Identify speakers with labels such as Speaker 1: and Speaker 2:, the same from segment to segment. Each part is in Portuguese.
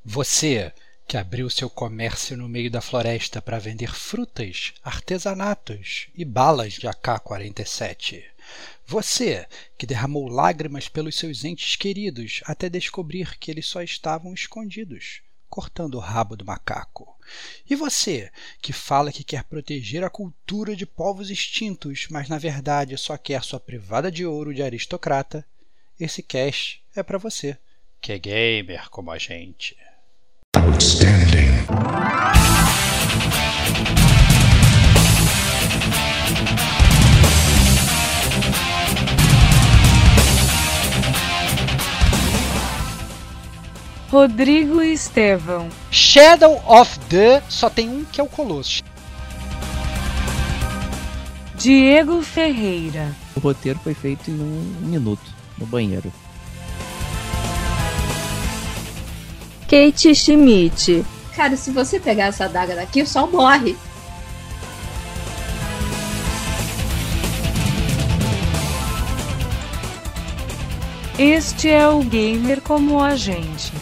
Speaker 1: Você que abriu seu comércio no meio da floresta para vender frutas, artesanatos e balas de AK-47. Você que derramou lágrimas pelos seus entes queridos até descobrir que eles só estavam escondidos, cortando o rabo do macaco. E você que fala que quer proteger a cultura de povos extintos, mas na verdade só quer sua privada de ouro de aristocrata, esse cast é para você, que é gamer como a gente.
Speaker 2: Outstanding.
Speaker 3: Rodrigo Estevão.
Speaker 1: Shadow of the só tem um que é o Colosso.
Speaker 3: Diego Ferreira.
Speaker 4: O roteiro foi feito em 1 minuto, no banheiro.
Speaker 3: Kate Schmidt.
Speaker 5: Cara, se você pegar essa adaga daqui, o sol morre.
Speaker 3: Este é o Gamer como a gente.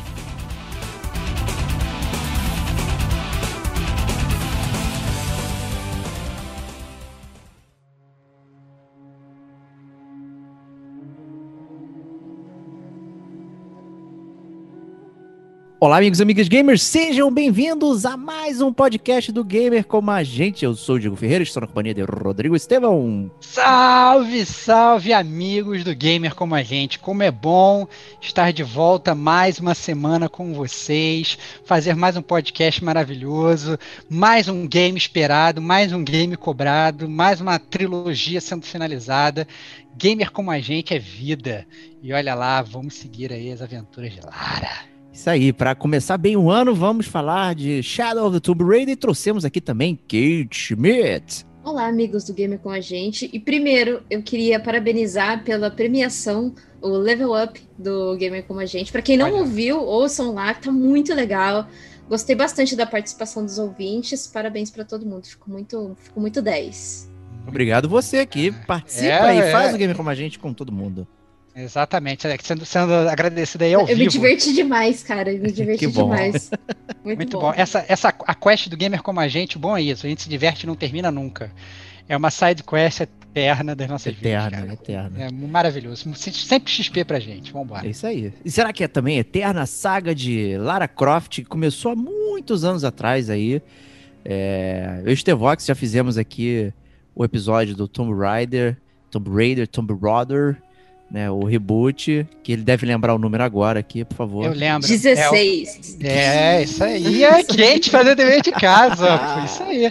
Speaker 4: Olá, amigos e amigas gamers, sejam bem-vindos a mais um podcast do Gamer como a gente. Eu sou o Diego Ferreira, estou na companhia de Rodrigo Estevão.
Speaker 1: Salve, salve, amigos do Gamer como a gente. Como é bom estar de volta mais uma semana com vocês, fazer mais um podcast maravilhoso, mais um game esperado, mais um game cobrado, mais uma trilogia sendo finalizada. Gamer como a gente é vida. E olha lá, vamos seguir aí as aventuras de Lara.
Speaker 4: Isso aí, para começar bem o ano, vamos falar de Shadow of the Tomb Raider e trouxemos aqui também Kate Schmidt.
Speaker 5: Olá, amigos do Gamer com a gente. E primeiro, eu queria parabenizar pela premiação, o Level Up do Gamer com a gente. Para quem não ouviu, ouçam lá, que tá muito legal. Gostei bastante da participação dos ouvintes. Parabéns para todo mundo, ficou muito 10.
Speaker 4: Obrigado você que participa e faz o Gamer como a gente com todo mundo.
Speaker 1: Exatamente, sendo agradecido aí ao vivo.
Speaker 5: Eu me diverti demais, cara, demais. Muito bom.
Speaker 1: A quest do Gamer como a gente, o bom é isso, a gente se diverte e não termina nunca. É uma side quest eterna das nossas vidas, cara.
Speaker 4: Eterna.
Speaker 1: É maravilhoso, sempre XP pra gente, vambora.
Speaker 4: É isso aí. E será que é também eterna a saga de Lara Croft, que começou há muitos anos atrás aí? Eu e o Stevox já fizemos aqui o episódio do Tomb Raider, Tomb Raider, né, o reboot, que ele deve lembrar o número agora aqui, por favor.
Speaker 1: Eu lembro.
Speaker 5: 16.
Speaker 1: Isso aí. A Kate fazendo dever de casa. Foi isso aí.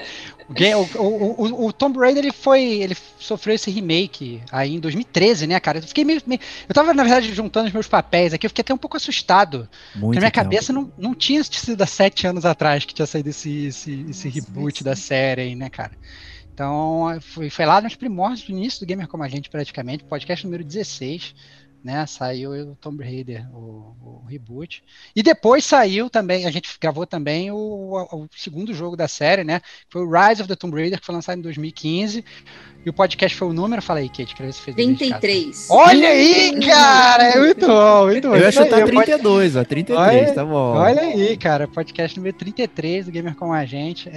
Speaker 1: O Tomb Raider, ele sofreu esse remake aí em 2013, né, cara? Eu tava, na verdade, juntando os meus papéis aqui, eu fiquei até um pouco assustado. Porque na minha cabeça não tinha sido há 7 anos atrás que tinha saído esse reboot da série aí, né, cara? Então, foi lá nos primórdios do início do Gamer como a gente, praticamente, podcast número 16, né, saiu o Tomb Raider, o reboot. E depois saiu também, a gente gravou também o segundo jogo da série, né, foi o Rise of the Tomb Raider, que foi lançado em 2015. E o podcast foi o número, fala aí, Kate, que você fez
Speaker 5: 33.
Speaker 1: Olha aí, cara, é muito bom.
Speaker 4: Eu ia chutar 32, 33, tá bom.
Speaker 1: Olha aí, cara, podcast número 33 do Gamer com a gente,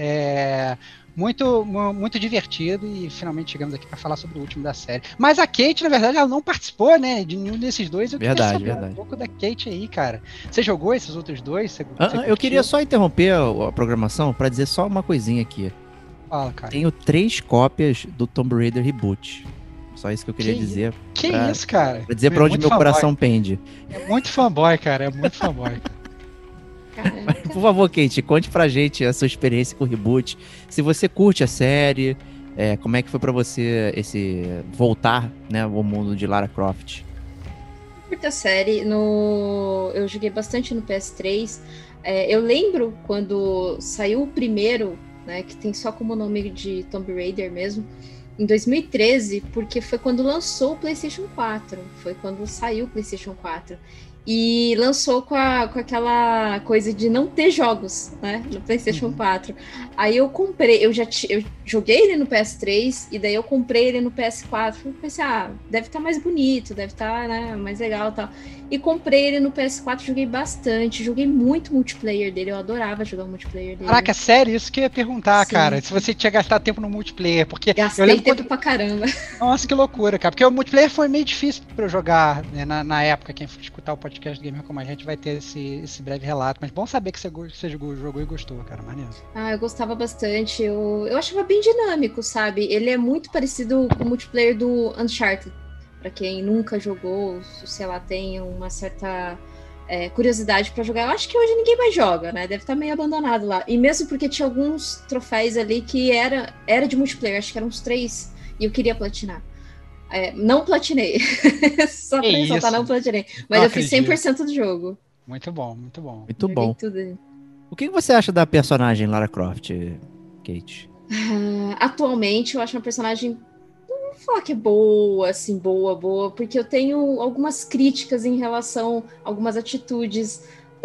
Speaker 1: muito divertido e finalmente chegamos aqui para falar sobre o último da série. Mas a Kate, na verdade, ela não participou, né, de nenhum desses dois. Eu queria saber um pouco da Kate aí, cara. Você jogou esses outros dois?
Speaker 4: Eu queria só interromper a programação para dizer só uma coisinha aqui.
Speaker 1: Fala, cara.
Speaker 4: Tenho 3 cópias do Tomb Raider Reboot. Só isso que eu queria dizer.
Speaker 1: Isso, cara?
Speaker 4: Pra dizer pra onde meu coração pende.
Speaker 1: É muito fanboy, cara. É muito fanboy.
Speaker 4: Por favor, Kate, conte pra gente a sua experiência com o reboot. Se você curte a série, como é que foi pra você esse voltar, né, ao mundo de Lara Croft?
Speaker 5: Eu curto a série, eu joguei bastante no PS3. Eu lembro quando saiu o primeiro, né, que tem só como nome de Tomb Raider mesmo, em 2013, porque foi quando lançou o PlayStation 4. Foi quando saiu o PlayStation 4. e lançou com aquela coisa de não ter jogos, né, no PlayStation 4. Aí eu comprei, eu joguei ele no PS3 e daí eu comprei ele no PS4. Eu pensei, deve estar mais bonito, deve estar, né, mais legal e tal. E comprei ele no PS4, joguei bastante, joguei muito multiplayer dele, eu adorava jogar o multiplayer dele.
Speaker 1: Caraca, sério, isso que eu ia perguntar,
Speaker 5: Sim.
Speaker 1: cara, se você tinha gastado tempo no multiplayer, porque
Speaker 5: Gastei
Speaker 1: eu lembro
Speaker 5: tempo pra caramba.
Speaker 1: Nossa, que loucura, cara, porque o multiplayer foi meio difícil pra eu jogar, né, na época. Quem for escutar o podcast do Gamer Como a Gente vai ter esse breve relato, mas bom saber que você jogou e gostou, cara, maneiro.
Speaker 5: Eu gostava bastante, eu achava bem dinâmico, sabe? Ele é muito parecido com o multiplayer do Uncharted. Pra quem nunca jogou, sei lá, tem uma certa curiosidade pra jogar. Eu acho que hoje ninguém mais joga, né? Deve estar meio abandonado lá. E mesmo porque tinha alguns troféus ali que era de multiplayer, acho que eram uns 3, e eu queria platinar. Não platinei. Só pra ressaltar, não platinei. Mas
Speaker 1: não
Speaker 5: eu fiz 100% do jogo.
Speaker 1: Muito bom, muito bom.
Speaker 4: Muito bom.
Speaker 5: Tudo.
Speaker 4: O que você acha da personagem Lara Croft, Kate?
Speaker 5: Atualmente, eu acho uma personagem... Não vou falar que é boa, assim, boa, porque eu tenho algumas críticas em relação a algumas atitudes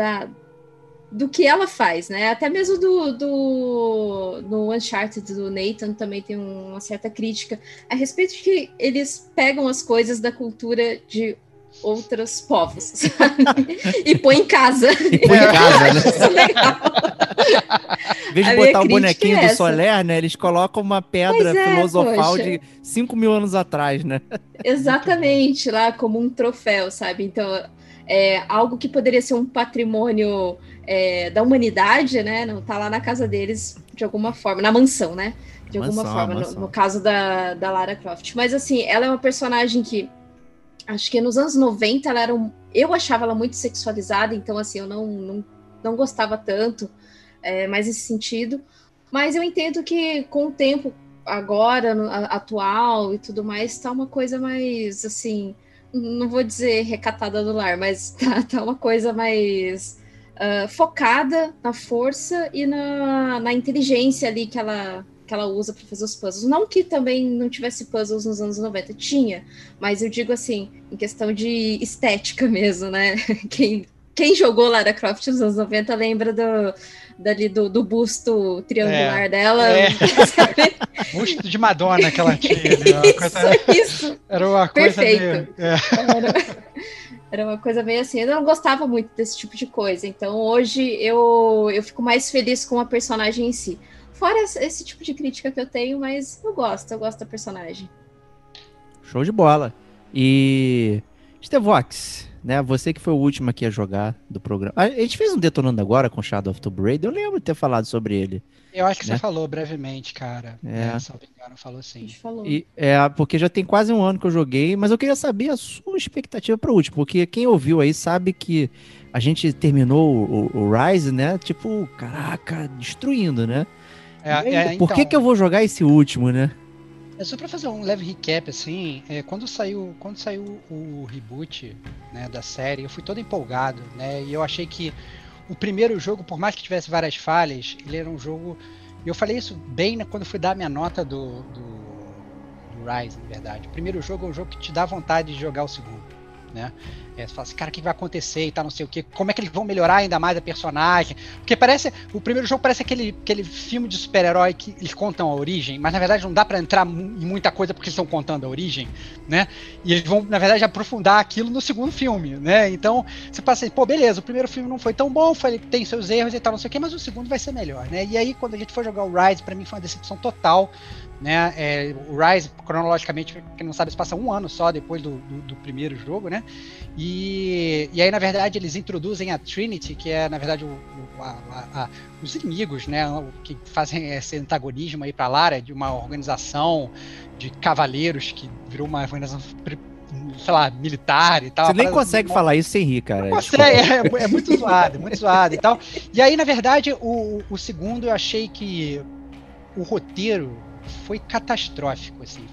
Speaker 5: do que ela faz, né? Até mesmo no Uncharted do Nathan também tem uma certa crítica a respeito de que eles pegam as coisas da cultura de outros povos, sabe? E põe em casa.
Speaker 4: Põe em casa, né?
Speaker 5: Isso é legal.
Speaker 4: Em vez de botar o bonequinho do Soler, né? Eles colocam uma pedra filosofal de 5 mil anos atrás, né?
Speaker 5: Exatamente, lá como um troféu, sabe? Então, algo que poderia ser um patrimônio da humanidade, né? Não tá lá na casa deles de alguma forma, na mansão, né? De alguma forma, no caso da Lara Croft. Mas, assim, ela é uma personagem que acho que nos anos 90 eu achava ela muito sexualizada, então, assim, eu não gostava tanto mais nesse sentido. Mas eu entendo que com o tempo, agora, atual e tudo mais, tá uma coisa mais, assim, não vou dizer recatada do lar, mas tá uma coisa mais focada na força e na inteligência ali que ela usa para fazer os puzzles. Não que também não tivesse puzzles nos anos 90, tinha, mas eu digo assim, em questão de estética mesmo, né? Quem jogou Lara Croft nos anos 90 lembra do busto triangular dela.
Speaker 1: Busto de Madonna que ela tinha. Né?
Speaker 5: Isso.
Speaker 1: Era uma coisa
Speaker 5: perfeito. Era uma coisa meio assim, eu não gostava muito desse tipo de coisa, então hoje eu fico mais feliz com a personagem em si. Fora esse tipo de crítica que eu tenho, mas eu gosto da personagem.
Speaker 4: Show de bola. E Stevox, né? Você que foi o último aqui a jogar do programa. A gente fez um Detonando Agora com Shadow of Tomb Raider, eu lembro de ter falado sobre ele.
Speaker 1: Eu acho que você falou brevemente, cara. Se não me engano, falou sim.
Speaker 5: A gente falou.
Speaker 4: Porque já tem quase um ano que eu joguei, mas eu queria saber a sua expectativa para o último, porque quem ouviu aí sabe que a gente terminou o Rise, né? Tipo, caraca, destruindo, né? Por
Speaker 1: então,
Speaker 4: que eu vou jogar esse último, né?
Speaker 1: Só pra fazer um leve recap, assim, quando saiu o reboot, né, da série, eu fui todo empolgado, né? E eu achei que o primeiro jogo, por mais que tivesse várias falhas, ele era um jogo... E eu falei isso bem, né, quando fui dar a minha nota do Rise, na verdade. O primeiro jogo é um jogo que te dá vontade de jogar o segundo, né? Você fala assim, cara, o que vai acontecer e tal, não sei o que, como é que eles vão melhorar ainda mais a personagem, porque o primeiro jogo parece aquele filme de super-herói que eles contam a origem, mas na verdade não dá pra entrar em muita coisa porque eles estão contando a origem, né, e eles vão, na verdade, aprofundar aquilo no segundo filme, né, então você passa assim, pô, beleza, o primeiro filme não foi tão bom, tem seus erros e tal, não sei o que, mas o segundo vai ser melhor, né, e aí quando a gente foi jogar o Rise, pra mim foi uma decepção total, né, o Rise, cronologicamente, quem não sabe, se passa um ano só depois do primeiro jogo, né, e aí, na verdade, eles introduzem a Trinity, que é, na verdade, os inimigos, né, que fazem esse antagonismo aí pra Lara, de uma organização de cavaleiros que virou uma organização, sei lá, militar e tal.
Speaker 4: Você nem consegue falar isso sem rir, cara.
Speaker 1: É muito zoado e tal. E aí, na verdade, o segundo eu achei que o roteiro foi catastrófico, assim,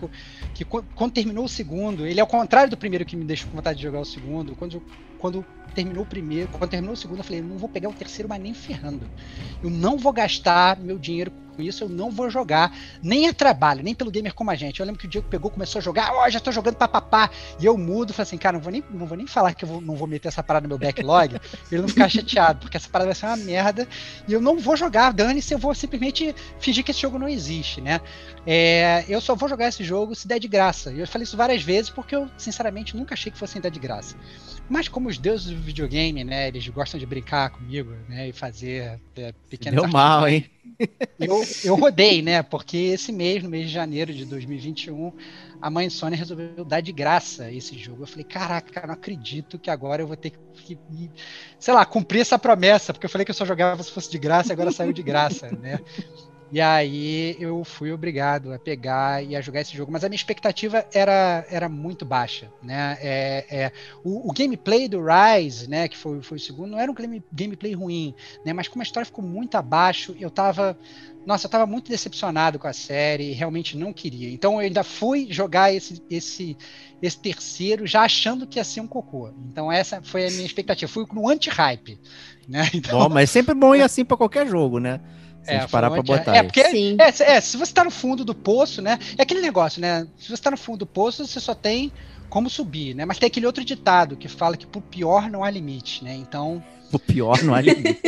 Speaker 1: que quando terminou o segundo, ele é ao contrário do primeiro que me deixou com vontade de jogar o segundo, quando terminou o primeiro, quando terminou o segundo, eu falei, eu não vou pegar o terceiro, mas nem ferrando. Eu não vou gastar meu dinheiro com isso, eu não vou jogar, nem a trabalho, nem pelo gamer como a gente. Eu lembro que o Diego pegou, começou a jogar, já tô jogando papapá, e eu mudo, falei assim, cara, não vou nem falar que eu não vou meter essa parada no meu backlog, pra ele não ficar chateado, porque essa parada vai ser uma merda, e eu não vou jogar, dane-se, eu vou simplesmente fingir que esse jogo não existe, né? Eu só vou jogar esse jogo se der de graça. E eu falei isso várias vezes, porque eu, sinceramente, nunca achei que fosse dar de graça. Mas como os deuses do videogame, né, eles gostam de brincar comigo, né, e fazer pequenas...
Speaker 4: Deu mal, hein?
Speaker 1: Eu rodei, né, porque esse mês, no mês de janeiro de 2021, a mãe Sony resolveu dar de graça esse jogo. Eu falei, caraca, cara, não acredito que agora eu vou ter que, sei lá, cumprir essa promessa, porque eu falei que eu só jogava se fosse de graça, e agora saiu de graça, né? E aí eu fui obrigado a pegar e a jogar esse jogo, mas a minha expectativa era muito baixa, né? O gameplay do Rise, né, que foi o segundo, não era um gameplay ruim, né? Mas como a história ficou muito abaixo, eu tava muito decepcionado com a série e realmente não queria. Então eu ainda fui jogar esse terceiro já achando que ia ser um cocô. Então essa foi a minha expectativa. Fui no anti-hype, né? Então,
Speaker 4: bom, mas é sempre bom ir assim pra qualquer jogo, né? Se a gente parar pra botar
Speaker 1: porque
Speaker 5: Sim.
Speaker 1: Se você tá no fundo do poço, né? É aquele negócio, né? Se você tá no fundo do poço, você só tem como subir, né? Mas tem aquele outro ditado que fala que pro pior não há limite, né? Então...
Speaker 4: O pior não há limite.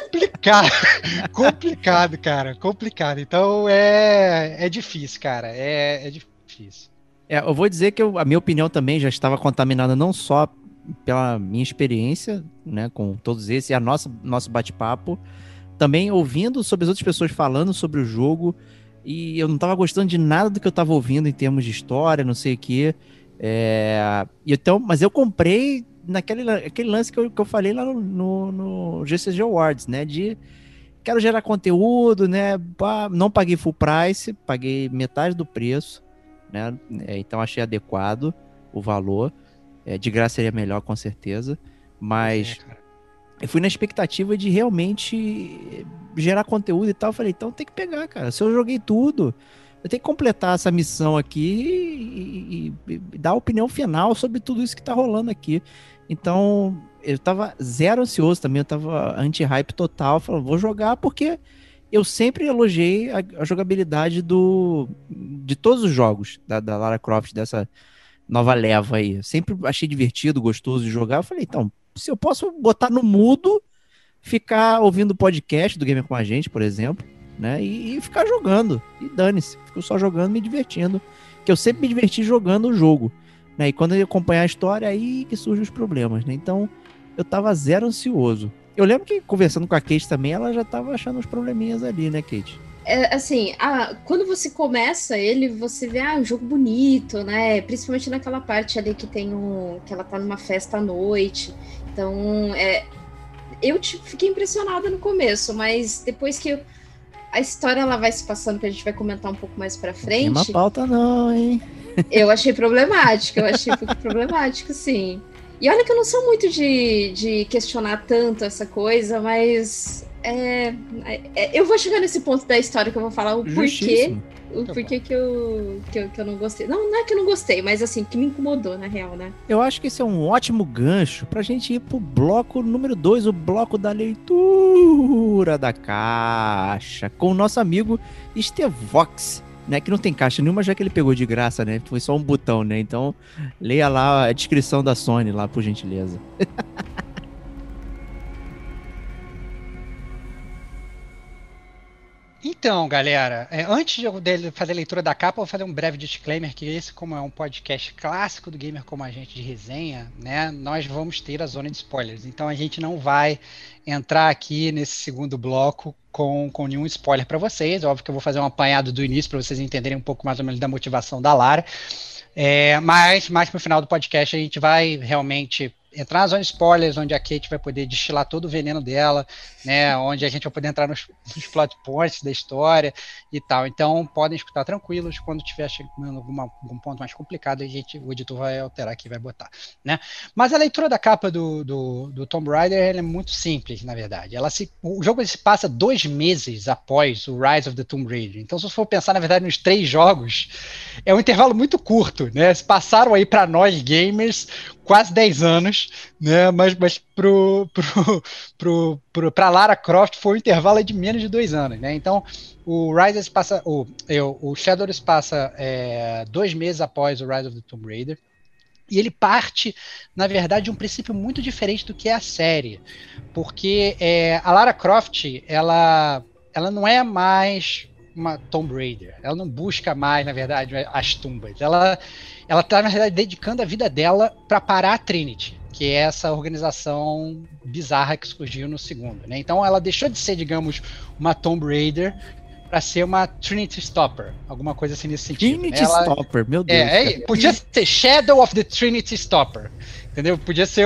Speaker 1: Complicado, cara. Complicado. Então é difícil, cara. É difícil.
Speaker 4: Eu vou dizer que a minha opinião também já estava contaminada não só pela minha experiência, né, com todos esses, e nosso bate-papo, também ouvindo sobre as outras pessoas falando sobre o jogo, e eu não estava gostando de nada do que eu estava ouvindo em termos de história, não sei o quê. Então, mas eu comprei aquele lance que eu falei lá no GCG Awards, né, de quero gerar conteúdo, né, não paguei full price, paguei metade do preço, né, então achei adequado o valor, de graça seria melhor com certeza, mas eu fui na expectativa de realmente gerar conteúdo e tal. Eu falei, então tem que pegar, cara. Se eu joguei tudo, eu tenho que completar essa missão aqui e dar a opinião final sobre tudo isso que tá rolando aqui. Então, eu tava zero ansioso também, eu tava anti-hype total. Falei, vou jogar porque eu sempre elogiei a jogabilidade de todos os jogos da Lara Croft, dessa nova leva aí. Eu sempre achei divertido, gostoso de jogar. Eu falei, então, se eu posso botar no mudo, ficar ouvindo o podcast do Gamer com a Gente, por exemplo, né, e ficar jogando, e dane-se, fico só jogando, me divertindo, que eu sempre me diverti jogando o jogo, né, e quando eu acompanhar a história, aí que surgem os problemas, né, então eu tava zero ansioso. Eu lembro que conversando com a Kate também, ela já tava achando uns probleminhas ali, né, Kate?
Speaker 5: Assim, quando você começa ele, você vê um jogo bonito, né? Principalmente naquela parte ali que que ela tá numa festa à noite. Então, eu fiquei impressionada no começo, mas depois que a história ela vai se passando, que a gente vai comentar um pouco mais pra frente.
Speaker 4: Não tem uma pauta não, hein?
Speaker 5: Eu achei problemático, um pouco problemático, sim. E olha que eu não sou muito de questionar tanto essa coisa, mas eu vou chegar nesse ponto da história que eu vou falar o porquê que eu não gostei. Não é que eu não gostei, mas assim, que me incomodou, na real, né?
Speaker 4: Eu acho que esse é um ótimo gancho pra gente ir pro bloco número 2, o bloco da leitura da caixa, com o nosso amigo Estevox, né, que não tem caixa nenhuma, já que ele pegou de graça, né? Foi só um botão, né? Então, leia lá a descrição da Sony lá, por gentileza.
Speaker 1: Então, galera, antes de fazer a leitura da capa, eu vou fazer um breve disclaimer que esse, como é um podcast clássico do Gamer Como a Gente de resenha, né, nós vamos ter a zona de spoilers. Então a gente não vai entrar aqui nesse segundo bloco com nenhum spoiler para vocês. Óbvio que eu vou fazer um apanhado do início para vocês entenderem um pouco mais ou menos da motivação da Lara. Mas mais pro final do podcast a gente vai realmente entrar na zona de spoilers, onde a Kate vai poder destilar todo o veneno dela, né, onde a gente vai poder entrar nos plot points da história e tal. Então podem escutar tranquilos, quando tiver chegando algum ponto mais complicado, o editor vai alterar aqui, vai botar, né. Mas a leitura da capa do Tomb Raider ela é muito simples, na verdade. O jogo se passa 2 meses após o Rise of the Tomb Raider. Então, se você for pensar, na verdade, nos 3 jogos, é um intervalo muito curto, né? Se passaram aí para nós gamers quase 10 anos, anos, né? Mas pra Lara Croft foi um intervalo de menos de 2 anos, né? Então, o Rise passa, o Shadows passa 2 meses após o Rise of the Tomb Raider. E ele parte, na verdade, de um princípio muito diferente do que é a série. Porque a Lara Croft, ela não é mais uma Tomb Raider. Ela não busca mais, na verdade, as tumbas. Ela está, na verdade, dedicando a vida dela para parar a Trinity, que é essa organização bizarra que surgiu no segundo, né? Então ela deixou de ser, digamos, uma Tomb Raider para ser uma Trinity Stopper, alguma coisa assim nesse sentido.
Speaker 4: Trinity Stopper, meu Deus.
Speaker 1: Podia ser Shadow of the Trinity Stopper, entendeu? Podia ser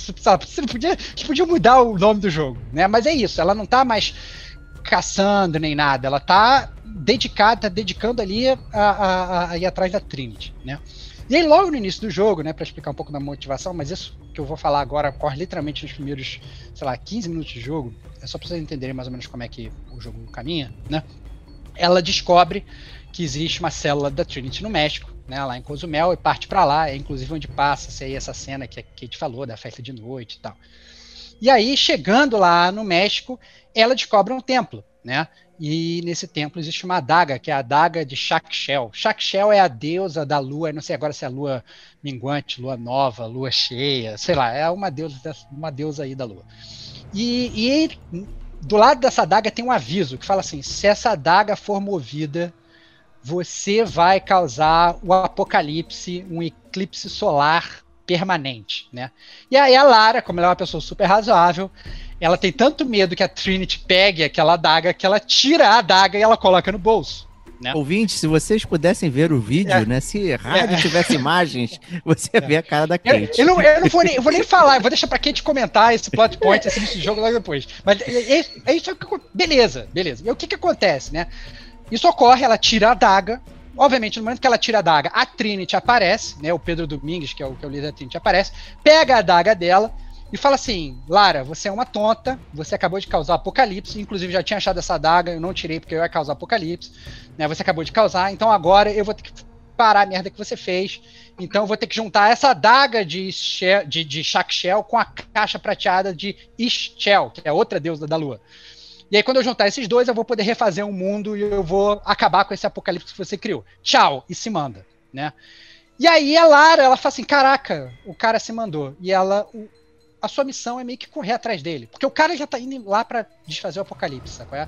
Speaker 1: podia mudar o nome do jogo, né? Mas é isso, ela não tá mais caçando nem nada, ela tá dedicando ali a ir atrás da Trinity, né? E aí logo no início do jogo, né, para explicar um pouco da motivação, mas isso que eu vou falar agora ocorre literalmente nos primeiros, 15 minutos de jogo, é só para vocês entenderem mais ou menos como é que o jogo caminha, né? Ela descobre que existe uma célula da Trinity no México, né, lá em Cozumel, e parte para lá, inclusive onde passa essa cena que a Kate falou, da festa de noite e tal. E aí, chegando lá no México, ela descobre um templo, né? E nesse templo existe uma adaga, que é a adaga de Chakshel. Chakshel é a deusa da lua, não sei agora se é lua minguante, lua nova, lua cheia, sei lá, é uma deusa aí da lua. E do lado dessa adaga tem um aviso que fala assim: se essa adaga for movida, você vai causar o apocalipse, um eclipse solar permanente, né? E aí a Lara, como ela é uma pessoa super razoável, ela tem tanto medo que a Trinity pegue aquela adaga que ela tira a adaga e ela coloca no bolso, né?
Speaker 4: Ouvinte, se vocês pudessem ver o vídeo, né? Se rádio tivesse imagens, você ia ver a cara da Kate.
Speaker 1: Eu não vou nem falar, eu vou deixar pra Kate comentar esse plot point, esse jogo logo depois. Mas é isso que... Beleza. E o que acontece, né? Isso ocorre, ela tira a adaga. Obviamente, no momento que ela tira a adaga, a Trinity aparece, né? O Pedro Domingues, que é o líder da Trinity, aparece, pega a adaga dela e fala assim: Lara, você é uma tonta, você acabou de causar apocalipse, inclusive já tinha achado essa adaga, eu não tirei porque eu ia causar apocalipse, né? Você acabou de causar, então agora eu vou ter que parar a merda que você fez, então eu vou ter que juntar essa adaga de Chakshel com a caixa prateada de Ixchel, que é outra deusa da lua. E aí, quando eu juntar esses dois, eu vou poder refazer o mundo e eu vou acabar com esse apocalipse que você criou. Tchau! E se manda, né? E aí a Lara, ela fala assim: caraca, o cara se mandou. E ela, a sua missão é meio que correr atrás dele. Porque o cara já tá indo lá pra desfazer o apocalipse, sabe?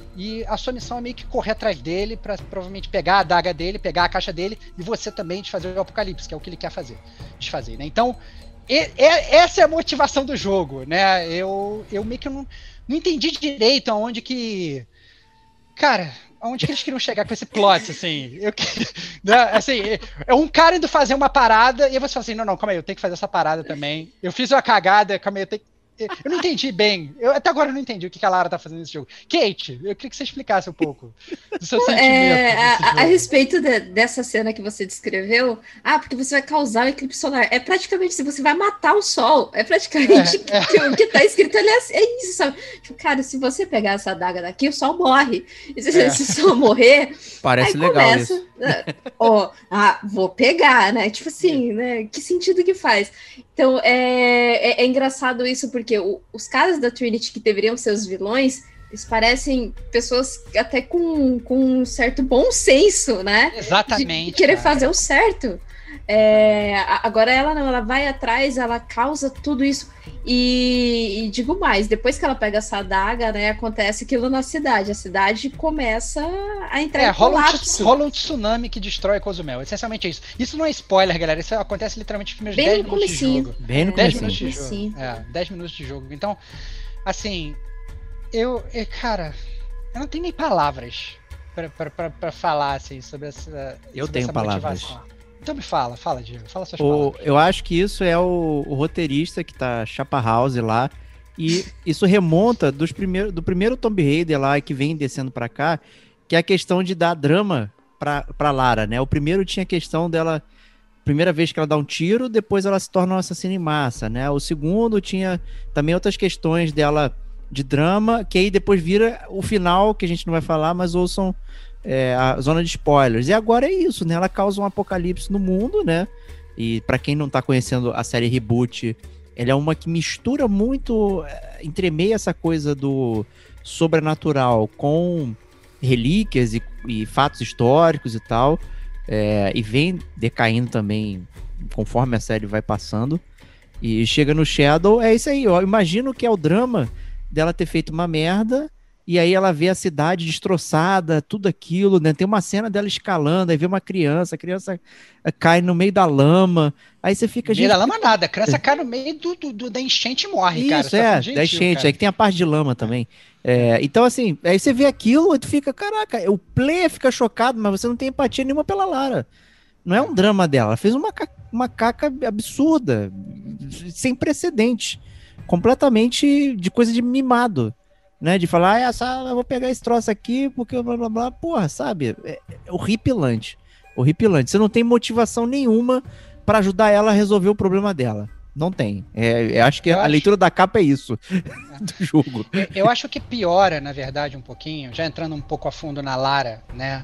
Speaker 1: E a sua missão é meio que correr atrás dele pra provavelmente pegar a adaga dele, pegar a caixa dele e você também desfazer o apocalipse, que é o que ele quer desfazer, né? Então, essa é a motivação do jogo, né? Eu meio que não entendi direito aonde que... Cara, aonde que eles queriam chegar com esse plot, assim? Né, assim, é um cara indo fazer uma parada e aí você fala assim: não, calma aí, eu tenho que fazer essa parada também. Eu fiz uma cagada, calma aí, eu não entendi bem. Até agora eu não entendi o que a Lara tá fazendo nesse jogo. Kate, eu queria que você explicasse um pouco do seu sentimento.
Speaker 5: A respeito dessa cena que você descreveu, porque você vai causar o eclipse solar. É praticamente se você vai matar o sol. É praticamente o que tá escrito ali. É isso, sabe? Tipo, cara, se você pegar essa adaga daqui, o sol morre. E se o sol morrer,
Speaker 4: parece
Speaker 5: aí
Speaker 4: legal
Speaker 5: começa,
Speaker 4: isso.
Speaker 5: Vou pegar, né? Tipo assim, né? Que sentido que faz? Então, é engraçado isso, porque os caras da Trinity que deveriam ser os vilões, eles parecem pessoas até com um certo bom senso, né?
Speaker 1: Exatamente.
Speaker 5: De querer fazer o certo. Agora ela não, ela vai atrás, ela causa tudo isso. E digo mais, depois que ela pega essa adaga, né, acontece aquilo na cidade. A cidade começa a entrar em colapso.
Speaker 1: Rola um tsunami que destrói Cozumel. Essencialmente é isso. Isso não é spoiler, galera. Isso acontece literalmente nos primeiros 10 minutos de jogo.
Speaker 4: Bem no
Speaker 1: 10 minutos de jogo. 10 minutos de jogo. Então, assim, cara, eu não tenho nem palavras pra falar, assim, sobre essa...
Speaker 4: Eu tenho palavras.
Speaker 1: Então me fala, Diego, fala suas palavras.
Speaker 4: Eu acho que isso é o roteirista que tá Chapa House lá, e isso remonta do primeiro Tomb Raider lá, que vem descendo pra cá, que é a questão de dar drama pra Lara, né? O primeiro tinha a questão dela, primeira vez que ela dá um tiro, depois ela se torna uma assassina em massa, né? O segundo tinha também outras questões dela de drama, que aí depois vira o final, que a gente não vai falar, mas ouçam a zona de spoilers. E agora é isso, né? Ela causa um apocalipse no mundo, né? E pra quem não tá conhecendo a série Reboot, Ela é uma que mistura muito, entremeia essa coisa do sobrenatural com relíquias e fatos históricos e tal, e vem decaindo também conforme a série vai passando. E chega no Shadow, é isso aí, ó. Imagino que é o drama dela ter feito uma merda, e aí ela vê a cidade destroçada, tudo aquilo, né? Tem uma cena dela escalando, aí vê uma criança, a criança cai no meio da lama, aí você fica...
Speaker 1: No meio da lama nada, a criança cai no meio da enchente e morre, cara.
Speaker 4: Isso, da enchente, aí que tem a parte de lama também. Então, assim, aí você vê aquilo e tu fica, caraca, o player fica chocado, mas você não tem empatia nenhuma pela Lara. Não é um drama dela, ela fez uma caca absurda, sem precedente, completamente de coisa de mimado, né? De falar, eu vou pegar esse troço aqui porque blá blá blá, porra, sabe? É horripilante, horripilante. Você não tem motivação nenhuma pra ajudar ela a resolver o problema dela. Não tem. Acho que a leitura da capa é isso, do jogo.
Speaker 1: Eu acho que piora, na verdade, um pouquinho, já entrando um pouco a fundo na Lara, né?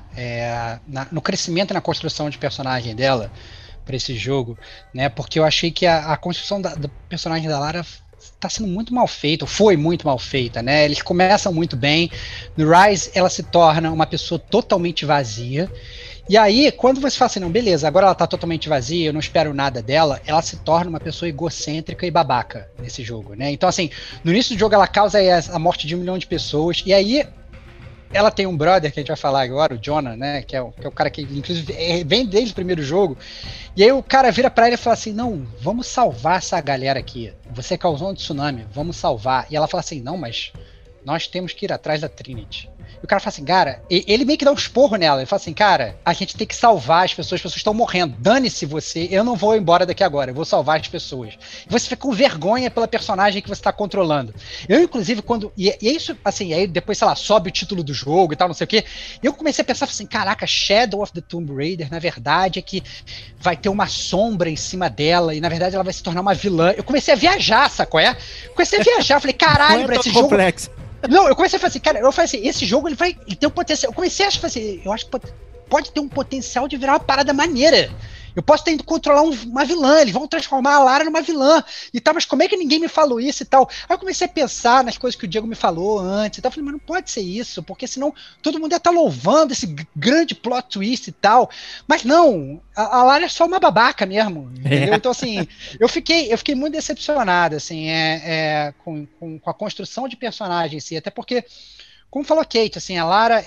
Speaker 1: No crescimento e na construção de personagem dela para esse jogo, né? Porque eu achei que a construção do personagem da Lara está sendo muito mal feita, foi muito mal feita, né? Eles começam muito bem. No Rise, ela se torna uma pessoa totalmente vazia. E aí, quando você fala assim, não, beleza, agora ela tá totalmente vazia, eu não espero nada dela, ela se torna uma pessoa egocêntrica e babaca nesse jogo, né? Então, assim, no início do jogo ela causa a morte de 1 milhão de pessoas, e aí ela tem um brother que a gente vai falar agora, o Jonah, né? Que é o cara que, inclusive, vem desde o primeiro jogo, e aí o cara vira pra ele e fala assim, não, vamos salvar essa galera aqui, você causou um tsunami, vamos salvar. E ela fala assim, não, mas nós temos que ir atrás da Trinity. E o cara fala assim, cara, ele meio que dá um esporro nela. Ele fala assim, cara, a gente tem que salvar as pessoas estão morrendo. Dane-se você, eu não vou embora daqui agora, eu vou salvar as pessoas. E você fica com vergonha pela personagem que você tá controlando. Eu, inclusive, e é isso, assim, aí depois, sei lá, sobe o título do jogo e tal, não sei o quê. E eu comecei a pensar assim, caraca, Shadow of the Tomb Raider, na verdade, é que vai ter uma sombra em cima dela, e na verdade ela vai se tornar uma vilã. Eu comecei a viajar, sacou? Comecei a viajar, falei, caralho, pra esse jogo... Não, eu comecei a falar assim, cara, esse jogo ele tem um potencial. Eu comecei a achar assim, eu acho que pode ter um potencial de virar uma parada maneira. Eu posso ter que controlar uma vilã, eles vão transformar a Lara numa vilã e tal, mas como é que ninguém me falou isso e tal? Aí eu comecei a pensar nas coisas que o Diego me falou antes e tal. Eu falei, mas não pode ser isso, porque senão todo mundo ia estar louvando esse grande plot twist e tal. Mas não, a Lara é só uma babaca mesmo, entendeu? Então, assim, eu fiquei muito decepcionado, assim, com a construção de personagem em si, até porque, como falou a Kate, assim, a Lara,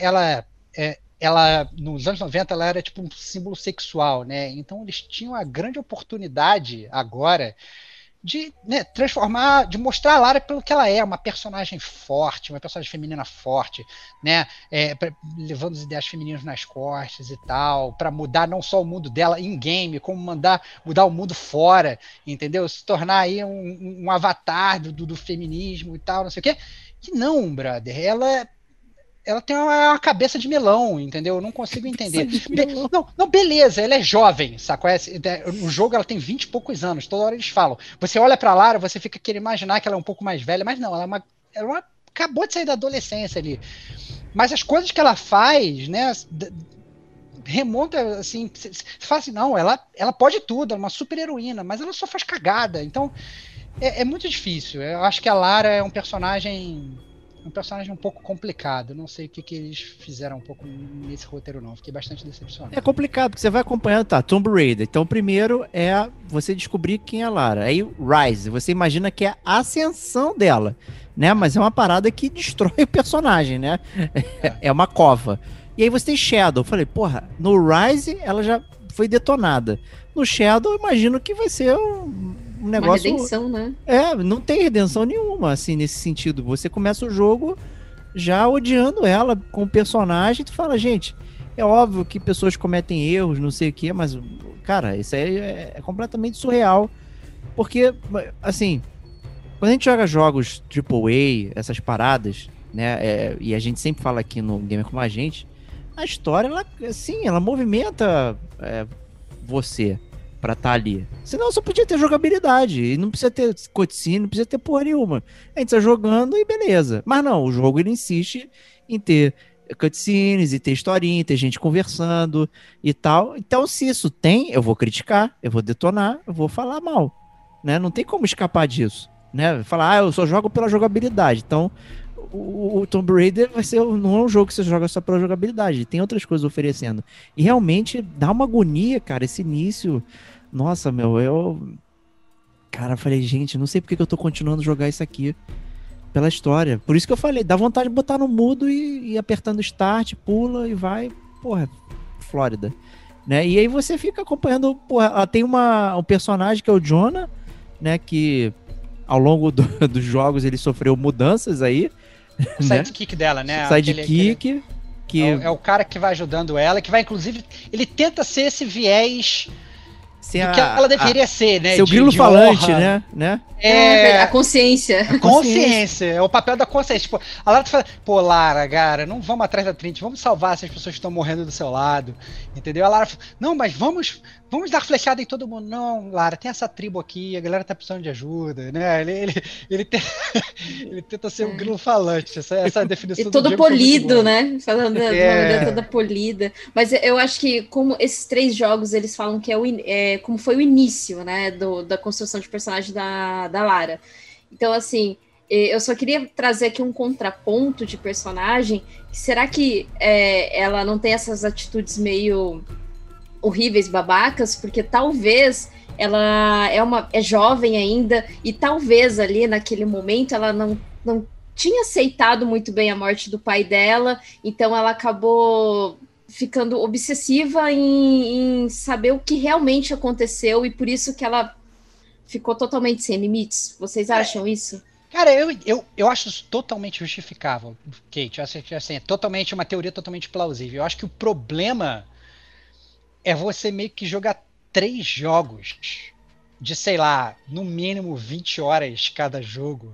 Speaker 1: ela, nos anos 90, ela era tipo um símbolo sexual, né? Então eles tinham a grande oportunidade agora de, né, transformar, de mostrar a Lara pelo que ela é, uma personagem forte, uma personagem feminina forte, né? Levando as ideias femininas nas costas e tal, para mudar não só o mundo dela em game, como mudar o mundo fora, entendeu? Se tornar aí um avatar do feminismo e tal, não sei o quê. E não, brother, ela tem uma cabeça de melão, entendeu? Eu não consigo entender. Não, beleza, ela é jovem, sacou? No jogo ela tem 20 e poucos anos, toda hora eles falam. Você olha pra Lara, você fica querendo imaginar que ela é um pouco mais velha, mas não, ela acabou de sair da adolescência ali. Mas as coisas que ela faz, né, remonta, assim, você fala assim, não, ela pode tudo, ela é uma super heroína, mas ela só faz cagada. Então, é muito difícil. Eu acho que a Lara é um personagem um pouco complicado. Eu não sei o que eles fizeram um pouco nesse roteiro, não. Fiquei bastante decepcionado.
Speaker 4: É complicado, porque você vai acompanhando, tá, Tomb Raider. Então, primeiro é você descobrir quem é a Lara. Aí, Rise, você imagina que é a ascensão dela, né? Mas é uma parada que destrói o personagem, né? É uma cova. E aí você tem Shadow. Eu falei, porra, no Rise ela já foi detonada. No Shadow, eu imagino que vai ser um negócio...
Speaker 5: Uma redenção, né?
Speaker 4: Não tem redenção nenhuma, assim, nesse sentido. Você começa o jogo já odiando ela com o personagem, tu fala, gente, é óbvio que pessoas cometem erros, não sei o quê, mas, cara, isso aí é completamente surreal. Porque, assim, quando a gente joga jogos AAA, essas paradas, né, e a gente sempre fala aqui no Gamer Como a Gente, a história, ela movimenta você pra estar ali. Senão só podia ter jogabilidade. E não precisa ter cutscene, não precisa ter porra nenhuma. A gente tá jogando e beleza. Mas não, o jogo ele insiste em ter cutscenes, e ter historinha, ter gente conversando e tal. Então, se isso tem, eu vou criticar, eu vou detonar, eu vou falar mal. né? Não tem como escapar disso, né? Falar, eu só jogo pela jogabilidade. Então, o Tomb Raider não é um jogo que você joga só pela jogabilidade, tem outras coisas oferecendo. E realmente dá uma agonia, cara, esse início. Nossa, Cara, eu falei, gente, não sei porque que eu tô continuando a jogar isso aqui. Pela história. Por isso que eu falei, dá vontade de botar no mudo e apertando start, pula e vai, porra, Flórida. Né? E aí você fica acompanhando, porra, tem um personagem que é o Jonah, né, que ao longo dos jogos ele sofreu mudanças aí.
Speaker 1: O sidekick dela, né?
Speaker 4: Sidekick. Que
Speaker 1: é o cara que vai ajudando ela, que vai, inclusive, ele tenta ser esse viés do que ela deveria ser, né?
Speaker 4: Seu grilo falante, né?
Speaker 5: A consciência.
Speaker 1: A consciência. É o papel da consciência. Tipo, a Lara fala, pô, Lara, cara, não vamos atrás da Trinity, vamos salvar essas pessoas que estão morrendo do seu lado. Entendeu? A Lara fala, não, mas vamos dar flechada em todo mundo. Não, Lara, tem essa tribo aqui, a galera tá precisando de ajuda, né? Ele tenta ser um grilo falante. Essa definição
Speaker 5: e todo polido, né? Falando de uma maneira toda polida. Mas eu acho que, como esses 3 jogos, eles falam que como foi o início, né? Da construção de personagem da Lara. Então, assim, eu só queria trazer aqui um contraponto de personagem. Será que ela não tem essas atitudes meio horríveis, babacas? Porque talvez ela é jovem ainda e talvez ali naquele momento ela não tinha aceitado muito bem a morte do pai dela, então ela acabou ficando obsessiva em saber o que realmente aconteceu e por isso que ela ficou totalmente sem limites. Vocês acham isso?
Speaker 1: Cara, eu acho isso totalmente justificável, Kate. Eu acho que assim, é uma teoria totalmente plausível. Eu acho que o problema é você meio que jogar 3 jogos de, sei lá, no mínimo 20 horas cada jogo.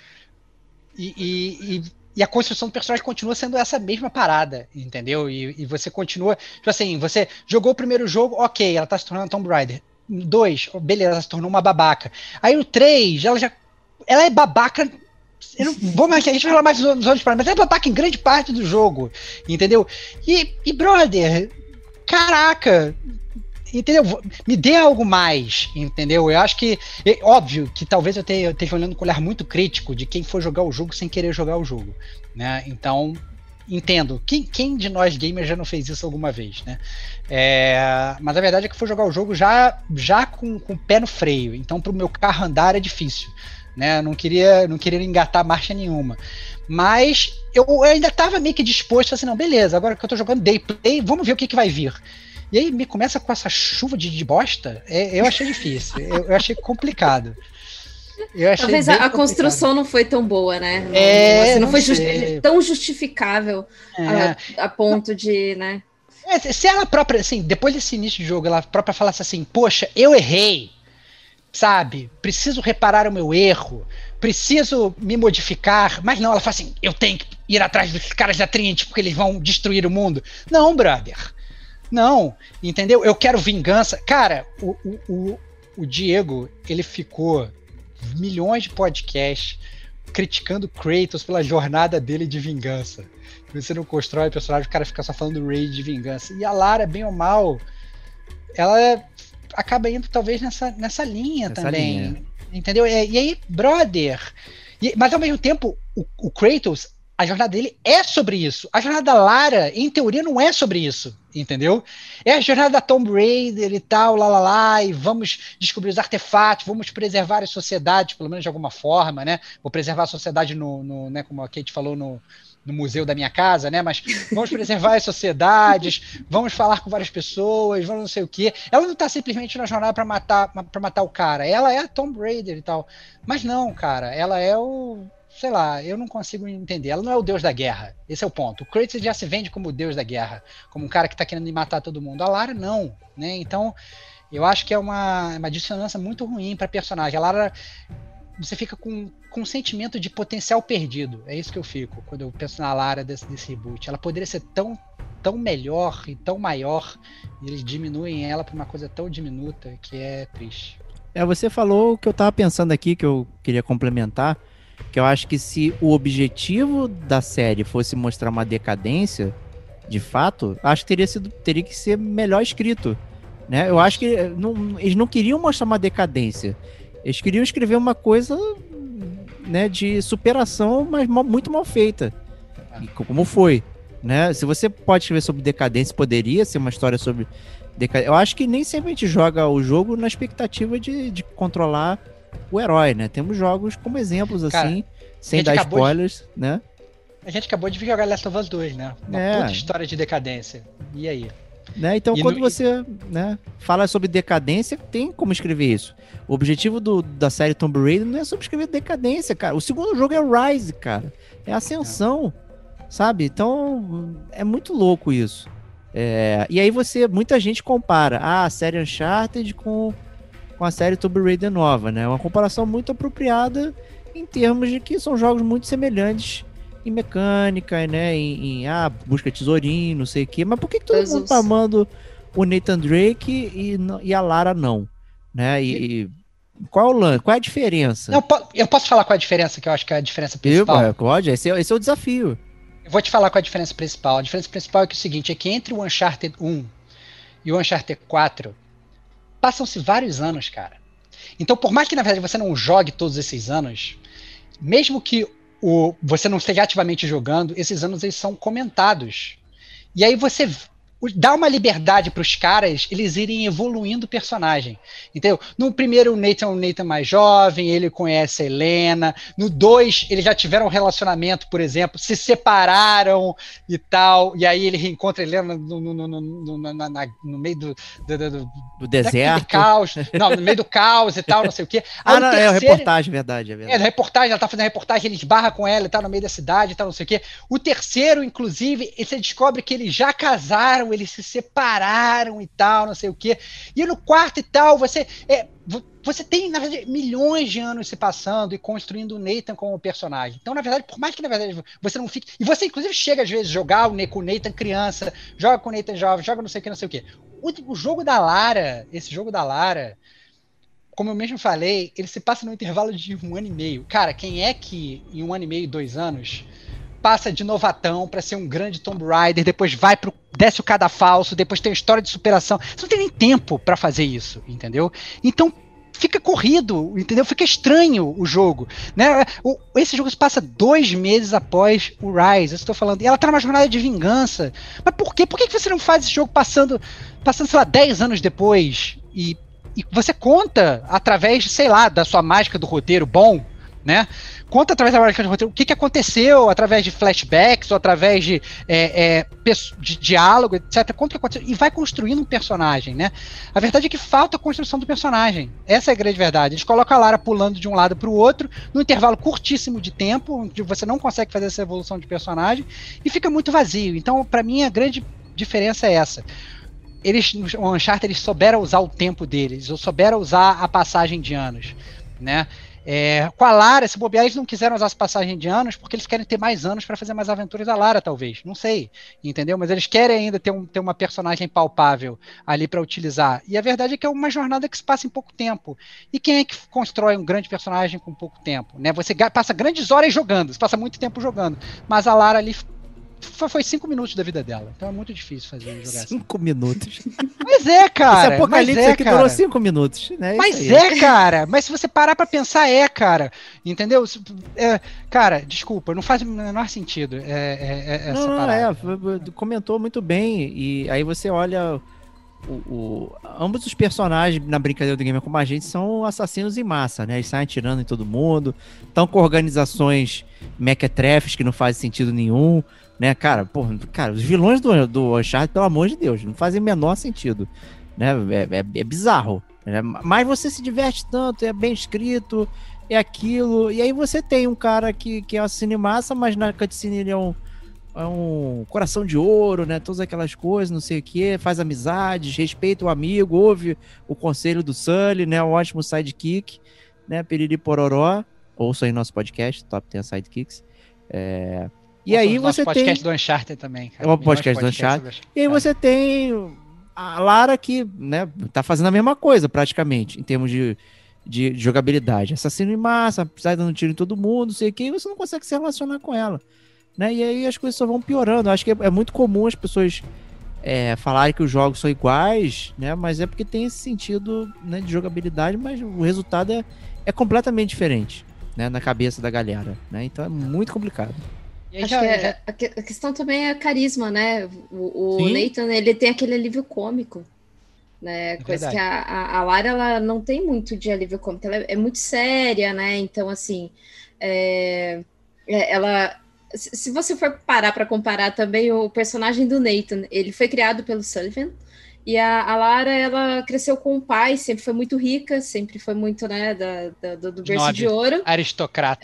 Speaker 1: E a construção do personagem continua sendo essa mesma parada, entendeu? E você continua... Tipo assim, você jogou o primeiro jogo, ok, ela tá se tornando Tomb Raider. 2, beleza, ela se tornou uma babaca. Aí o 3, ela é babaca. A gente vai falar mais nos outros paradas, mas ela é babaca em grande parte do jogo, entendeu? E brother, caraca, entendeu? Me dê algo mais, entendeu? Eu acho que, óbvio, que talvez eu esteja olhando com um olhar muito crítico de quem for jogar o jogo sem querer jogar o jogo, né? Então, entendo. Quem de nós gamers já não fez isso alguma vez, né? Mas a verdade é que foi jogar o jogo já com o pé no freio. Então, pro meu carro andar é difícil, né? Não queria engatar marcha nenhuma. Mas eu ainda estava meio que disposto, assim, não, beleza, agora que eu tô jogando Dayplay, vamos ver o que vai vir. E aí me começa com essa chuva de bosta, eu achei difícil, eu achei complicado.
Speaker 5: Talvez a construção não foi tão boa, né? Não foi tão justificável a ponto de, né?
Speaker 1: Se ela própria, assim, depois desse início de jogo, ela própria falasse assim, poxa, eu errei, sabe? Preciso reparar o meu erro, preciso me modificar, mas não, ela fala assim, eu tenho que ir atrás dos caras da Trinity porque eles vão destruir o mundo. Não, brother. Não, entendeu? Eu quero vingança. Cara, o Diego, ele ficou milhões de podcasts criticando Kratos pela jornada dele de vingança. Você não constrói o personagem, o cara fica só falando rage de vingança. E a Lara, bem ou mal, ela acaba indo talvez nessa linha também. Linha. Entendeu? E aí, brother... mas ao mesmo tempo, o Kratos... A jornada dele é sobre isso. A jornada da Lara, em teoria, não é sobre isso, entendeu? É a jornada da Tomb Raider e tal, e vamos descobrir os artefatos, vamos preservar as sociedades, pelo menos de alguma forma, né? Vou preservar a sociedade né, como a Kate falou, no museu da minha casa, né? Mas vamos preservar as sociedades, vamos falar com várias pessoas, vamos não sei o quê. Ela não tá simplesmente na jornada pra matar o cara. Ela é a Tomb Raider e tal. Mas não, cara, ela é sei lá, eu não consigo entender. Ela não é o deus da guerra. Esse é o ponto. O Kratos já se vende como o deus da guerra, como um cara que tá querendo matar todo mundo. A Lara não, né? Então, eu acho que é uma dissonância muito ruim pra personagem. A Lara, você fica com um sentimento de potencial perdido. É isso que eu fico quando eu penso na Lara desse reboot. Ela poderia ser tão melhor e tão maior, e eles diminuem ela pra uma coisa tão diminuta que é triste.
Speaker 4: Você falou o que eu tava pensando aqui, que eu queria complementar, que eu acho que se o objetivo da série fosse mostrar uma decadência, de fato, acho que teria que ser melhor escrito, né? Eu acho que eles não queriam mostrar uma decadência. Eles queriam escrever uma coisa, né, de superação, mas muito mal feita. E como foi, né? Se você pode escrever sobre decadência, poderia ser uma história sobre decadência. Eu acho que nem sempre a gente joga o jogo na expectativa de controlar o herói, né? Temos jogos como exemplos,
Speaker 1: Cara,
Speaker 4: assim, sem dar spoilers, né?
Speaker 1: A gente acabou de jogar Last of Us 2, né? Uma puta história de decadência. E aí?
Speaker 4: Né? Então, quando você, né, fala sobre decadência, tem como escrever isso. O objetivo da série Tomb Raider não é sobre escrever decadência, cara. O segundo jogo é Rise, cara. É Ascensão, sabe? Então, é muito louco isso. E aí muita gente compara a série Uncharted com a série Tomb Raider nova, né? Uma comparação muito apropriada em termos de que são jogos muito semelhantes em mecânica, né? Busca tesourinho, não sei o quê. Mas por que todo mundo tá amando o Nathan Drake e a Lara não? Né? Qual é o lance? Qual é a diferença?
Speaker 1: Eu posso falar qual é a diferença, que eu acho que é a diferença principal?
Speaker 4: Pode, esse é o desafio.
Speaker 1: Eu vou te falar qual é a diferença principal. A diferença principal é que é o seguinte, é que entre o Uncharted 1 e o Uncharted 4, passam-se vários anos, cara. Então, por mais que, na verdade, você não jogue todos esses anos, mesmo que você não esteja ativamente jogando, esses anos eles são comentados. E aí você dá uma liberdade para os caras eles irem evoluindo o personagem, entendeu? No primeiro, o Nathan é um Nathan mais jovem, ele conhece a Helena. No 2, eles já tiveram um relacionamento, por exemplo, se separaram e tal, e aí ele reencontra a Helena no meio do
Speaker 4: deserto.
Speaker 1: Caos. Não, no meio do caos e tal, não sei o quê.
Speaker 4: Aí não, terceiro, reportagem, verdade.
Speaker 1: Da reportagem, ela tá fazendo a reportagem, ele esbarra com ela e tal, no meio da cidade e tal, não sei o quê. O terceiro, inclusive, você descobre que eles já casaram, eles se separaram e tal, não sei o quê. E no quarto e tal, você tem, na verdade, milhões de anos se passando e construindo o Nathan como personagem. Então, na verdade, por mais que, na verdade, você não fique... E você, inclusive, chega, às vezes, jogar com o Nathan criança, joga com o Nathan jovem, joga não sei o que, não sei o quê. O jogo da Lara, esse jogo da Lara, como eu mesmo falei, ele se passa no intervalo de 1 ano e meio. Cara, quem é que, em 1 ano e meio, 2 anos... passa de novatão pra ser um grande Tomb Raider, depois desce o cadafalso, depois tem uma história de superação. Você não tem nem tempo pra fazer isso, entendeu? Então fica corrido, entendeu? Fica estranho o jogo, né? Esse jogo se passa 2 meses após o Rise, eu estou falando, e ela tá numa jornada de vingança. Mas por quê? Por que você não faz esse jogo passando, sei lá, 10 anos depois e você conta através, sei lá, da sua mágica do roteiro bom, né? Conta através da mágica do roteiro o que aconteceu, através de flashbacks ou através de diálogo, etc. Conta o que aconteceu e vai construindo um personagem, né? A verdade é que falta a construção do personagem. Essa é a grande verdade. Eles colocam a Lara pulando de um lado para o outro, num intervalo curtíssimo de tempo, onde você não consegue fazer essa evolução de personagem e fica muito vazio. Então, para mim, a grande diferença é essa. O Uncharted, eles souberam usar o tempo deles, ou souberam usar a passagem de anos, né? Com a Lara, se bobear, eles não quiseram usar essa passagem de anos porque eles querem ter mais anos para fazer mais aventuras da Lara, talvez, não sei, entendeu? Mas eles querem ainda ter uma personagem palpável ali para utilizar, e a verdade é que é uma jornada que se passa em pouco tempo. E quem é que constrói um grande personagem com pouco tempo, né? Você passa grandes horas jogando, você passa muito tempo jogando, mas a Lara ali foi 5 minutos da vida dela, então é muito difícil fazer jogar
Speaker 4: 5 minutos.
Speaker 1: Mas cara.
Speaker 4: Esse apocalipse aqui durou 5 minutos, né?
Speaker 1: Mas cara. Mas se você parar pra pensar, cara. Entendeu? Cara, desculpa, não faz o menor sentido essa parada.
Speaker 4: Comentou muito bem. E aí você olha... ambos os personagens na brincadeira do Gamer Como a Gente são assassinos em massa, né? Eles saem atirando em todo mundo, estão com organizações mequetrefes que não fazem sentido nenhum, né? Cara, os vilões do Uncharted, pelo amor de Deus, não fazem o menor sentido, né? É bizarro, né? Mas você se diverte tanto, é bem escrito, é aquilo, e aí você tem um cara que é um assassino em massa, mas na cutscene ele é um coração de ouro, né? Todas aquelas coisas, não sei o que, faz amizades, respeita o amigo, ouve o conselho do Sully, né? Um ótimo sidekick, né? Piriri pororó, ouça aí nosso podcast, Top 10 Sidekicks. E aí você tem... podcast
Speaker 1: do Uncharted também, cara.
Speaker 4: É um podcast do Uncharted. E aí você tem a Lara que, né, tá fazendo a mesma coisa, praticamente, em termos de jogabilidade. Assassino em massa, sai dando tiro em todo mundo, não sei o que, e você não consegue se relacionar com ela. Né? E aí as coisas só vão piorando. Eu acho que é muito comum as pessoas falarem que os jogos são iguais, né? Mas é porque tem esse sentido, né, de jogabilidade, mas o resultado é completamente diferente, né, na cabeça da galera, né? Então é muito complicado.
Speaker 5: Acho que a questão também é carisma, né? O
Speaker 4: Sim.
Speaker 5: Nathan, ele tem aquele alívio cômico, né? Coisa
Speaker 1: verdade.
Speaker 5: que a Lara, ela não tem muito de alívio cômico, ela é muito séria, né? Então, assim, ela... Se você for parar para comparar também o personagem do Nathan, ele foi criado pelo Sullivan, e a Lara, ela cresceu com o pai, sempre foi muito rica, sempre foi muito, né, do berço de ouro.
Speaker 1: Aristocrata.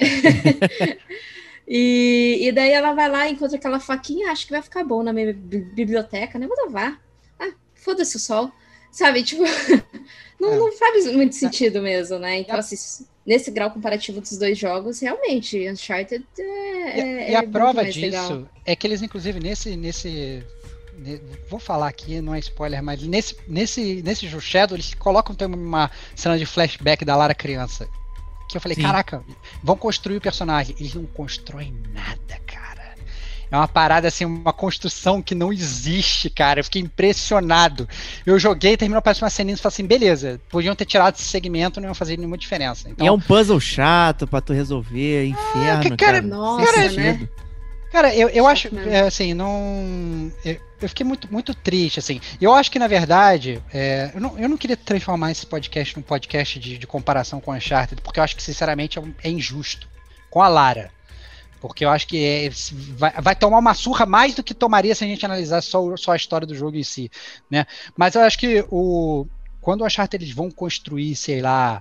Speaker 5: E daí ela vai lá, encontra aquela faquinha, acho que vai ficar bom na minha biblioteca, né? Vou levar. Foda-se o sol. Sabe, tipo, não faz muito sentido mesmo, né? Então, assim, nesse grau comparativo dos dois jogos, realmente, Uncharted
Speaker 1: E a prova disso legal. É que eles, inclusive, vou falar aqui, não é spoiler, mas nesse Shadow, eles colocam também uma cena de flashback da Lara criança. Que eu falei, caraca, vão construir o personagem. Eles não constroem nada, cara. É uma parada assim, uma construção que não existe, cara. Eu fiquei impressionado. Eu joguei, terminou, parece uma ceninha e falei assim, beleza, podiam ter tirado esse segmento, não ia fazer nenhuma diferença. Então,
Speaker 4: e é um puzzle chato pra tu resolver, inferno,
Speaker 5: cara. Nossa, né?
Speaker 1: Cara, eu acho, assim, eu fiquei muito triste, assim. Eu acho que, na verdade, eu não queria transformar esse podcast num podcast de comparação com Uncharted, porque eu acho que, sinceramente, é injusto com a Lara. Porque eu acho que vai tomar uma surra mais do que tomaria se a gente analisasse só a história do jogo em si, né? Mas eu acho que quando o Uncharted eles vão construir, sei lá,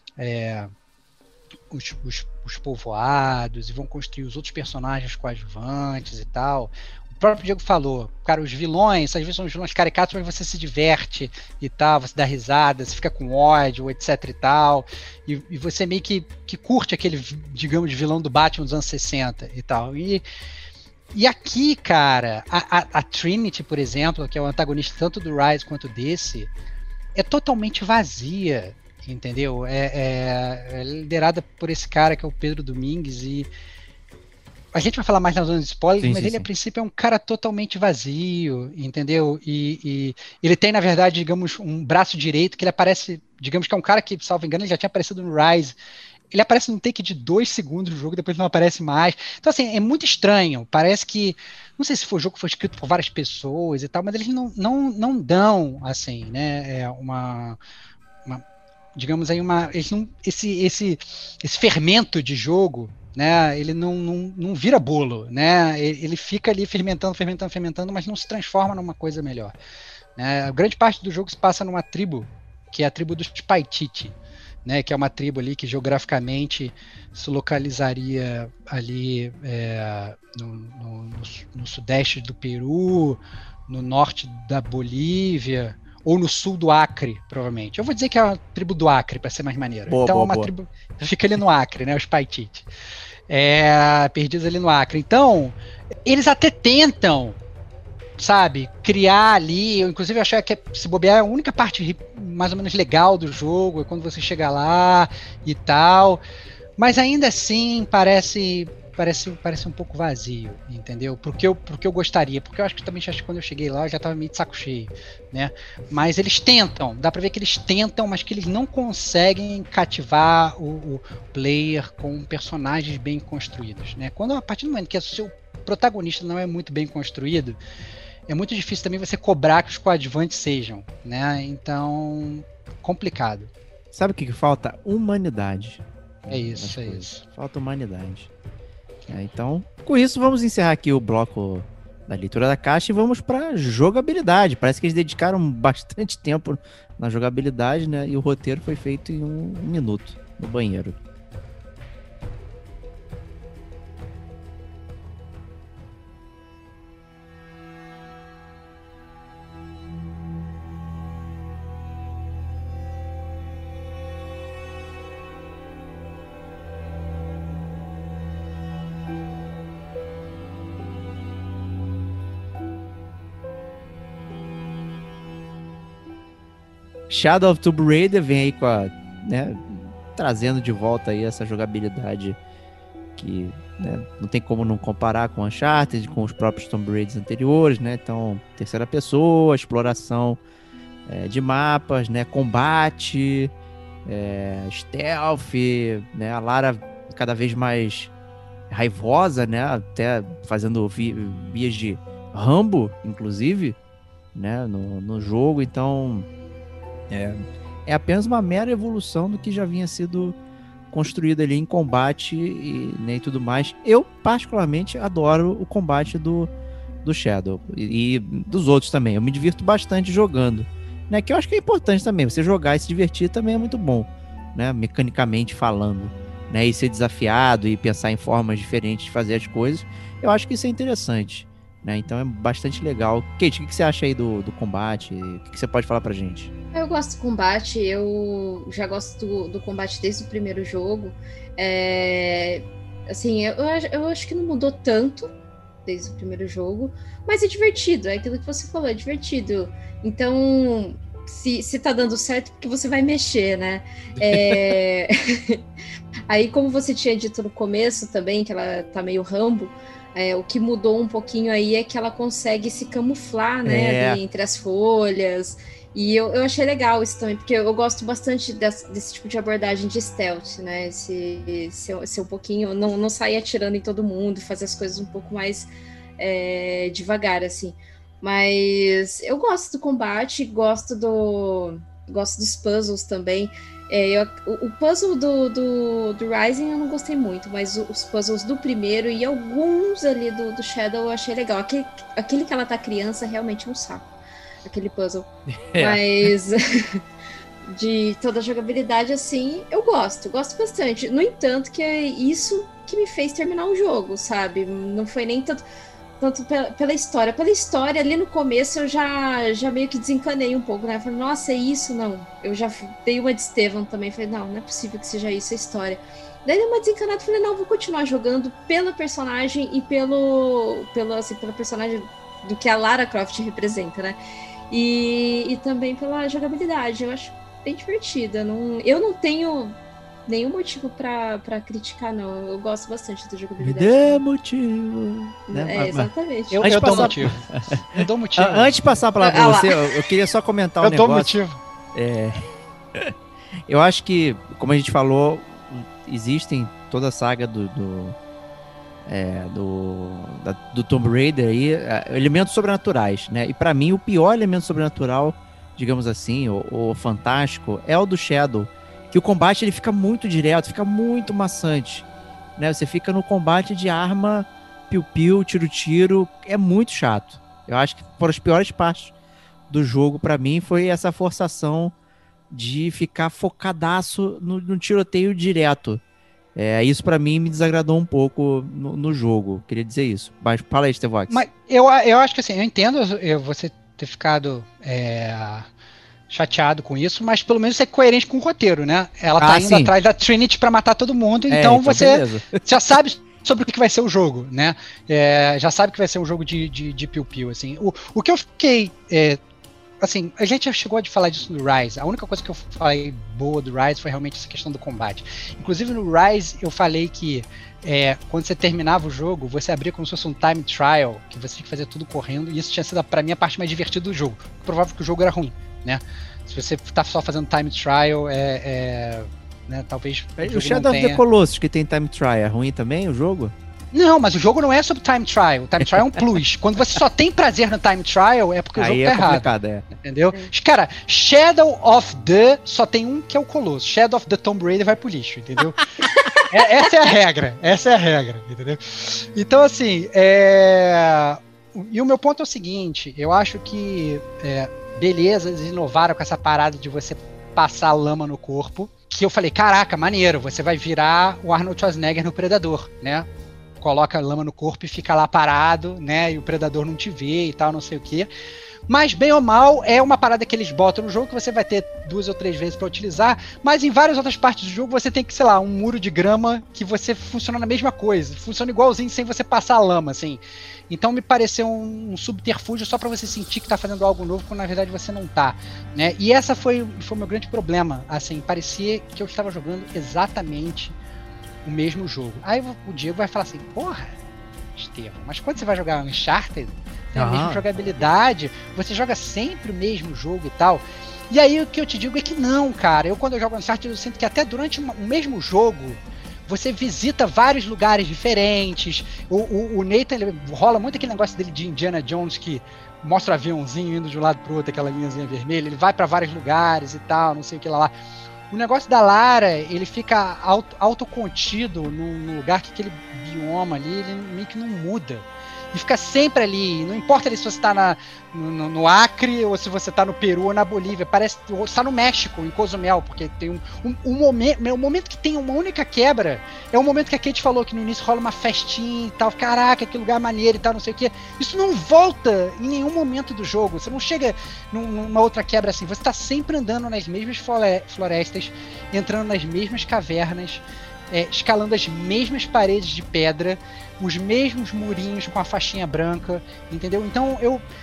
Speaker 1: os povoados e vão construir os outros personagens coadjuvantes e tal. O próprio Diego falou, cara, os vilões, às vezes são os vilões caricatos, mas você se diverte e tal, você dá risada, você fica com ódio, etc e tal, e você meio que curte aquele, digamos, vilão do Batman dos anos 60 e tal. E aqui, cara, a Trinity, por exemplo, que é o antagonista tanto do Rise quanto desse, é totalmente vazia, entendeu? É liderada por esse cara que é o Pedro Domingues, e a gente vai falar mais na zona de spoilers, mas ele a princípio é um cara totalmente vazio, entendeu? E ele tem, na verdade, digamos, um braço direito que ele aparece, digamos que é um cara que, salvo engano, ele já tinha aparecido no Rise. Ele aparece num take de 2 segundos no jogo, depois não aparece mais. Então, assim, é muito estranho. Parece que, não sei se o jogo foi escrito por várias pessoas e tal, mas eles não dão, assim, né, digamos aí, eles não, esse fermento de jogo, né, ele não vira bolo, né, ele fica ali fermentando, mas não se transforma numa coisa melhor, né. A grande parte do jogo se passa numa tribo, que é a tribo dos Paititi, né, que é uma tribo ali que geograficamente se localizaria ali no sudeste do Peru, no norte da Bolívia, ou no sul do Acre, provavelmente. Eu vou dizer que é uma tribo do Acre, para ser mais maneiro. Então é uma tribo que fica ali no Acre, né, os Paititi. Perdidos ali no Acre. Então, eles até tentam, sabe, criar ali, eu inclusive achei que se bobear a única parte mais ou menos legal do jogo é quando você chega lá e tal, mas ainda assim parece um pouco vazio, entendeu? Porque eu gostaria, porque eu acho que também quando eu cheguei lá eu já tava meio de saco cheio, né? Mas eles tentam, dá pra ver que eles tentam, mas que eles não conseguem cativar o player com personagens bem construídos, né? A partir do momento que o seu protagonista não é muito bem construído, é muito difícil também você cobrar que os coadjuvantes sejam, né? Então, complicado.
Speaker 4: Sabe o que falta? Humanidade.
Speaker 1: É isso.
Speaker 4: Falta humanidade. Então, com isso, vamos encerrar aqui o bloco da leitura da caixa e vamos para jogabilidade. Parece que eles dedicaram bastante tempo na jogabilidade, né? E o roteiro foi feito em 1 minuto no banheiro. Shadow of Tomb Raider vem aí trazendo de volta aí essa jogabilidade que né? Não tem como não comparar com Uncharted, com os próprios Tomb Raiders anteriores, né? Então, terceira pessoa, exploração de mapas, né? Combate, stealth, né? A Lara cada vez mais raivosa, né? Até fazendo vias de Rambo, inclusive, né? No jogo. Então, é apenas uma mera evolução do que já vinha sido construído ali em combate e tudo mais. Eu, particularmente, adoro o combate do Shadow e dos outros também. Eu me divirto bastante jogando, né? Que eu acho que é importante também. Você jogar e se divertir também é muito bom, né? Mecanicamente falando, né? E ser desafiado e pensar em formas diferentes de fazer as coisas. Eu acho que isso é interessante, né? Então é bastante legal. Kate, o que você acha aí do combate? O que você pode falar pra gente?
Speaker 5: Eu gosto do combate, eu já gosto do combate desde o primeiro jogo. Assim, eu acho que não mudou tanto desde o primeiro jogo, mas é divertido, é aquilo que você falou, é divertido. Então, se tá dando certo, porque você vai mexer, né? Aí, como você tinha dito no começo também, que ela tá meio Rambo, o que mudou um pouquinho aí é que ela consegue se camuflar, né, ali entre as folhas. E eu achei legal isso também, porque eu gosto bastante desse tipo de abordagem de stealth, né? Ser um pouquinho, não sair atirando em todo mundo, fazer as coisas um pouco mais devagar, assim. Mas eu gosto do combate, gosto dos puzzles também. O puzzle do Rising eu não gostei muito, mas os puzzles do primeiro e alguns ali do Shadow eu achei legal. Aquele que ela tá criança realmente é um saco. Aquele puzzle. Mas de toda a jogabilidade, assim, eu gosto bastante. No entanto, que é isso que me fez terminar o jogo, sabe? Não foi nem tanto pela história. Pela história, ali no começo, eu já meio que desencanei um pouco, né? Falei, nossa, é isso? Não. Eu já dei uma de Estevam também. Falei, não é possível que seja isso a história. Daí dei uma desencanada, falei, não, vou continuar jogando pela personagem e pela personagem do que a Lara Croft representa, né? E também pela jogabilidade, eu acho bem divertida. Eu não tenho nenhum motivo pra criticar, não. Eu gosto bastante da jogabilidade.
Speaker 4: Me dê motivo. Né?
Speaker 5: Exatamente.
Speaker 1: Eu dou motivo. Eu dou motivo.
Speaker 4: Antes de passar a palavra pra você, eu queria só comentar um negócio.
Speaker 1: Eu dou motivo.
Speaker 4: Eu acho que, como a gente falou, existem toda a saga do Tomb Raider aí, elementos sobrenaturais, né? E pra mim o pior elemento sobrenatural, digamos assim, o fantástico, é o do Shadow, que o combate ele fica muito direto, fica muito maçante, né? Você fica no combate de arma, piu-piu, tiro-tiro, é muito chato. Eu acho que foram as piores partes do jogo pra mim, foi essa forçação de ficar focadaço no tiroteio direto. Isso pra mim me desagradou um pouco no jogo, queria dizer isso. Mas fala aí, Stevox.
Speaker 1: Mas eu acho que assim, eu entendo você ter ficado chateado com isso, mas pelo menos é coerente com o roteiro, né? Ela tá indo atrás da Trinity pra matar todo mundo, então você já sabe sobre o que vai ser o jogo, né? Já sabe que vai ser um jogo de piu-piu, assim. O que eu fiquei... assim, a gente já chegou a falar disso no Rise. A única coisa que eu falei boa do Rise foi realmente essa questão do combate. Inclusive no Rise eu falei que quando você terminava o jogo, você abria como se fosse um time trial, que você tinha que fazer tudo correndo, e isso tinha sido pra mim a parte mais divertida do jogo. Provável que o jogo era ruim, né? Se você tá só fazendo time trial, né, talvez
Speaker 4: o Shadow of the Colossus, que tem time trial, é ruim também o jogo?
Speaker 1: Não, mas o jogo não é sobre time trial. O time trial é um plus. Quando você só tem prazer no time trial, é porque o jogo tá errado. Entendeu? Cara, Shadow of the só tem um que é o Colossus. Shadow of the Tomb Raider vai pro lixo, entendeu? Essa é a regra, entendeu? Então, assim, e o meu ponto é o seguinte, eu acho que, beleza, eles inovaram com essa parada de você passar lama no corpo, que eu falei, caraca, maneiro, você vai virar o Arnold Schwarzenegger no Predador, né? Coloca lama no corpo e fica lá parado, né? E o predador não te vê e tal, não sei o quê. Mas, bem ou mal, é uma parada que eles botam no jogo que você vai ter 2 ou 3 vezes pra utilizar, mas em várias outras partes do jogo você tem que, sei lá, um muro de grama que você funciona na mesma coisa. Funciona igualzinho sem você passar a lama, assim. Então me pareceu um subterfúgio só pra você sentir que tá fazendo algo novo, quando na verdade você não tá, né? E essa foi o meu grande problema, assim. Parecia que eu estava jogando exatamente o mesmo jogo. Aí o Diego vai falar assim, porra, Estevão, mas quando você vai jogar Uncharted, tem a mesma jogabilidade, você joga sempre o mesmo jogo e tal. E aí o que eu te digo é que não, cara. Quando eu jogo Uncharted, eu sinto que até durante o mesmo jogo, você visita vários lugares diferentes. O Nathan, ele rola muito aquele negócio dele de Indiana Jones, que mostra o aviãozinho indo de um lado pro outro, aquela linhazinha vermelha. Ele vai para vários lugares e tal, não sei o que lá. O negócio da Lara, ele fica autocontido num lugar que aquele bioma ali, ele meio que não muda. E fica sempre ali, não importa ali se você tá no Acre ou se você tá no Peru ou na Bolívia, parece que você tá no México, em Cozumel, porque tem um momento que tem uma única quebra, é o momento que a Kate falou que no início rola uma festinha e tal, caraca, que lugar maneiro e tal, não sei o que. Isso não volta em nenhum momento do jogo, você não chega numa outra quebra assim, você tá sempre andando nas mesmas florestas, entrando nas mesmas cavernas, escalando as mesmas paredes de pedra, os mesmos murinhos com a faixinha branca, entendeu? Então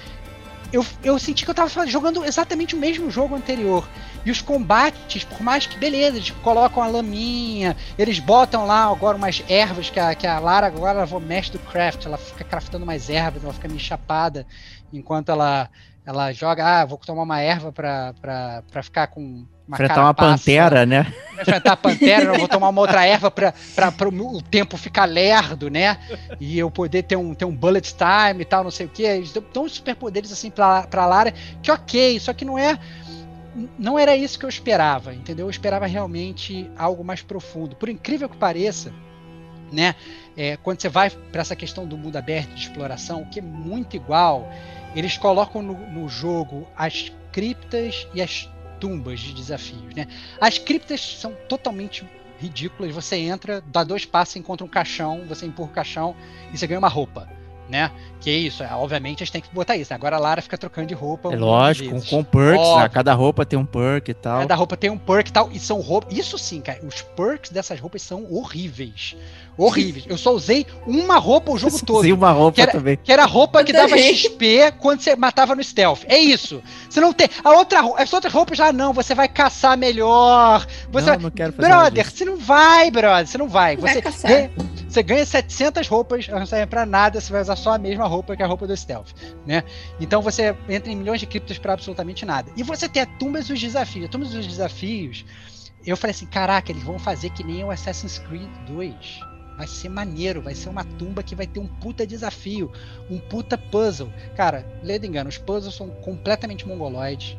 Speaker 1: eu senti que eu tava jogando exatamente o mesmo jogo anterior. E os combates, por mais que, beleza, eles colocam a laminha, eles botam lá agora umas ervas, que a Lara agora ela mexe do craft, ela fica craftando mais ervas, ela fica meio chapada, enquanto ela joga, vou tomar uma erva pra ficar com uma
Speaker 4: enfrentar uma pantera, né?
Speaker 1: Enfrentar a pantera, vou tomar uma outra erva pra o tempo ficar lerdo, né? E eu poder ter um bullet time e tal, não sei o que. Eles dão uns superpoderes assim pra Lara, que ok, só que não era isso que eu esperava, entendeu? Eu esperava realmente algo mais profundo. Por incrível que pareça, né? Quando você vai para essa questão do mundo aberto de exploração, que é muito igual, eles colocam no jogo as criptas e as tumbas de desafios, né? As criptas são totalmente ridículas. Você entra, dá 2 passos, encontra um caixão, você empurra o caixão e você ganha uma roupa, né? Que é isso, obviamente a gente tem que botar isso. Agora a Lara fica trocando de roupa.
Speaker 4: É lógico, com perks, né? Cada roupa tem um perk e tal.
Speaker 1: Cada roupa tem um perk e tal, e são roupas. Isso sim, cara, os perks dessas roupas são horríveis. Horríveis. Eu só usei uma roupa o jogo todo.
Speaker 4: Usei uma roupa também.
Speaker 1: Que era a roupa que dava XP quando você matava no stealth. É isso. Você não tem. As outras roupas já não. Você vai caçar melhor.
Speaker 4: Não quero fazer
Speaker 1: brother, você não vai, brother. Você não vai.
Speaker 5: Você
Speaker 1: ganha 700 roupas, não serve pra nada. Você vai usar só a mesma roupa que a roupa do stealth, né? Então você entra em milhões de criptas pra absolutamente nada. E você tem a tumbas dos desafios. A tumbas dos desafios, eu falei assim, caraca, eles vão fazer que nem o Assassin's Creed 2. Vai ser maneiro, vai ser uma tumba que vai ter um puta desafio, um puta puzzle. Cara, lendo engano, os puzzles são completamente mongoloides.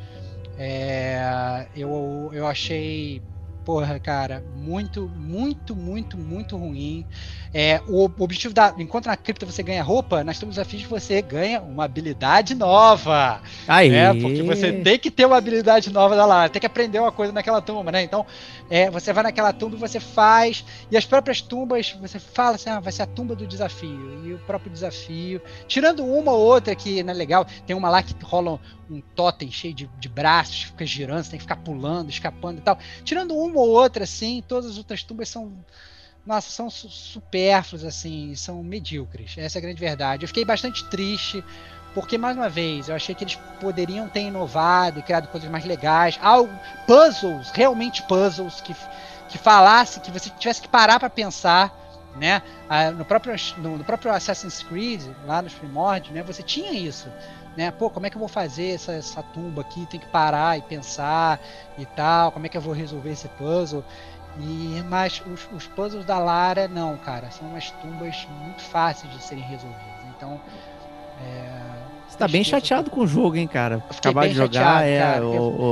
Speaker 1: Eu achei, porra, cara, muito, muito, muito, muito ruim. O objetivo enquanto na cripta você ganha roupa, nas tumbas desafios você ganha uma habilidade nova. Né? Porque você tem que ter uma habilidade nova da Lara, tem que aprender uma coisa naquela tumba, né? Então, você vai naquela tumba e você faz, e as próprias tumbas, você fala assim, vai ser a tumba do desafio, e o próprio desafio, tirando uma ou outra que não é legal, tem uma lá que rola um totem cheio de braços, fica girando, você tem que ficar pulando, escapando e tal. Tirando uma ou outra, assim, todas as outras tumbas são supérfluas, assim, são medíocres. Essa é a grande verdade. Eu fiquei bastante triste, porque, mais uma vez, eu achei que eles poderiam ter inovado e criado coisas mais legais. Puzzles, realmente puzzles, que falasse, que você tivesse que parar para pensar, né? No próprio Assassin's Creed, lá nos primórdios, né? Você tinha isso. Né? Pô, como é que eu vou fazer essa tumba aqui? Tem que parar e pensar e tal. Como é que eu vou resolver esse puzzle? Mas os puzzles da Lara, não, cara. São umas tumbas muito fáceis de serem resolvidas. Então,
Speaker 4: você tá bem chateado com o jogo, hein, cara?
Speaker 1: Acabar de jogar,
Speaker 4: é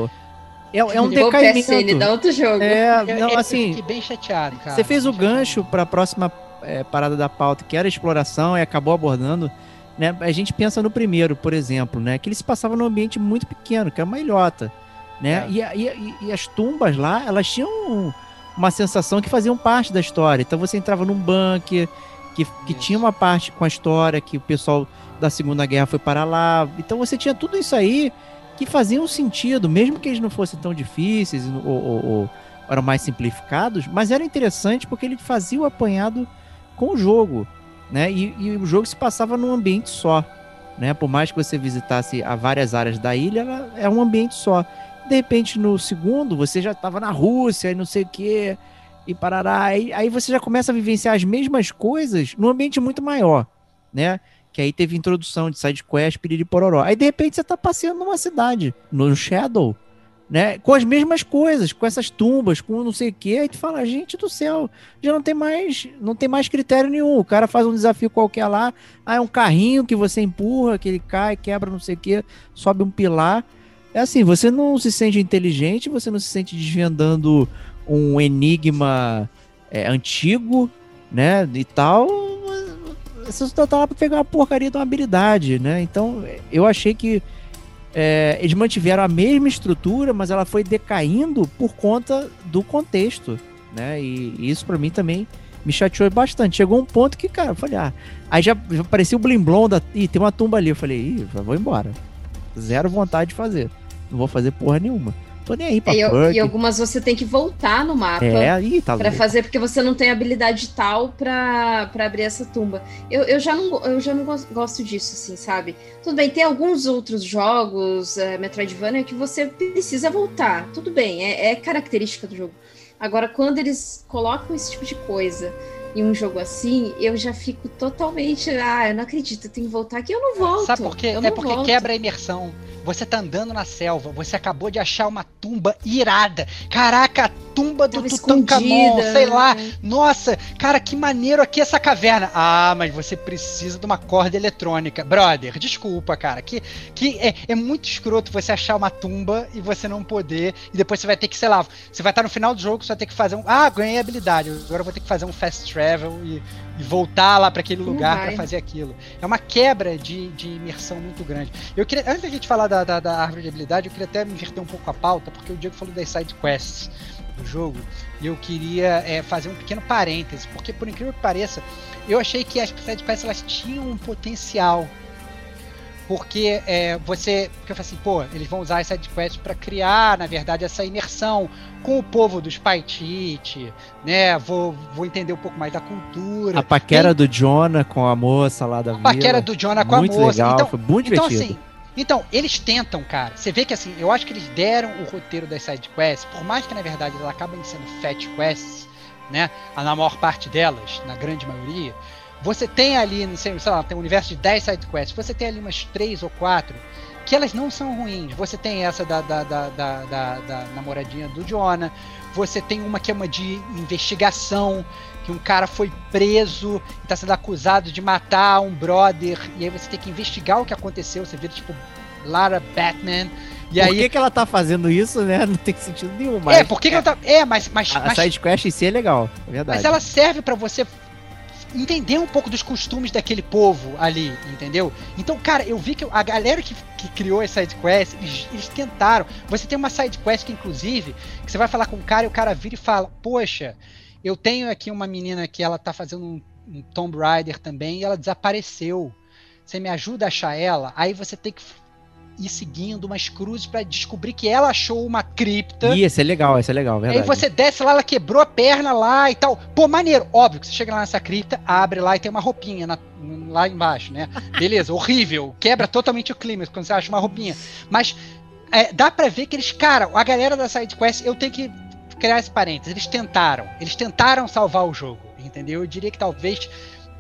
Speaker 4: um decaimento.
Speaker 5: Ele dá outro jogo.
Speaker 4: Assim,
Speaker 1: eu fiquei bem chateado, cara.
Speaker 4: Você fez o gancho pra próxima parada da pauta, que era exploração, e acabou abordando. Né? A gente pensa no primeiro, por exemplo, né? Que ele se passava num ambiente muito pequeno, que é uma ilhota, né? E as tumbas lá, elas tinham uma sensação que faziam parte da história. Então você entrava num bunker que tinha uma parte com a história, que o pessoal da Segunda Guerra foi para lá. Então você tinha tudo isso aí que fazia um sentido, mesmo que eles não fossem tão difíceis ou eram mais simplificados, mas era interessante porque ele fazia o apanhado com o jogo. Né? E o jogo se passava num ambiente só, né? Por mais que você visitasse a várias áreas da ilha, ela é um ambiente só. De repente, no segundo, você já estava na Rússia e não sei o quê. e parará. Aí você já começa a vivenciar as mesmas coisas num ambiente muito maior, né? Que aí teve introdução de side quest, piriri pororó. Aí de repente você tá passeando numa cidade, no Shadow, né? Com as mesmas coisas, com essas tumbas, com não sei o quê. Aí tu fala, gente do céu, já não tem mais critério nenhum. O cara faz um desafio qualquer lá, é um carrinho que você empurra, que ele cai, quebra não sei o quê, sobe um pilar. É assim, você não se sente inteligente, você não se sente desvendando um enigma antigo, né, e tal. Você só tá lá pra pegar uma porcaria de uma habilidade, né? Então, eu achei que eles mantiveram a mesma estrutura, mas ela foi decaindo por conta do contexto, né? E isso pra mim também me chateou bastante. Chegou um ponto que, cara, eu falei, aí já apareceu o Blimblom tem uma tumba ali. Eu falei, vou embora. Zero vontade de fazer. Não vou fazer porra nenhuma. Tô nem aí pra
Speaker 5: e algumas você tem que voltar no mapa pra fazer, porque você não tem habilidade tal pra abrir essa tumba. Eu já não gosto disso, assim, sabe? Tudo bem, tem alguns outros jogos, Metroidvania, que você precisa voltar. Tudo bem, é característica do jogo. Agora, quando eles colocam esse tipo de coisa em um jogo assim, eu já fico totalmente... eu não acredito, eu tenho que voltar aqui, eu não volto.
Speaker 1: Sabe por quê? Porque quebra a imersão. Você tá andando na selva, você acabou de achar uma tumba irada. Caraca, a tumba do Tutankhamon, sei lá. Nossa, cara, que maneiro aqui essa caverna. Mas você precisa de uma corda eletrônica. Brother, desculpa, cara. Que é muito escroto você achar uma tumba e você não poder. E depois você vai ter que, sei lá, você vai estar no final do jogo, você vai ter que fazer ganhei habilidade. Agora eu vou ter que fazer um fast travel e voltar lá para aquele lugar para fazer aquilo. É uma quebra de imersão muito grande. Eu queria, antes da gente falar da árvore de habilidade, eu queria até me inverter um pouco a pauta, porque o Diego falou das side quests do jogo, e eu queria fazer um pequeno parêntese, porque por incrível que pareça, eu achei que as side quests elas tinham um potencial. Porque porque eu falei assim, eles vão usar as sidequests para criar, na verdade, essa imersão com o povo dos Paitite, né? Vou entender um pouco mais da cultura.
Speaker 4: A paquera do Jonah com a moça lá da vila.
Speaker 1: A paquera do Jonah com a moça.
Speaker 4: Muito legal, foi muito divertido.
Speaker 1: Então, eles tentam, cara. Você vê que assim, eu acho que eles deram o roteiro das sidequests, por mais que na verdade elas acabem sendo fetch quests, né? Na maior parte delas, na grande maioria. Você tem ali, não sei lá, tem um universo de 10 sidequests, você tem ali umas 3 ou 4 que elas não são ruins. Você tem essa da namoradinha do Jonah, você tem uma que é uma de investigação, que um cara foi preso e está sendo acusado de matar um brother, e aí você tem que investigar o que aconteceu, você vira tipo Lara Batman. E
Speaker 4: por que ela tá fazendo isso, né? Não tem sentido nenhum. Mas
Speaker 1: por que ela tá...
Speaker 4: A sidequest em si é legal, é verdade.
Speaker 1: Mas ela serve para você entender um pouco dos costumes daquele povo ali, entendeu? Então, cara, eu vi que a galera que criou as sidequests, eles tentaram. Você tem uma sidequest que, inclusive, que você vai falar com um cara e o cara vira e fala, poxa, eu tenho aqui uma menina que ela tá fazendo um Tomb Raider também e ela desapareceu. Você me ajuda a achar ela? Aí você tem que ir seguindo umas cruzes pra descobrir que ela achou uma cripta.
Speaker 4: Esse é legal, verdade.
Speaker 1: Aí você desce lá, ela quebrou a perna lá e tal. Pô, maneiro. Óbvio que você chega lá nessa cripta, abre lá e tem uma roupinha lá embaixo, né? Beleza, horrível. Quebra totalmente o clima quando você acha uma roupinha. Mas dá pra ver que eles, cara, a galera da SideQuest, eu tenho que criar esse parênteses, eles tentaram salvar o jogo, entendeu? Eu diria que talvez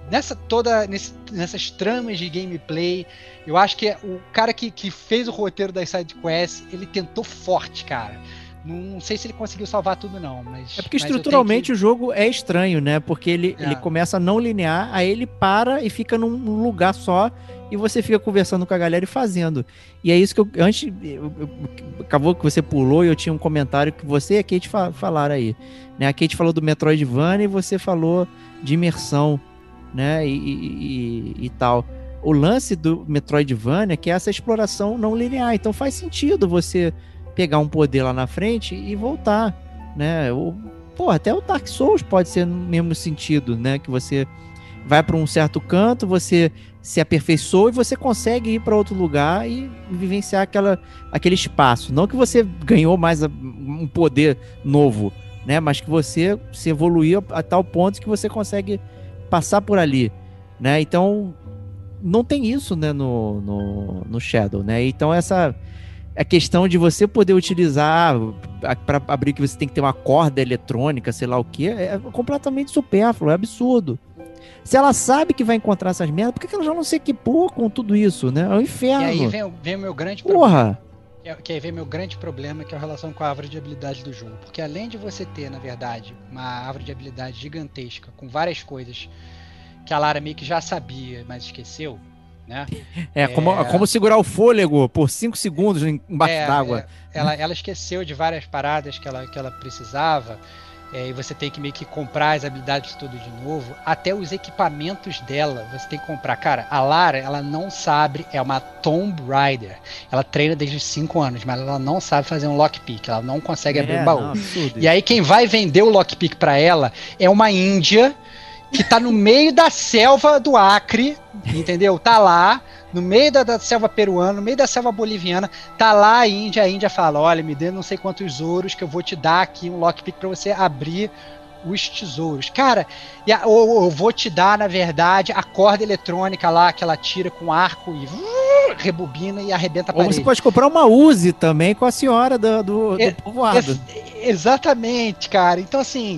Speaker 1: nessas tramas de gameplay, eu acho que o cara que fez o roteiro das sidequests, ele tentou forte, cara. Não sei se ele conseguiu salvar tudo não, mas...
Speaker 4: É porque estruturalmente o jogo é estranho, né? Porque ele começa não linear, aí ele para e fica num lugar só, e você fica conversando com a galera e fazendo. E é isso que acabou que você pulou e eu tinha um comentário que você e a Kate falaram aí, né? A Kate falou do Metroidvania e você falou de imersão, né? E tal. O lance do Metroidvania é que é essa exploração não linear, então faz sentido você pegar um poder lá na frente e voltar, né? Até o Dark Souls pode ser no mesmo sentido, né? Que você vai para um certo canto, você se aperfeiçoa e você consegue ir para outro lugar e vivenciar aquele espaço. Não que você ganhou mais um poder novo, né? Mas que você se evoluiu a tal ponto que você consegue passar por ali, né? Então não tem isso, né, no Shadow, né? Então a questão de você poder utilizar para abrir que você tem que ter uma corda eletrônica, sei lá o que, é completamente supérfluo, é absurdo. Se ela sabe que vai encontrar essas merdas, por que ela já não se equipou com tudo isso, né? É um inferno.
Speaker 1: E aí vem o meu grande
Speaker 4: Porra!
Speaker 1: problema. Que aí vem meu grande problema, que é a relação com a árvore de habilidade do jogo. Porque além de você ter, na verdade, uma árvore de habilidade gigantesca, com várias coisas que a Lara meio que já sabia, mas esqueceu, né?
Speaker 4: Como segurar o fôlego por 5 segundos embaixo d'água.
Speaker 1: Ela esqueceu de várias paradas que ela precisava, e você tem que meio que comprar as habilidades tudo de novo. Até os equipamentos dela, você tem que comprar. Cara, a Lara, ela não sabe, é uma Tomb Raider. Ela treina desde os 5 anos, mas ela não sabe fazer um lockpick, ela não consegue abrir um baú.
Speaker 4: Não,
Speaker 1: e aí quem vai vender o lockpick pra ela é uma índia que tá no meio da selva do Acre, entendeu? Tá lá, no meio da selva peruana, no meio da selva boliviana, tá lá a Índia fala, olha, me dê não sei quantos ouros que eu vou te dar aqui um lockpick pra você abrir os tesouros. Cara, ou eu vou te dar, na verdade, a corda eletrônica lá que ela tira com arco e rebobina e arrebenta a parede.
Speaker 4: Ou você pode comprar uma Uzi também com a senhora do povoado.
Speaker 1: Exatamente, cara. Então, assim,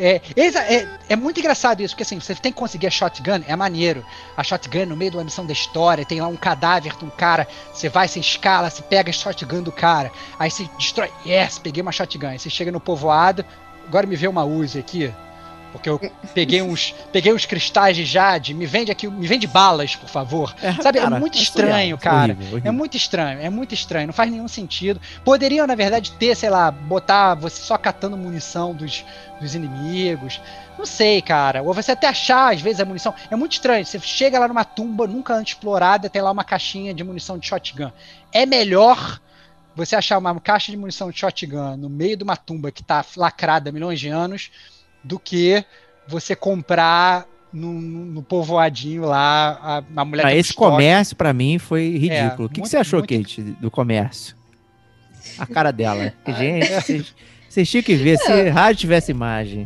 Speaker 1: é muito engraçado isso, porque assim, você tem que conseguir a shotgun, é maneiro. A shotgun no meio de uma missão da história, tem lá um cadáver de um cara, você vai, você escala, você pega a shotgun do cara, aí você destrói, peguei uma shotgun, aí você chega no povoado, agora me vê uma Uzi aqui, porque eu peguei uns cristais de jade, me vende balas, por favor. Sabe, cara, é muito estranho, cara. Horrível. É muito estranho, não faz nenhum sentido. Poderiam, na verdade, ter, sei lá, botar você só catando munição dos inimigos. Não sei, cara. Ou você até achar, às vezes, a munição. É muito estranho. Você chega lá numa tumba nunca antes explorada, tem lá uma caixinha de munição de shotgun. É melhor você achar uma caixa de munição de shotgun no meio de uma tumba que tá lacrada há milhões de anos do que você comprar no povoadinho lá a mulher.
Speaker 4: Esse comércio pra mim foi ridículo. O que você achou, Kate, do comércio? A cara dela. Gente, vocês tinham que ver, se rádio tivesse imagem.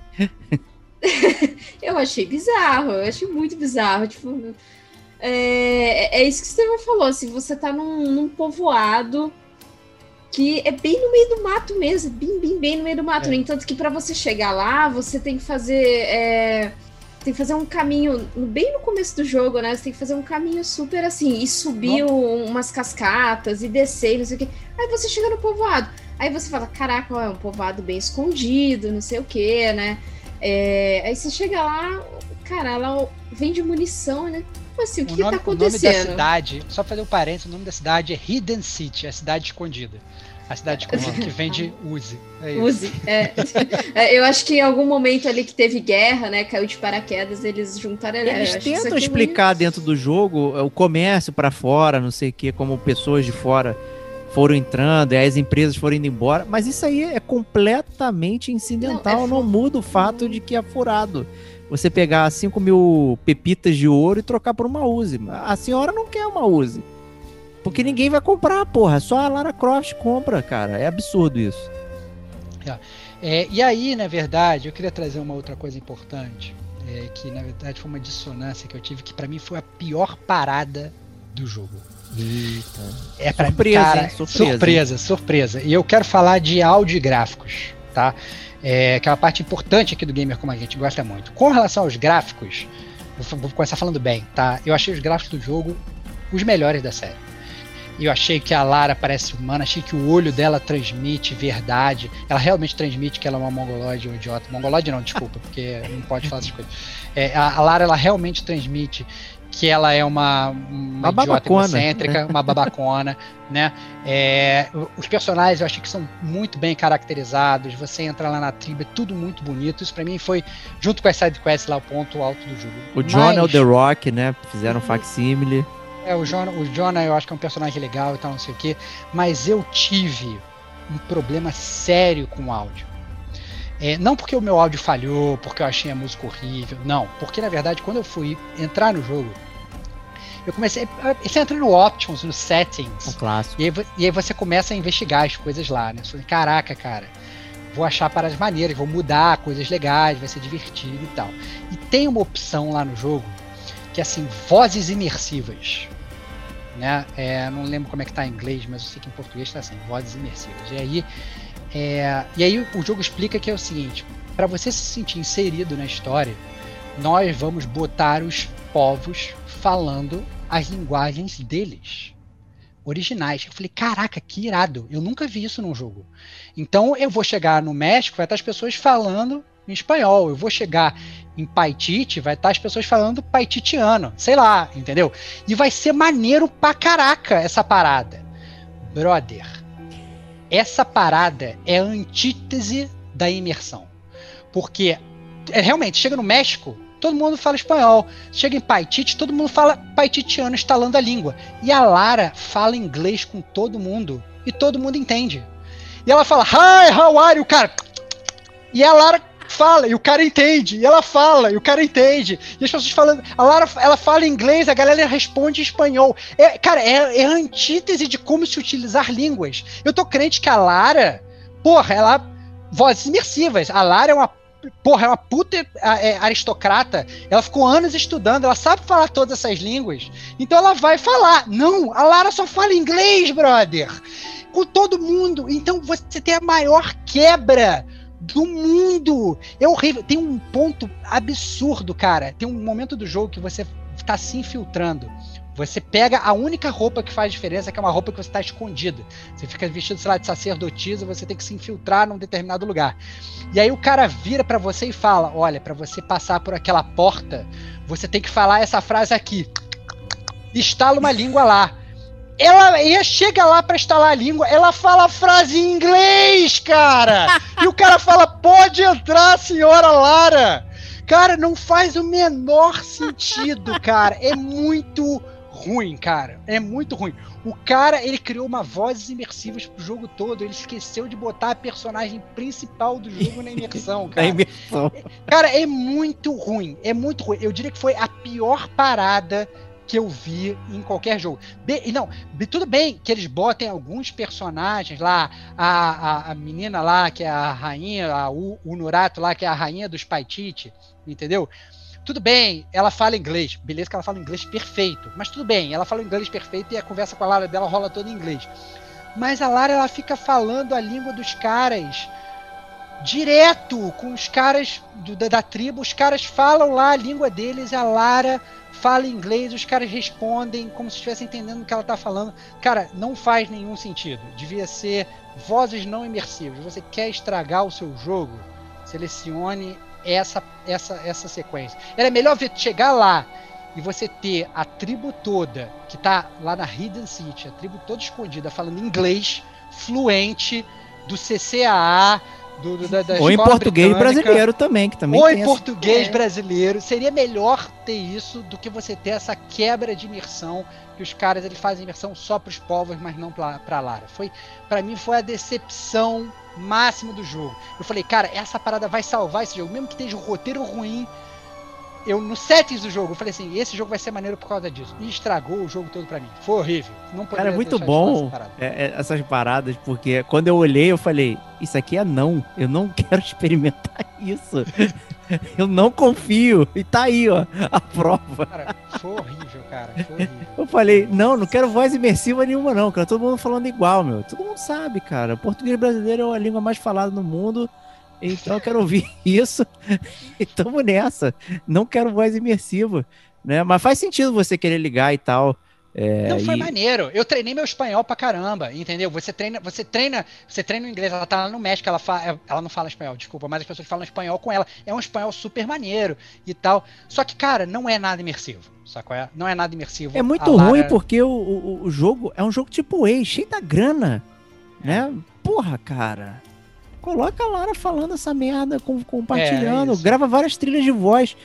Speaker 5: Eu achei bizarro, eu achei muito bizarro. Tipo, é isso que o Estevão falou, assim, você tá num povoado que é bem no meio do mato mesmo, bem no meio do mato. No entanto que para você chegar lá, você tem que fazer um caminho, bem no começo do jogo, né? Você tem que fazer um caminho super assim, e subir umas cascatas, e descer, não sei o quê. Aí você chega no povoado, aí você fala, caraca, é um povoado bem escondido, não sei o quê, né? Aí você chega lá, cara, ela vende munição, né? Assim, o que tá acontecendo?
Speaker 1: O nome da cidade, só fazer um parênteses, o nome da cidade é Hidden City, a cidade escondida. A cidade escondida que vende Uzi.
Speaker 5: Uzi, eu acho que em algum momento ali que teve guerra, né, caiu de paraquedas, eles juntaram...
Speaker 4: Eles tentam explicar dentro do jogo o comércio pra fora, não sei o que, como pessoas de fora foram entrando, e as empresas foram indo embora, mas isso aí é completamente incidental, não muda o fato de que é furado. Você pegar 5 mil pepitas de ouro e trocar por uma Uzi. A senhora não quer uma Uzi. Porque ninguém vai comprar, porra. Só a Lara Croft compra, cara. É absurdo isso.
Speaker 1: E aí, na verdade, eu queria trazer uma outra coisa importante. Que, na verdade, foi uma dissonância que eu tive, que pra mim foi a pior parada do jogo.
Speaker 4: Eita.
Speaker 1: Surpresa. E eu quero falar de áudio e gráficos, tá? Que é uma parte importante aqui do Gamer Como a Gente gosta muito. Com relação aos gráficos, vou começar falando bem, tá? Eu achei os gráficos do jogo os melhores da série. Eu achei que a Lara parece humana, achei que o olho dela transmite verdade. Ela realmente transmite que ela é uma mongoloide ou idiota. Mongoloide não, desculpa, porque não pode falar essas coisas. A Lara, ela realmente transmite que ela é uma idiota egocêntrica, uma babacona, né? Os personagens eu achei que são muito bem caracterizados. Você entra lá na tribo, é tudo muito bonito. Isso pra mim foi, junto com as sidequests lá, o ponto alto do jogo.
Speaker 4: O John é o The Rock, né? Fizeram um facsímile.
Speaker 1: O Jonah eu acho que é um personagem legal e tal, não sei o que, mas eu tive um problema sério com o áudio. Não porque o meu áudio falhou, porque eu achei a música horrível, não, porque na verdade quando eu fui entrar no jogo, eu comecei a entrar no Options, no Settings,
Speaker 4: clássico.
Speaker 1: E aí você começa a investigar as coisas lá, né? Você fala, caraca, cara, vou achar paradas maneiras, vou mudar coisas legais, vai ser divertido e tal. E tem uma opção lá no jogo que é assim, vozes imersivas. né? Não lembro como é que tá em inglês, mas eu sei que em português tá assim, vozes imersivas. E aí o jogo explica que é o seguinte, para você se sentir inserido na história, nós vamos botar os povos falando as linguagens deles, originais. Eu falei, caraca, que irado, eu nunca vi isso num jogo. Então eu vou chegar no México, vai estar as pessoas falando em espanhol, eu vou chegar em Paititi, vai estar as pessoas falando paititiano, sei lá, entendeu? E vai ser maneiro pra caraca essa parada. Brother, essa parada é a antítese da imersão. Porque, realmente, chega no México, todo mundo fala espanhol. Chega em Paititi, todo mundo fala paititiano, instalando a língua. E a Lara fala inglês com todo mundo, e todo mundo entende. E ela fala, hi, how are you, cara? E a Lara fala, e o cara entende. E ela fala, e o cara entende. E as pessoas falando, a Lara, ela fala inglês, a galera responde em espanhol. Cara, é a antítese de como se utilizar línguas. Eu tô crente que a Lara, vozes imersivas. A Lara é uma puta aristocrata. Ela ficou anos estudando, ela sabe falar todas essas línguas. Então ela vai falar. Não, a Lara só fala inglês, brother. Com todo mundo. Então você tem a maior quebra do mundo. É horrível. Tem um ponto absurdo, cara. Tem um momento do jogo que você tá se infiltrando. Você pega a única roupa que faz diferença, que é uma roupa que você está escondida. Você fica vestido, sei lá, de sacerdotisa, você tem que se infiltrar num determinado lugar. E aí o cara vira pra você e fala, olha, pra você passar por aquela porta, você tem que falar essa frase aqui. Instala uma língua lá. Ela chega lá pra instalar a língua, ela fala a frase em inglês, cara! E o cara fala, pode entrar, senhora Lara! Cara, não faz o menor sentido, cara. É muito ruim, cara. É muito ruim. O cara, ele criou uma vozes imersivas pro jogo todo. Ele esqueceu de botar a personagem principal do jogo na imersão, cara. Cara, é muito ruim. É muito ruim. Eu diria que foi a pior parada que eu vi em qualquer jogo. Tudo bem que eles botem alguns personagens lá, a menina lá, que é a rainha, o Nurato lá, que é a rainha dos Paititi, entendeu? Tudo bem, ela fala inglês. Beleza que ela fala inglês perfeito. Mas tudo bem, ela fala inglês perfeito e a conversa com a Lara dela rola toda em inglês. Mas a Lara, ela fica falando a língua dos caras direto com os caras da tribo. Os caras falam lá a língua deles, a Lara fala inglês, os caras respondem como se estivessem entendendo o que ela tá falando. Cara, não faz nenhum sentido. Devia ser vozes não imersivas. Você quer estragar o seu jogo? Selecione essa sequência. Era melhor chegar lá e você ter a tribo toda que tá lá na Hidden City, a tribo toda escondida, falando inglês fluente, do CCAA, da
Speaker 4: ou em português brasileiro também, que também
Speaker 1: ou
Speaker 4: tem
Speaker 1: em português brasileiro. Seria melhor ter isso do que você ter essa quebra de imersão, que os caras eles fazem imersão só para os povos, mas não para Lara. Para mim foi a decepção máxima do jogo. Eu falei, cara, essa parada vai salvar esse jogo, mesmo que esteja um roteiro ruim. No settings do jogo, eu falei assim, esse jogo vai ser maneiro por causa disso. E estragou o jogo todo pra mim. Foi horrível. Não poderia.
Speaker 4: Cara, é muito bom essas paradas, porque quando eu olhei, eu falei, isso aqui é não. Eu não quero experimentar isso. Eu não confio. E tá aí, ó, a prova.
Speaker 1: Cara, foi horrível, cara. Foi horrível.
Speaker 4: Eu falei, não quero voz imersiva nenhuma, não, cara. Todo mundo falando igual, meu. Todo mundo sabe, cara. O português brasileiro é a língua mais falada no mundo. Então eu quero ouvir isso e tamo nessa. Não quero voz imersiva, né? Mas faz sentido você querer ligar e tal.
Speaker 1: Não, foi maneiro. Eu treinei meu espanhol pra caramba, entendeu? Você treina o inglês, ela tá lá no México, ela não fala espanhol, desculpa, mas as pessoas falam espanhol com ela. É um espanhol super maneiro e tal. Só que, cara, não é nada imersivo, sabe qual é? Não é nada imersivo.
Speaker 4: É muito ruim porque o jogo é um jogo tipo A, cheio da grana, né? Porra, cara. Coloca a Lara falando essa merda, compartilhando, grava várias trilhas de voz.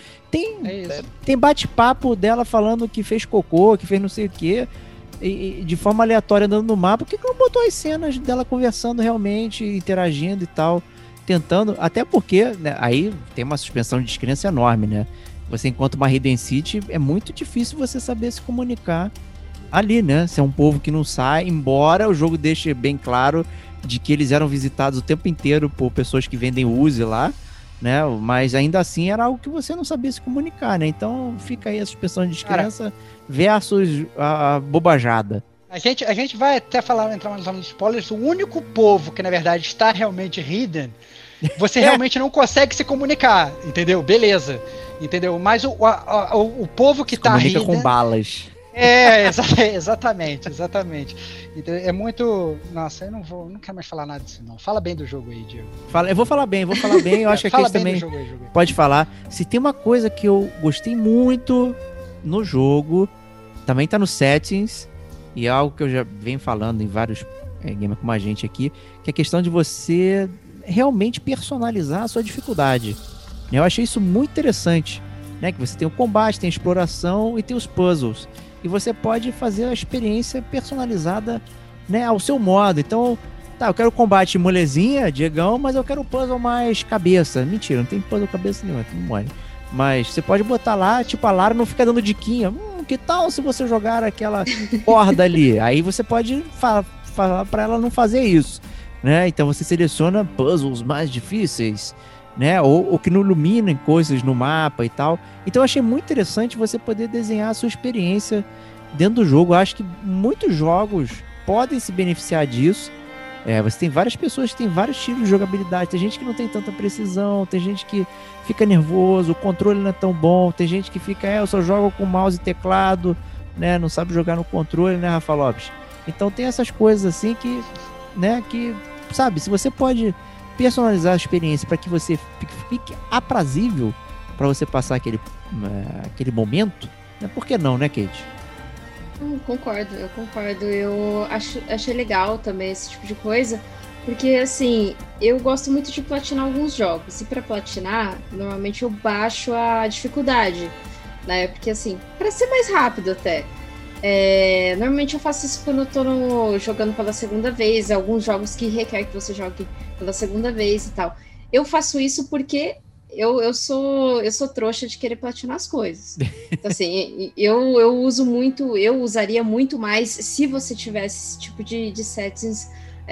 Speaker 4: Tem bate-papo dela falando que fez cocô, que fez não sei o quê, e de forma aleatória andando no mapa. Por que não botou as cenas dela conversando realmente, interagindo e tal, tentando? Até porque, né, aí tem uma suspensão de descrença enorme, né? Você encontra uma Hidden City, é muito difícil você saber se comunicar ali, né? Se é um povo que não sai, embora o jogo deixe bem claro de que eles eram visitados o tempo inteiro por pessoas que vendem Uzi lá, né? Mas ainda assim era algo que você não sabia se comunicar, né? Então fica aí a suspensão de descrença versus a bobajada.
Speaker 1: A gente vai até entrar nos spoilers. O único povo que, na verdade, está realmente hidden, você realmente não consegue se comunicar, entendeu? Beleza, entendeu? Mas o povo que está hidden...
Speaker 4: Comunica com balas.
Speaker 1: Exatamente. Então, é muito... Nossa, eu não quero mais falar nada disso, não. Fala bem do jogo aí, Diego.
Speaker 4: Eu vou falar bem. Eu acho que aqui também
Speaker 1: jogo aí.
Speaker 4: Pode falar. Se tem uma coisa que eu gostei muito no jogo, também tá no settings, e é algo que eu já venho falando em vários games como a gente aqui, que é a questão de você realmente personalizar a sua dificuldade. Eu achei isso muito interessante, né? Que você tem o combate, tem a exploração e tem os puzzles. E você pode fazer a experiência personalizada, né, ao seu modo. Então, eu quero combate molezinha, Diegão, mas eu quero puzzle mais cabeça. Mentira, não tem puzzle cabeça nenhuma, tudo mole. Mas você pode botar lá, tipo, a Lara não fica dando diquinha. Que tal se você jogar aquela corda ali? Aí você pode falar pra ela não fazer isso, né? Então você seleciona puzzles mais difíceis, né? Ou que não iluminem coisas no mapa e tal. Então eu achei muito interessante você poder desenhar a sua experiência dentro do jogo. Eu acho que muitos jogos podem se beneficiar disso. Você tem várias pessoas que têm vários estilos de jogabilidade. Tem gente que não tem tanta precisão, tem gente que fica nervoso, o controle não é tão bom, tem gente que fica, eu só jogo com mouse e teclado, né? Não sabe jogar no controle, né, Rafa Lopes? Então tem essas coisas assim que, né, que, sabe, se você pode personalizar a experiência para que você fique aprazível para você passar aquele momento, né? Por que não, né, Kate?
Speaker 5: Eu concordo. Eu achei legal também esse tipo de coisa, porque, assim, eu gosto muito de platinar alguns jogos, e para platinar, normalmente eu baixo a dificuldade, né, porque, assim, para ser mais rápido até. Normalmente eu faço isso quando eu tô jogando pela segunda vez, alguns jogos que requer que você jogue pela segunda vez e tal. Eu faço isso porque eu sou trouxa de querer platinar as coisas. Então, assim, eu usaria muito mais se você tivesse esse tipo de settings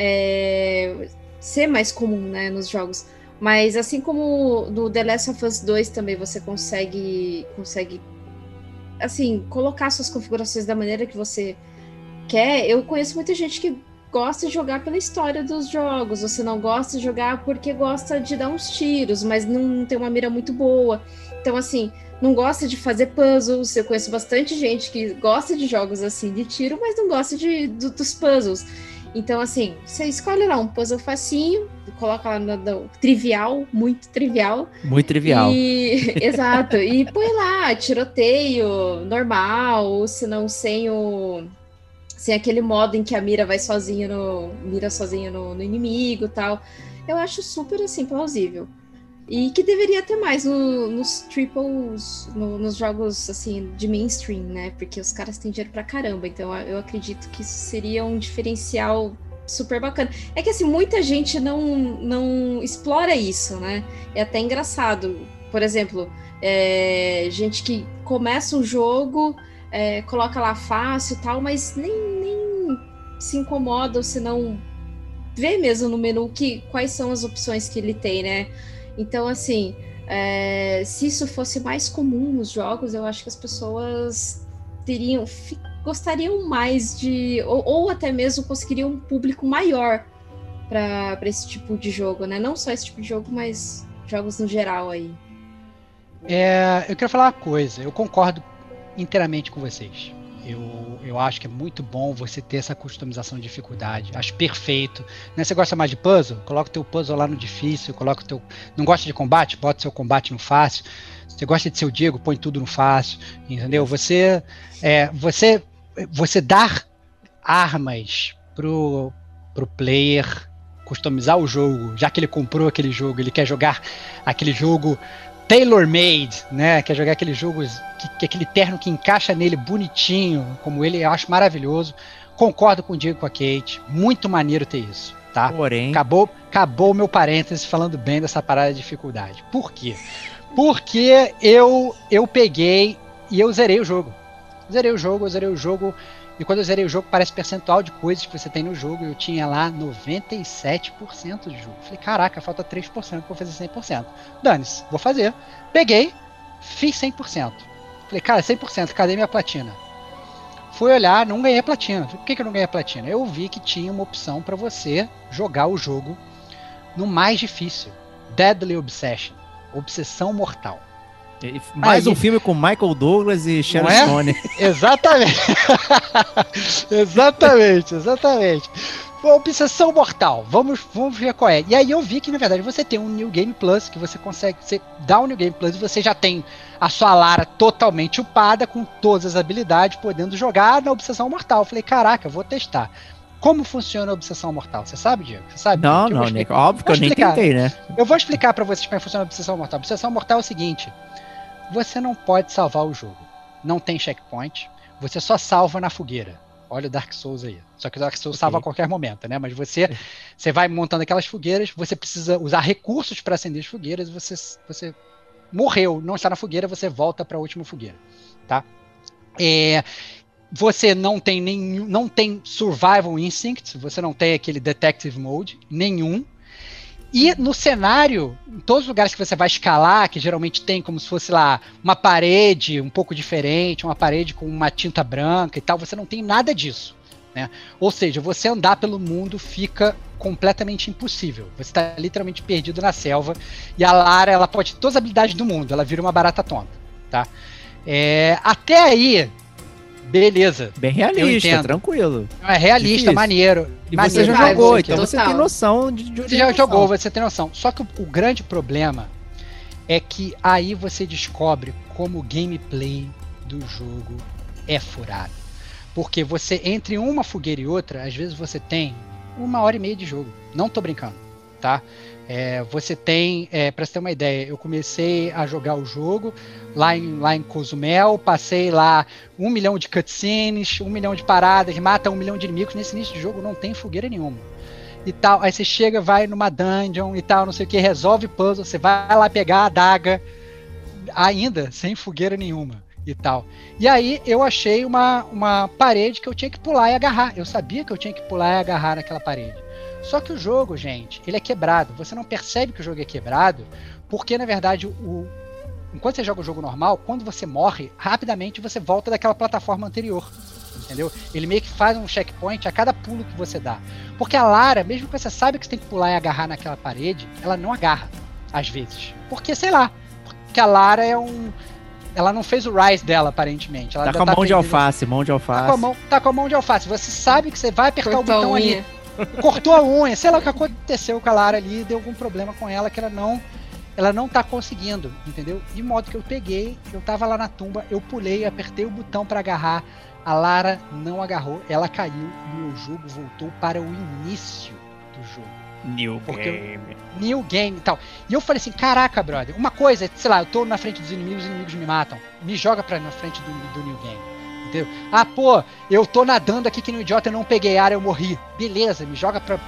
Speaker 5: ser mais comum, né, nos jogos. Mas assim como no The Last of Us 2 também você consegue assim, colocar suas configurações da maneira que você quer. Eu conheço muita gente que gosta de jogar pela história dos jogos, você não gosta de jogar porque gosta de dar uns tiros, mas não tem uma mira muito boa. Então, assim, não gosta de fazer puzzles. Eu conheço bastante gente que gosta de jogos assim de tiro, mas não gosta dos puzzles. Então, assim, você escolhe lá um puzzle facinho, coloca lá no trivial, muito trivial.
Speaker 4: Muito trivial.
Speaker 5: Exato, e põe lá tiroteio normal, ou se não sem aquele modo em que a mira vai mira sozinha no inimigo e tal. Eu acho super, assim, plausível. E que deveria ter mais nos triples, nos jogos, assim, de mainstream, né? Porque os caras têm dinheiro pra caramba. Então eu acredito que isso seria um diferencial super bacana. É que, assim, muita gente não explora isso, né? É até engraçado. Por exemplo, gente que começa um jogo, coloca lá fácil e tal, mas nem se incomoda ou se não vê mesmo no menu quais são as opções que ele tem, né? Então, assim, se isso fosse mais comum nos jogos, eu acho que as pessoas gostariam mais de... Ou até mesmo conseguiriam um público maior para esse tipo de jogo, né? Não só esse tipo de jogo, mas jogos no geral aí.
Speaker 1: Eu quero falar uma coisa. Eu concordo inteiramente com vocês. Eu acho que é muito bom você ter essa customização de dificuldade. Acho perfeito. Né? Você gosta mais de puzzle? Coloca o teu puzzle lá no difícil. Coloca o teu... Não gosta de combate? Bota o seu combate no fácil. Você gosta de ser o Diego? Põe tudo no fácil. Entendeu? Você dar armas pro player customizar o jogo, já que ele comprou aquele jogo, ele quer jogar aquele jogo tailor-made, né? Quer jogar aquele jogo que aquele terno que encaixa nele bonitinho, como ele, eu acho maravilhoso. Concordo com o Diego e com a Kate. Muito maneiro ter isso, tá?
Speaker 4: Porém...
Speaker 1: Acabou o meu parênteses falando bem dessa parada de dificuldade. Por quê? Porque eu peguei e eu zerei o jogo. Zerei o jogo, e quando eu zerei o jogo, parece percentual de coisas que você tem no jogo, eu tinha lá 97% de jogo. Falei, caraca, falta 3% pra eu fazer 100%. Dane-se, vou fazer. Peguei, fiz 100%. Falei, cara, 100%, cadê minha platina? Fui olhar, não ganhei a platina. Por que eu não ganhei a platina? Eu vi que tinha uma opção pra você jogar o jogo no mais difícil. Deadly Obsession. Obsessão Mortal.
Speaker 4: Mais um filme com Michael Douglas e Sharon Stone.
Speaker 1: Exatamente. exatamente. Obsessão Mortal. Vamos ver qual é. E aí eu vi que, na verdade, você tem um New Game Plus, que você consegue... Você dá um New Game Plus e você já tem a sua Lara totalmente upada, com todas as habilidades, podendo jogar na Obsessão Mortal. Eu falei, caraca, vou testar. Como funciona a Obsessão Mortal? Você sabe, Diego? Você sabe?
Speaker 4: Não, Nico. Óbvio que eu nem tentei, né?
Speaker 1: Eu vou explicar pra vocês como é que funciona a Obsessão Mortal. A Obsessão Mortal é o seguinte... Você não pode salvar o jogo. Não tem checkpoint. Você só salva na fogueira. Olha o Dark Souls aí. Só que o Dark Souls salva a qualquer momento, né? Mas você vai montando aquelas fogueiras, você precisa usar recursos para acender as fogueiras, você morreu, não está na fogueira, você volta para a última fogueira, tá? Você não tem survival instinct, você não tem aquele detective mode nenhum. E no cenário, em todos os lugares que você vai escalar, que geralmente tem como se fosse lá uma parede um pouco diferente, uma parede com uma tinta branca e tal, você não tem nada disso, né? Ou seja, você andar pelo mundo fica completamente impossível. Você está literalmente perdido na selva e a Lara, ela pode ter todas as habilidades do mundo, ela vira uma barata tonta, tá? Até aí, beleza.
Speaker 4: Bem realista, tranquilo.
Speaker 1: É realista,
Speaker 4: difícil.
Speaker 1: Maneiro.
Speaker 4: E você já jogou, então você tem noção de
Speaker 1: Você já jogou, você tem noção. Só que o grande problema é que aí você descobre como o gameplay do jogo é furado. Porque você, entre uma fogueira e outra, às vezes você tem 1h30 de jogo. Não tô brincando, tá? Você tem, pra você ter uma ideia, eu comecei a jogar o jogo lá em Cozumel, passei lá 1 milhão de cutscenes, 1 milhão de paradas, mata 1 milhão de inimigos. Nesse início de jogo não tem fogueira nenhuma. E tal, aí você chega, vai numa dungeon e tal, não sei o que, resolve puzzle, você vai lá pegar a adaga, ainda sem fogueira nenhuma e tal. E aí eu achei uma parede que eu tinha que pular e agarrar. Eu sabia que eu tinha que pular e agarrar naquela parede. Só que o jogo, gente, ele é quebrado. Você não percebe que o jogo é quebrado, porque, na verdade, enquanto você joga o jogo normal, quando você morre, rapidamente você volta daquela plataforma anterior. Entendeu? Ele meio que faz um checkpoint a cada pulo que você dá. Porque a Lara, mesmo que você saiba que você tem que pular e agarrar naquela parede, ela não agarra, às vezes. Porque, sei lá, porque a Lara ela não fez o rise dela, aparentemente. Ela
Speaker 4: tá com a mão de alface, mão de alface.
Speaker 1: Tá com a mão de alface. Você sabe que você vai apertar o botão ali. Cortou a unha, sei lá o que aconteceu com a Lara ali, deu algum problema com ela que ela não tá conseguindo, entendeu? De modo que eu peguei, eu tava lá na tumba, eu pulei, apertei o botão para agarrar, a Lara não agarrou, ela caiu e o jogo voltou para o início do jogo. New game e tal. E eu falei assim, caraca, brother, uma coisa, sei lá, eu tô na frente dos inimigos, os inimigos me matam, me joga na frente do New Game. Entendeu? Ah, pô, eu tô nadando aqui que no idiota, eu não peguei área, eu morri. Beleza, me joga pro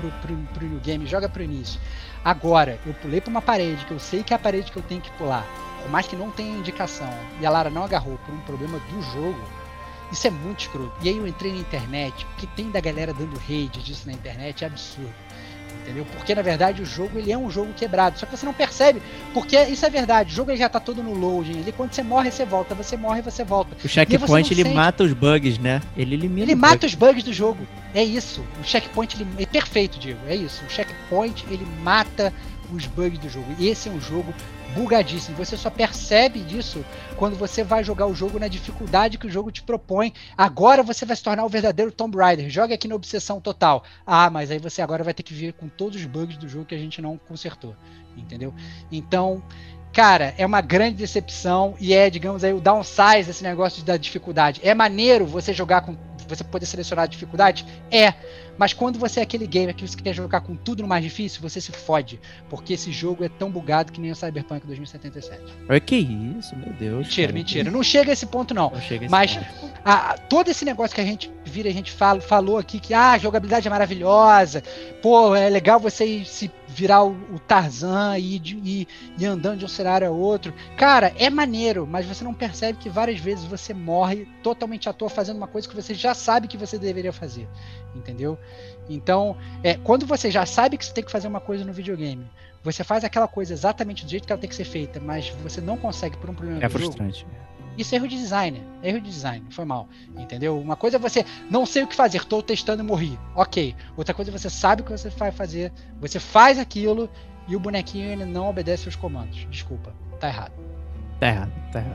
Speaker 1: New Game, me joga pro início. Agora, eu pulei pra uma parede, que eu sei que é a parede que eu tenho que pular, por mais que não tenha indicação, e a Lara não agarrou por um problema do jogo, isso é muito escroto. E aí eu entrei na internet, o que tem da galera dando rage disso na internet é absurdo. Entendeu? Porque na verdade o jogo ele é um jogo quebrado, só que você não percebe, porque isso é verdade, o jogo ele já tá todo no loading, ele quando você morre você volta, você morre você volta.
Speaker 4: O checkpoint ele mata os bugs, né? Ele
Speaker 1: mata os bugs do jogo, é isso, o checkpoint ele é perfeito, Diego, é isso, o checkpoint ele mata os bugs do jogo, e esse é um jogo bugadíssimo, você só percebe disso quando você vai jogar o jogo na dificuldade que o jogo te propõe. Agora você vai se tornar o verdadeiro Tomb Raider, joga aqui na Obsessão Total, mas aí você agora vai ter que vir com todos os bugs do jogo que a gente não consertou, entendeu? Então, cara, é uma grande decepção e digamos aí, o downsize desse negócio da dificuldade. É maneiro você jogar com, você poder selecionar a dificuldade? Mas quando você é aquele gamer que você quer jogar com tudo no mais difícil, você se fode, porque esse jogo é tão bugado que nem o Cyberpunk 2077.
Speaker 4: Que isso, meu Deus.
Speaker 1: Mentira. Não chega a esse ponto, não. Mas todo esse negócio que a gente falou aqui, que a jogabilidade é maravilhosa, pô, é legal você se virar o Tarzan e ir andando de um cenário a outro. Cara, é maneiro, mas você não percebe que várias vezes você morre totalmente à toa fazendo uma coisa que você já sabe que você deveria fazer, entendeu? Então, quando você já sabe que você tem que fazer uma coisa no videogame, você faz aquela coisa exatamente do jeito que ela tem que ser feita, mas você não consegue por um problema do
Speaker 4: frustrante.
Speaker 1: jogo. Isso é erro de design, foi mal, entendeu? Uma coisa é você não sei o que fazer, estou testando e morri, ok. Outra coisa é você sabe o que você vai fazer, você faz aquilo e o bonequinho ele não obedece aos comandos. Desculpa, tá errado.
Speaker 4: Tá errado.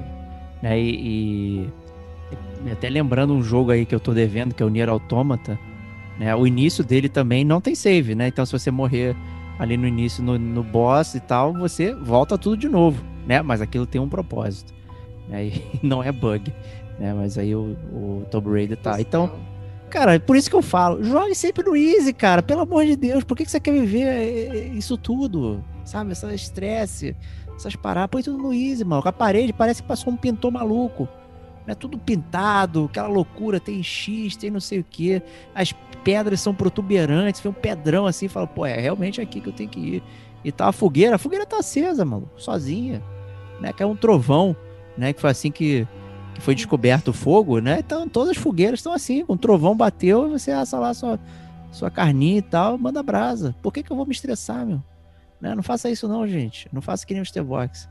Speaker 4: E até lembrando um jogo aí que eu tô devendo, que é o Nier Automata, né? O início dele também não tem save, né? Então se você morrer ali no início, no boss e tal, você volta tudo de novo, né? Mas aquilo tem um propósito. Aí não é bug, né? Mas aí o Tomb Raider tá. Então, cara, por isso que eu falo, jogue sempre no easy, cara. Pelo amor de Deus, por que você quer viver isso tudo? Sabe? Esse estresse, essas paradas. Põe tudo no easy, mano. A parede parece que passou um pintor maluco. Né? Tudo pintado, aquela loucura. Tem X, tem não sei o que. As pedras são protuberantes. Vem um pedrão assim e fala, pô, é realmente aqui que eu tenho que ir. E tá a fogueira tá acesa, mano. Sozinha. Né? Que é um trovão. Né, que foi assim que foi descoberto o fogo, né? Então todas as fogueiras estão assim, com o trovão bateu e você assa lá sua carninha e tal, manda brasa. Por que eu vou me estressar, meu? Né? Não faça isso não, gente. Não faça que nem o Stevox.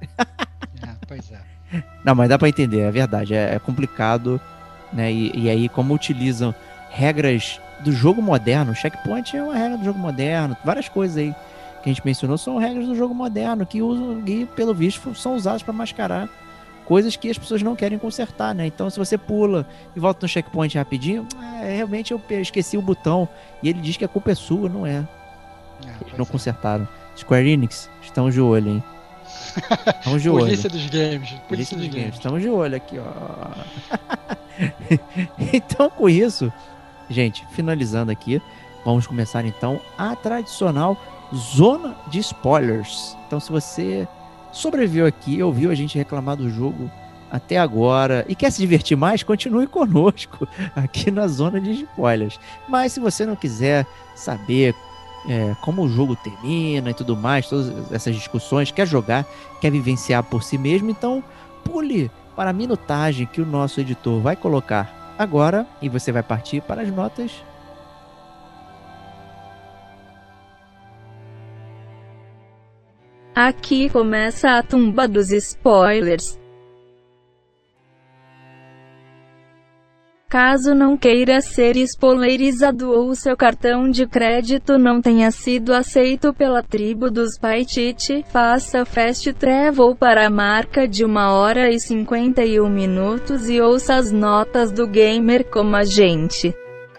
Speaker 1: Pois é.
Speaker 4: Não, mas dá pra entender, é verdade. É complicado, né? E aí, como utilizam regras do jogo moderno, checkpoint é uma regra do jogo moderno, várias coisas aí que a gente mencionou são regras do jogo moderno que usam e, pelo visto, são usadas para mascarar coisas que as pessoas não querem consertar, né? Então, se você pula e volta no checkpoint rapidinho, realmente eu esqueci o botão. E ele diz que a culpa é sua, não é. Eles não consertaram. Square Enix, estamos de olho, hein? Estamos de olho.
Speaker 1: Polícia dos games.
Speaker 4: Polícia dos games. Estamos de olho aqui, ó. Então, com isso, gente, finalizando aqui, vamos começar então a tradicional zona de spoilers. Então, se você sobreviveu aqui, ouviu a gente reclamar do jogo até agora e quer se divertir mais, continue conosco aqui na zona de spoilers. Mas se você não quiser saber como o jogo termina e tudo mais, todas essas discussões, quer jogar, quer vivenciar por si mesmo, então pule para a minutagem que o nosso editor vai colocar agora e você vai partir para as notas.
Speaker 3: Aqui começa a tumba dos spoilers. Caso não queira ser spoilerizado ou seu cartão de crédito não tenha sido aceito pela tribo dos Paititi, faça fast travel para a marca de 1h51 e ouça as notas do gamer como a gente.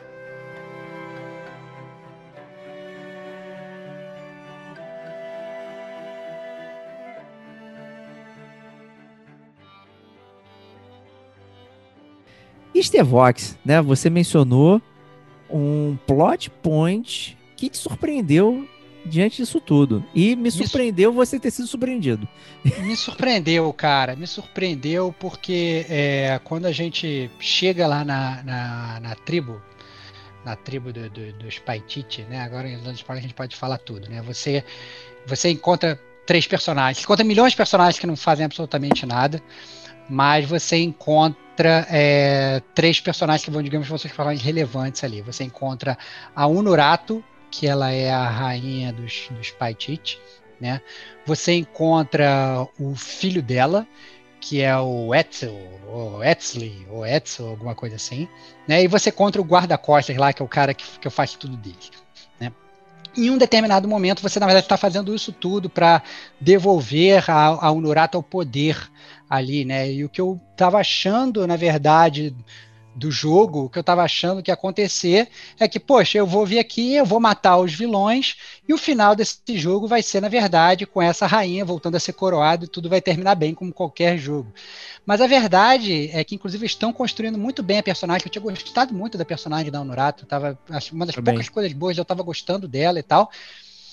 Speaker 4: Stevox, né? Você mencionou um plot point que te surpreendeu diante disso tudo. E me surpreendeu você ter sido surpreendido.
Speaker 1: Me surpreendeu, cara. Me surpreendeu porque quando a gente chega lá na tribo dos Paititi, né? Agora em Zona de Spoiler a gente pode falar tudo, né? Você encontra 3 personagens. Você encontra milhões de personagens que não fazem absolutamente nada. Mas você encontra 3 personagens que vão, digamos, são os personagens relevantes ali. Você encontra a Unurato, que ela é a rainha dos Paititi, né? Você encontra o filho dela, que é o Etzel, ou Etzli, ou Etzel, alguma coisa assim, né? E você encontra o guarda-costas lá, que é o cara que eu faço tudo dele, né? Em um determinado momento, você, na verdade, está fazendo isso tudo para devolver a Unurato ao poder ali, né? E o que eu estava achando, na verdade, do jogo, o que eu estava achando que ia acontecer é que, poxa, eu vou vir aqui, eu vou matar os vilões e o final desse jogo vai ser, na verdade, com essa rainha voltando a ser coroada e tudo vai terminar bem, como qualquer jogo. Mas a verdade é que, inclusive, estão construindo muito bem a personagem. Eu tinha gostado muito da personagem da Unurato, uma das poucas coisas boas, eu estava gostando dela e tal.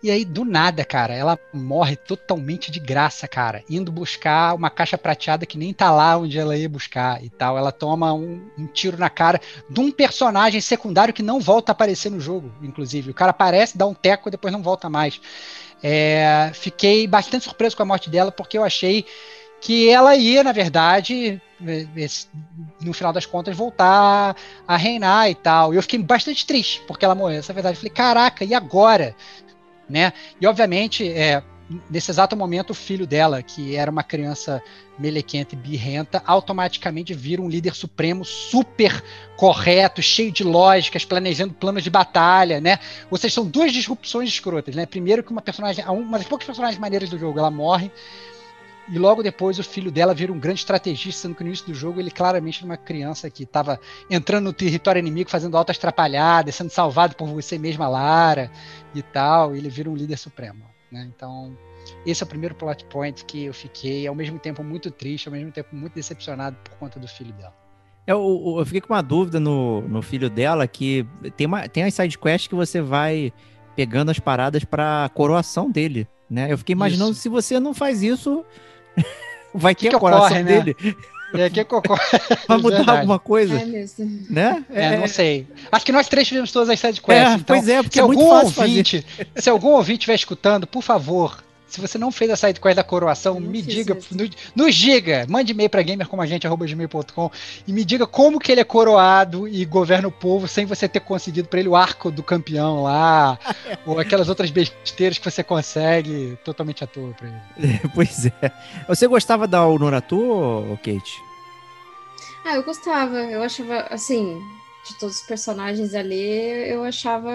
Speaker 1: E aí, do nada, cara, ela morre totalmente de graça, cara, indo buscar uma caixa prateada que nem tá lá onde ela ia buscar e tal. Ela toma um tiro na cara de um personagem secundário que não volta a aparecer no jogo, inclusive. O cara aparece, dá um teco e depois não volta mais. Fiquei bastante surpreso com a morte dela, porque eu achei que ela ia, na verdade, no final das contas, voltar a reinar e tal. E eu fiquei bastante triste porque ela morreu, essa é a verdade. Eu falei, caraca, e agora? Né? E obviamente, nesse exato momento, o filho dela, que era uma criança melequenta e birrenta, automaticamente vira um líder supremo super correto, cheio de lógicas, planejando planos de batalha, né? Ou seja, são duas disrupções escrotas, né? Primeiro que uma das poucas personagens maneiras do jogo, ela morre, e logo depois o filho dela vira um grande estrategista, sendo que no início do jogo ele claramente era uma criança que estava entrando no território inimigo, fazendo altas atrapalhadas, sendo salvado por você mesma, Lara, e tal, e ele vira um líder supremo, né? Então, esse é o primeiro plot point que eu fiquei, ao mesmo tempo, muito triste, ao mesmo tempo, muito decepcionado por conta do filho dela.
Speaker 4: Eu fiquei com uma dúvida no filho dela, que tem as sidequests que você vai pegando as paradas para coroação dele, né? Eu fiquei imaginando, se você não faz isso, vai ter a coroação dele.
Speaker 1: Né? Que ocorre?
Speaker 4: Vai mudar alguma coisa? Né?
Speaker 1: Não sei. Acho que nós três fizemos todas as sidequests. Então,
Speaker 4: pois é, porque é muito fácil fazer.
Speaker 1: Se algum ouvinte estiver escutando, por favor, se você não fez a sidequest da coroação, me diga, nos diga, mande e-mail para gamercomagente@gmail.com e me diga como que ele é coroado e governa o povo sem você ter conseguido para ele o arco do campeão lá, ou aquelas outras besteiras que você consegue totalmente à toa para ele.
Speaker 4: Pois é. Você gostava da Honorato, Kate?
Speaker 5: Eu gostava. Eu achava, assim, de todos os personagens ali, eu achava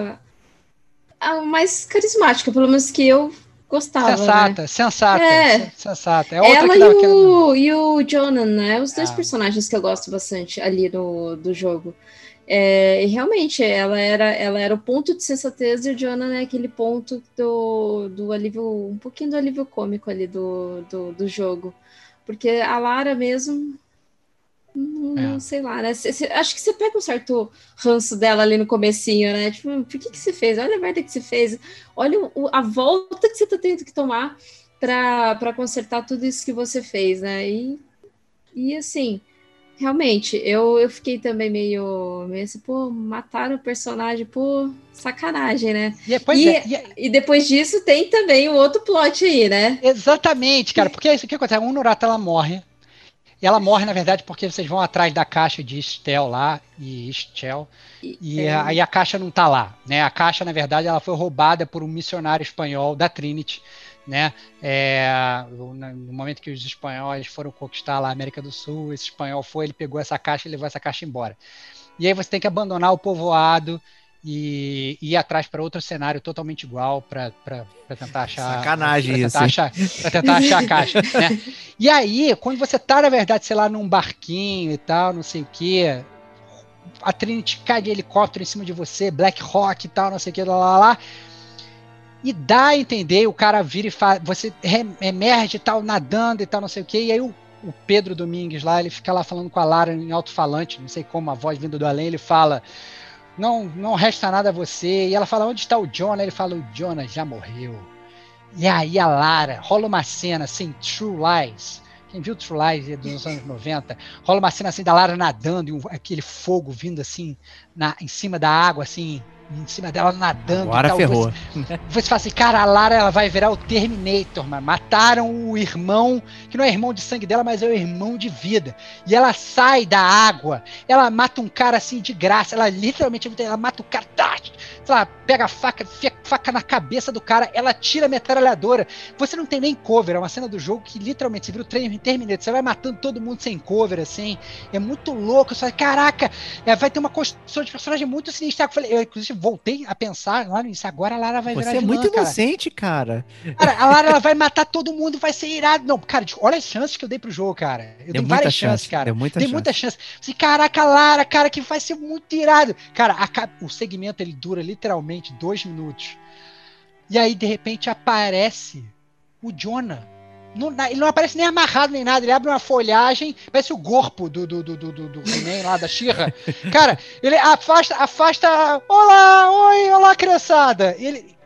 Speaker 5: a mais carismática, pelo menos que eu gostava.
Speaker 1: Sensata. É
Speaker 5: outra e o Jonan, né? Os dois personagens que eu gosto bastante ali do jogo. E realmente, ela era o ponto de sensatez e o Jonan é aquele ponto do alívio, um pouquinho do alívio cômico ali do jogo. Porque a Lara mesmo, não sei lá, né? Acho que você pega um certo ranço dela ali no comecinho, né? Tipo, por que você fez? Olha a merda que você fez. Olha a volta que você tá tendo que tomar pra consertar tudo isso que você fez, né? E assim, realmente, eu fiquei também meio assim, pô, mataram o personagem, pô, sacanagem, né? E depois disso tem também o outro plot aí, né?
Speaker 1: Exatamente, cara, porque é isso que acontece. A Honorato, ela morre. E ela morre, na verdade, porque vocês vão atrás da caixa de Estel lá, e aí a caixa não tá lá, né? A caixa, na verdade, ela foi roubada por um missionário espanhol da Trinity, né? No momento que os espanhóis foram conquistar lá a América do Sul, esse espanhol ele pegou essa caixa e levou essa caixa embora. E aí você tem que abandonar o povoado e ir atrás para outro cenário totalmente igual para tentar achar.
Speaker 4: Sacanagem isso.
Speaker 1: Para tentar achar a caixa, né? E aí, quando você tá, na verdade, sei lá, num barquinho e tal, não sei o quê, a Trinity cai de helicóptero em cima de você, Black Rock e tal, não sei o que, lá. E dá a entender, o cara vira e faz, você emerge e tal, nadando e tal, não sei o que, e aí o Pedro Domingues lá, ele fica lá falando com a Lara em alto-falante, não sei como, a voz vindo do além, ele fala, não resta nada a você, e ela fala, onde está o Jonah? Ele fala, o Jonah já morreu. E aí a Lara, rola uma cena assim, True Lies, quem viu True Lies dos anos 90, rola uma cena assim da Lara nadando, e aquele fogo vindo assim, em cima da água, assim, em cima dela nadando.
Speaker 4: Agora
Speaker 1: e tal.
Speaker 4: ferrou.
Speaker 1: Você fala assim, cara, a Lara ela vai virar o Terminator, mano. Mataram o irmão, que não é irmão de sangue dela, mas é o irmão de vida. E ela sai da água, ela mata um cara assim de graça, ela literalmente ela mata o cara, sei lá, pega a faca, enfia a faca na cabeça do cara, ela tira a metralhadora. Você não tem nem cover, é uma cena do jogo que literalmente você vira o Terminator, você vai matando todo mundo sem cover, assim. É muito louco, você fala, caraca, vai ter uma construção de personagem muito sinistra. Eu inclusive voltei a pensar lá no início, agora a Lara vai virar
Speaker 4: vilã. Você é muito inocente, cara.
Speaker 1: A Lara ela vai matar todo mundo, vai ser irado. Não, cara, olha as chances que eu dei pro jogo, cara. Eu dei várias chances, cara.
Speaker 4: Deu muita chance.
Speaker 1: Assim, caraca, a Lara, cara, que vai ser muito irado. Cara, o segmento ele dura literalmente 2 minutos. E aí, de repente, aparece o Jonah. Ele não aparece nem amarrado nem nada, ele abre uma folhagem, parece o corpo do He-Man lá, da She-Ra. Cara, ele afasta, olá, criançada. Ele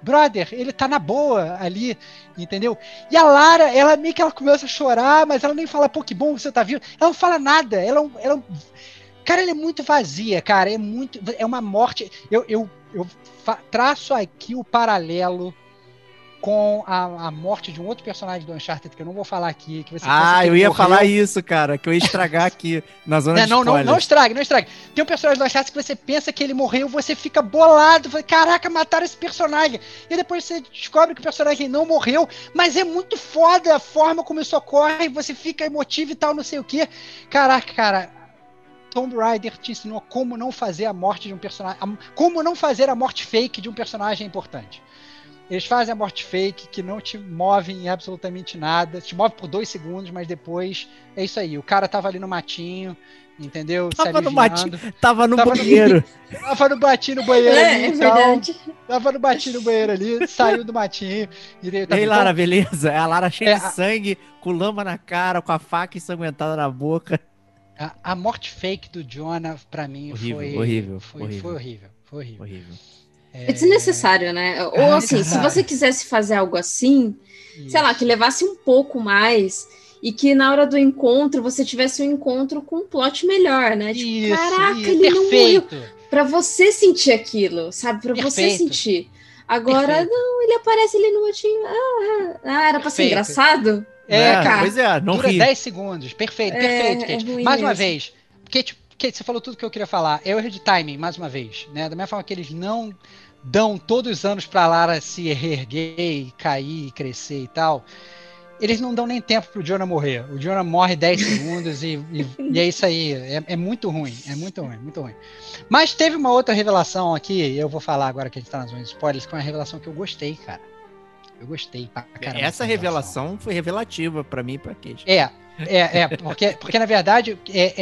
Speaker 1: brother, ele tá na boa ali, entendeu? E a Lara, ela meio que ela começa a chorar, mas ela nem fala, pô, que bom você tá vivo. Ela não fala nada, cara, ela é muito vazia, cara, é uma morte. Eu traço aqui o paralelo com a morte de um outro personagem do Uncharted, que eu não vou falar aqui. Que você pensa que
Speaker 4: eu
Speaker 1: ele
Speaker 4: ia
Speaker 1: morreu.
Speaker 4: falar isso, cara, que eu ia estragar aqui na zona de spoilers.
Speaker 1: Não estrague. Tem um personagem do Uncharted que você pensa que ele morreu, você fica bolado, fala, caraca, mataram esse personagem. E depois você descobre que o personagem não morreu, mas é muito foda a forma como isso ocorre, você fica emotivo e tal, não sei o quê. Caraca, cara, Tomb Raider te ensinou como não fazer a morte de um personagem, como não fazer a morte fake de um personagem importante. Eles fazem a morte fake que não te move em absolutamente nada, te move por 2 segundos, mas depois é isso aí. O cara tava ali no matinho, entendeu?
Speaker 4: Tava no matinho, tava no banheiro.
Speaker 1: Tava no batinho no banheiro ali.
Speaker 5: É verdade.
Speaker 1: Tava no batinho no banheiro ali, saiu do matinho.
Speaker 4: E aí, Lara, beleza? É a Lara cheia de sangue, com lama na cara, com a faca ensanguentada na boca.
Speaker 1: A morte fake do Jonah, pra mim, foi horrível.
Speaker 5: É desnecessário, né? Ou assim, se você quisesse fazer algo assim, sei lá, que levasse um pouco mais e que na hora do encontro você tivesse um encontro com um plot melhor, né? Tipo, caraca, ele não morreu. Pra você sentir aquilo, sabe? Pra você sentir. Agora, não, ele aparece ali no motinho. Era pra ser engraçado?
Speaker 1: Cara.
Speaker 4: Pois é, não
Speaker 1: dura
Speaker 4: ri.
Speaker 1: 10 segundos. Perfeito, Kate. Mais uma vez. Kate, você falou tudo que eu queria falar. É o erro de timing, mais uma vez. Né? Da mesma forma que eles não dão todos os anos pra Lara se reerguer e cair, e crescer e tal, eles não dão nem tempo pro Jonah morrer. O Jonah morre 10 segundos e é isso aí. É muito ruim. É muito ruim. Mas teve uma outra revelação aqui, eu vou falar agora que a gente tá nas zonas de spoilers, que é uma revelação que eu gostei, cara. Eu gostei pra caramba.
Speaker 4: Essa revelação foi revelativa pra mim e pra Kate.
Speaker 1: Porque na verdade,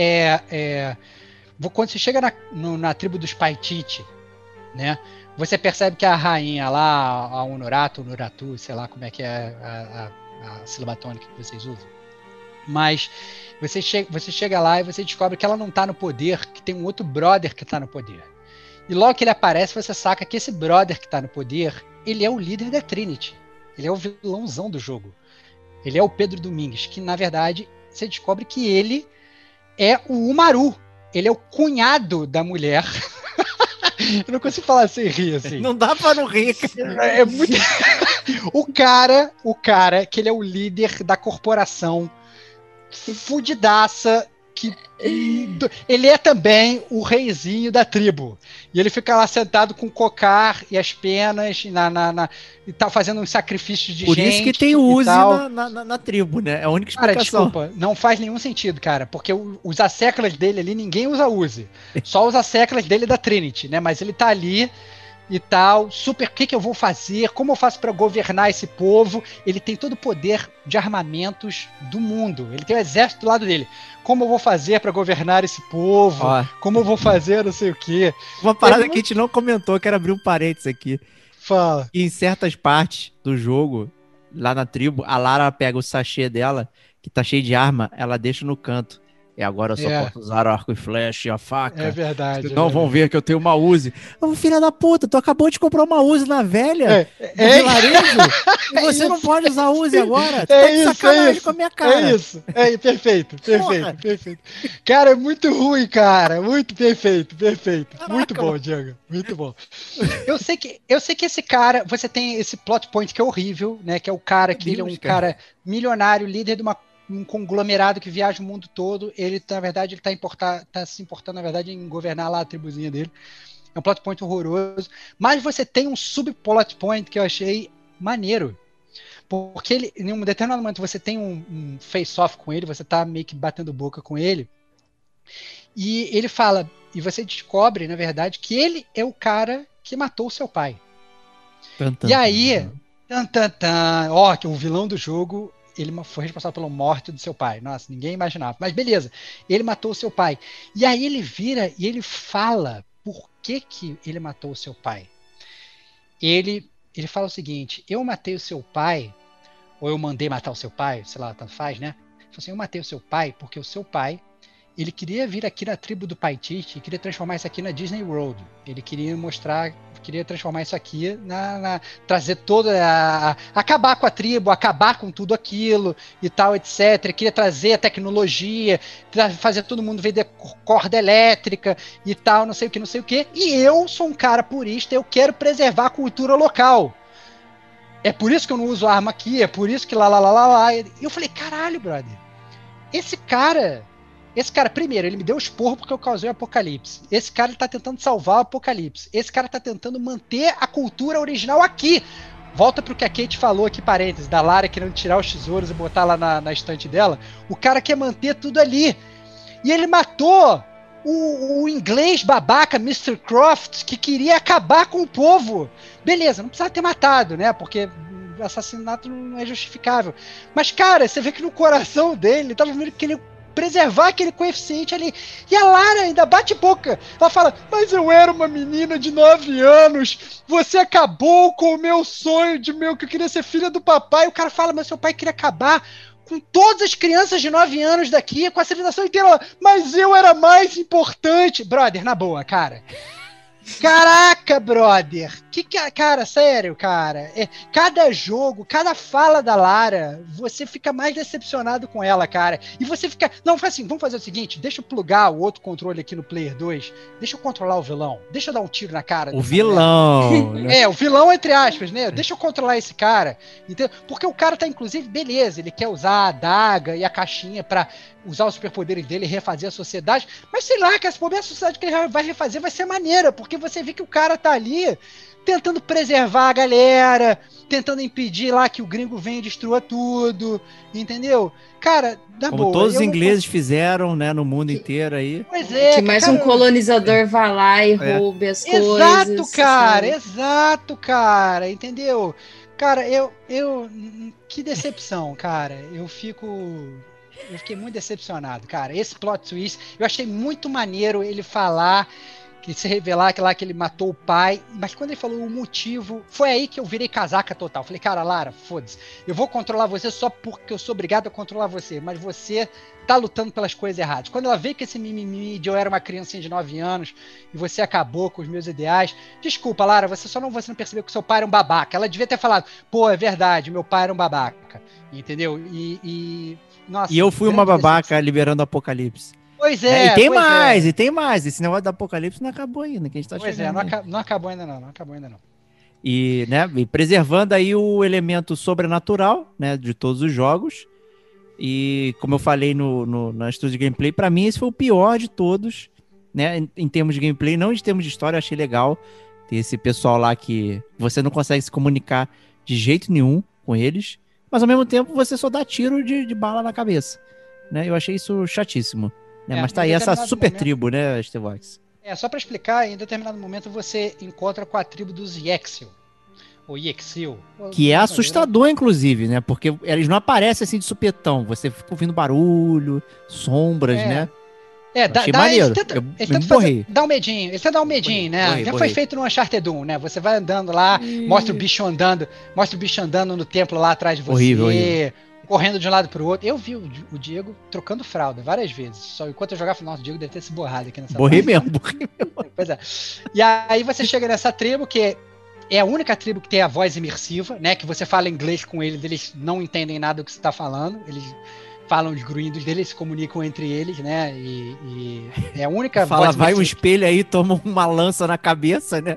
Speaker 1: quando você chega na tribo dos Paititi, né, você percebe que a rainha lá, a Honorato, sei lá como é que é a sílaba tônica que vocês usam, mas você chega lá e você descobre que ela não tá no poder, que tem um outro brother que tá no poder. E logo que ele aparece, você saca que esse brother que tá no poder, ele é o líder da Trinity. Ele é o vilãozão do jogo. Ele é o Pedro Domingues, que na verdade você descobre que ele é o Umaru. Ele é o cunhado da mulher. Eu não consigo falar sem rir, assim.
Speaker 4: Não dá pra não rir.
Speaker 1: É muito... o cara, que ele é o líder da corporação fudidaça, que ele é também o reizinho da tribo. E ele fica lá sentado com o cocar e as penas e tá fazendo um sacrifício de
Speaker 4: Por
Speaker 1: gente.
Speaker 4: Por isso que tem o Uzi na tribo, né? É a única explicação.
Speaker 1: Cara, desculpa, não faz nenhum sentido, cara, porque os asseclas dele ali, ninguém usa Uzi. Só os asseclas dele da Trinity, né? Mas ele tá ali e tal, super, o que eu vou fazer, como eu faço para governar esse povo. Ele tem todo o poder de armamentos do mundo, ele tem o exército do lado dele. Como eu vou fazer para governar esse povo, como eu vou fazer não sei o quê.
Speaker 4: Uma parada que a gente não comentou, quero abrir um parênteses aqui.
Speaker 1: Fala.
Speaker 4: E em certas partes do jogo, lá na tribo, a Lara pega o sachê dela, que tá cheio de arma, ela deixa no canto. E agora eu só posso usar o arco e flecha e a faca.
Speaker 1: É verdade.
Speaker 4: Não vão ver que eu tenho uma Uzi. Filha da puta, tu acabou de comprar uma Uzi na velha do vilarejo e você não pode usar Uzi agora. Tu tá de sacanagem com a minha cara.
Speaker 1: É isso. Perfeito. Cara, é muito ruim, cara. Muito perfeito. Caraca. Muito bom, Diego. Muito bom. Eu sei que esse cara, você tem esse plot point que é horrível, né? Que é o cara que ele é um cara milionário, líder de um conglomerado que viaja o mundo todo. Ele, na verdade, tá se importando, na verdade, em governar lá a tribuzinha dele. É um plot point horroroso. Mas você tem um subplot point que eu achei maneiro. Porque ele, em um determinado momento, você tem um face-off com ele, você tá meio que batendo boca com ele. E ele fala, e você descobre, na verdade, que ele é o cara que matou o seu pai. E aí, que o vilão do jogo, ele foi responsável pela morte do seu pai. Nossa, ninguém imaginava. Mas beleza, ele matou o seu pai. E aí ele vira e ele fala por que ele matou o seu pai. Ele fala o seguinte, eu matei o seu pai, ou eu mandei matar o seu pai, sei lá, tanto faz, né? Ele falou assim, eu matei o seu pai porque o seu pai, ele queria vir aqui na tribo do Paititi e queria transformar isso aqui na Disney World. Ele queria queria transformar isso aqui trazer acabar com a tribo, acabar com tudo aquilo e tal, etc. Ele queria trazer a tecnologia, fazer todo mundo vender corda elétrica e tal, não sei o que. E eu sou um cara purista, eu quero preservar a cultura local. É por isso que eu não uso arma aqui, é por isso que lá. E eu falei, caralho, brother, esse cara, primeiro, ele me deu esporro porque eu causei o apocalipse. Esse cara, ele tá tentando salvar o apocalipse. Esse cara tá tentando manter a cultura original aqui. Volta pro que a Kate falou aqui, parênteses, da Lara querendo tirar os tesouros e botar lá na estante dela. O cara quer manter tudo ali. E ele matou o inglês babaca, Mr. Croft, que queria acabar com o povo. Beleza, não precisava ter matado, né? Porque assassinato não é justificável. Mas, cara, você vê que no coração dele, ele tava vendo que ele preservar aquele coeficiente ali. E a Lara ainda bate boca. Ela fala, mas eu era uma menina de 9 anos, você acabou com o meu sonho que eu queria ser filha do papai. E o cara fala, mas seu pai queria acabar com todas as crianças de 9 anos daqui, com a civilização inteira. Ela, mas eu era mais importante. Brother, na boa, cara. Caraca, brother! Cara, sério, cara. Cada jogo, cada fala da Lara, você fica mais decepcionado com ela, cara. E você fica. Não, faz assim, vamos fazer o seguinte: deixa eu plugar o outro controle aqui no Player 2. Deixa eu controlar o vilão. Deixa eu dar um tiro na cara.
Speaker 4: O vilão!
Speaker 1: Né? O vilão, entre aspas, né? Deixa eu controlar esse cara. Entendeu? Porque o cara tá, inclusive, beleza, ele quer usar a adaga e a caixinha pra usar os superpoderes dele e refazer a sociedade. Mas sei lá, que a sociedade que ele vai refazer vai ser maneira, porque você vê que o cara tá ali tentando preservar a galera, tentando impedir lá que o gringo venha e destrua tudo, entendeu? Cara,
Speaker 4: como boa. Todos os ingleses fizeram, né, no mundo inteiro aí.
Speaker 1: Pois é.
Speaker 5: Que mais um colonizador vá lá e roube as coisas.
Speaker 1: Exato, cara, entendeu? Cara, que decepção, cara. Eu fiquei muito decepcionado, cara. Esse plot twist, eu achei muito maneiro ele falar, que se revelar que ele matou o pai, mas quando ele falou o motivo, foi aí que eu virei casaca total. Falei, cara, Lara, foda-se, eu vou controlar você só porque eu sou obrigado a controlar você, mas você tá lutando pelas coisas erradas. Quando ela veio com esse mimimi de eu era uma criancinha de 9 anos e você acabou com os meus ideais, desculpa, Lara, você não percebeu que seu pai era um babaca. Ela devia ter falado, pô, é verdade, meu pai era um babaca, entendeu? Nossa,
Speaker 4: e eu fui uma babaca liberando o apocalipse.
Speaker 1: Pois é.
Speaker 4: E tem mais. Esse negócio do apocalipse não acabou ainda, que a gente tá chegando.
Speaker 1: Pois é, não acabou ainda não.
Speaker 4: E, né, e preservando aí o elemento sobrenatural, né, de todos os jogos. E como eu falei na estudo de gameplay, pra mim esse foi o pior de todos, né, em termos de gameplay, não em termos de história. Eu achei legal ter esse pessoal lá que você não consegue se comunicar de jeito nenhum com eles, mas ao mesmo tempo você só dá tiro de bala na cabeça, né? Eu achei isso chatíssimo, né? Mas tá aí essa super tribo, né, Stevox?
Speaker 1: Só pra explicar, em determinado momento você encontra com a tribo dos Yexil, ou Yexil.
Speaker 4: Que é assustador, inclusive, né? Porque eles não aparecem assim de supetão, você fica ouvindo barulho, sombras, né? Achei maneiro.
Speaker 1: Dá um medinho. Ele tenta dar um medinho, né? Já foi feito no Uncharted 1, né? Você vai andando lá, mostra o bicho andando no templo lá atrás de você.
Speaker 4: Horrível.
Speaker 1: Correndo de um lado pro outro. Eu vi o Diego trocando fralda várias vezes. Só enquanto eu jogava, falei, nossa, o Diego deve ter se borrado aqui nessa
Speaker 4: Borrei mesmo.
Speaker 1: Pois é. E aí você chega nessa tribo que é a única tribo que tem a voz imersiva, né? Que você fala inglês com eles não entendem nada do que você tá falando. Eles falam os gruinhos deles, se comunicam entre eles, né? E é a única
Speaker 4: fala, voz vai um espelho aí, toma uma lança na cabeça, né?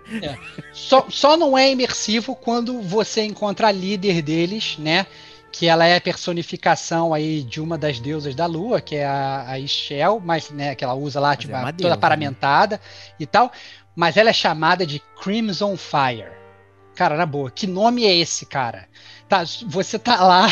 Speaker 1: Só não é imersivo quando você encontra a líder deles, né? Que ela é a personificação aí de uma das deusas da lua, que é a Ixchel, mas, né, que ela usa lá, tipo, toda paramentada, né? E tal, mas ela é chamada de Crimson Fire. Cara, na boa, que nome é esse, cara? Tá, você tá lá,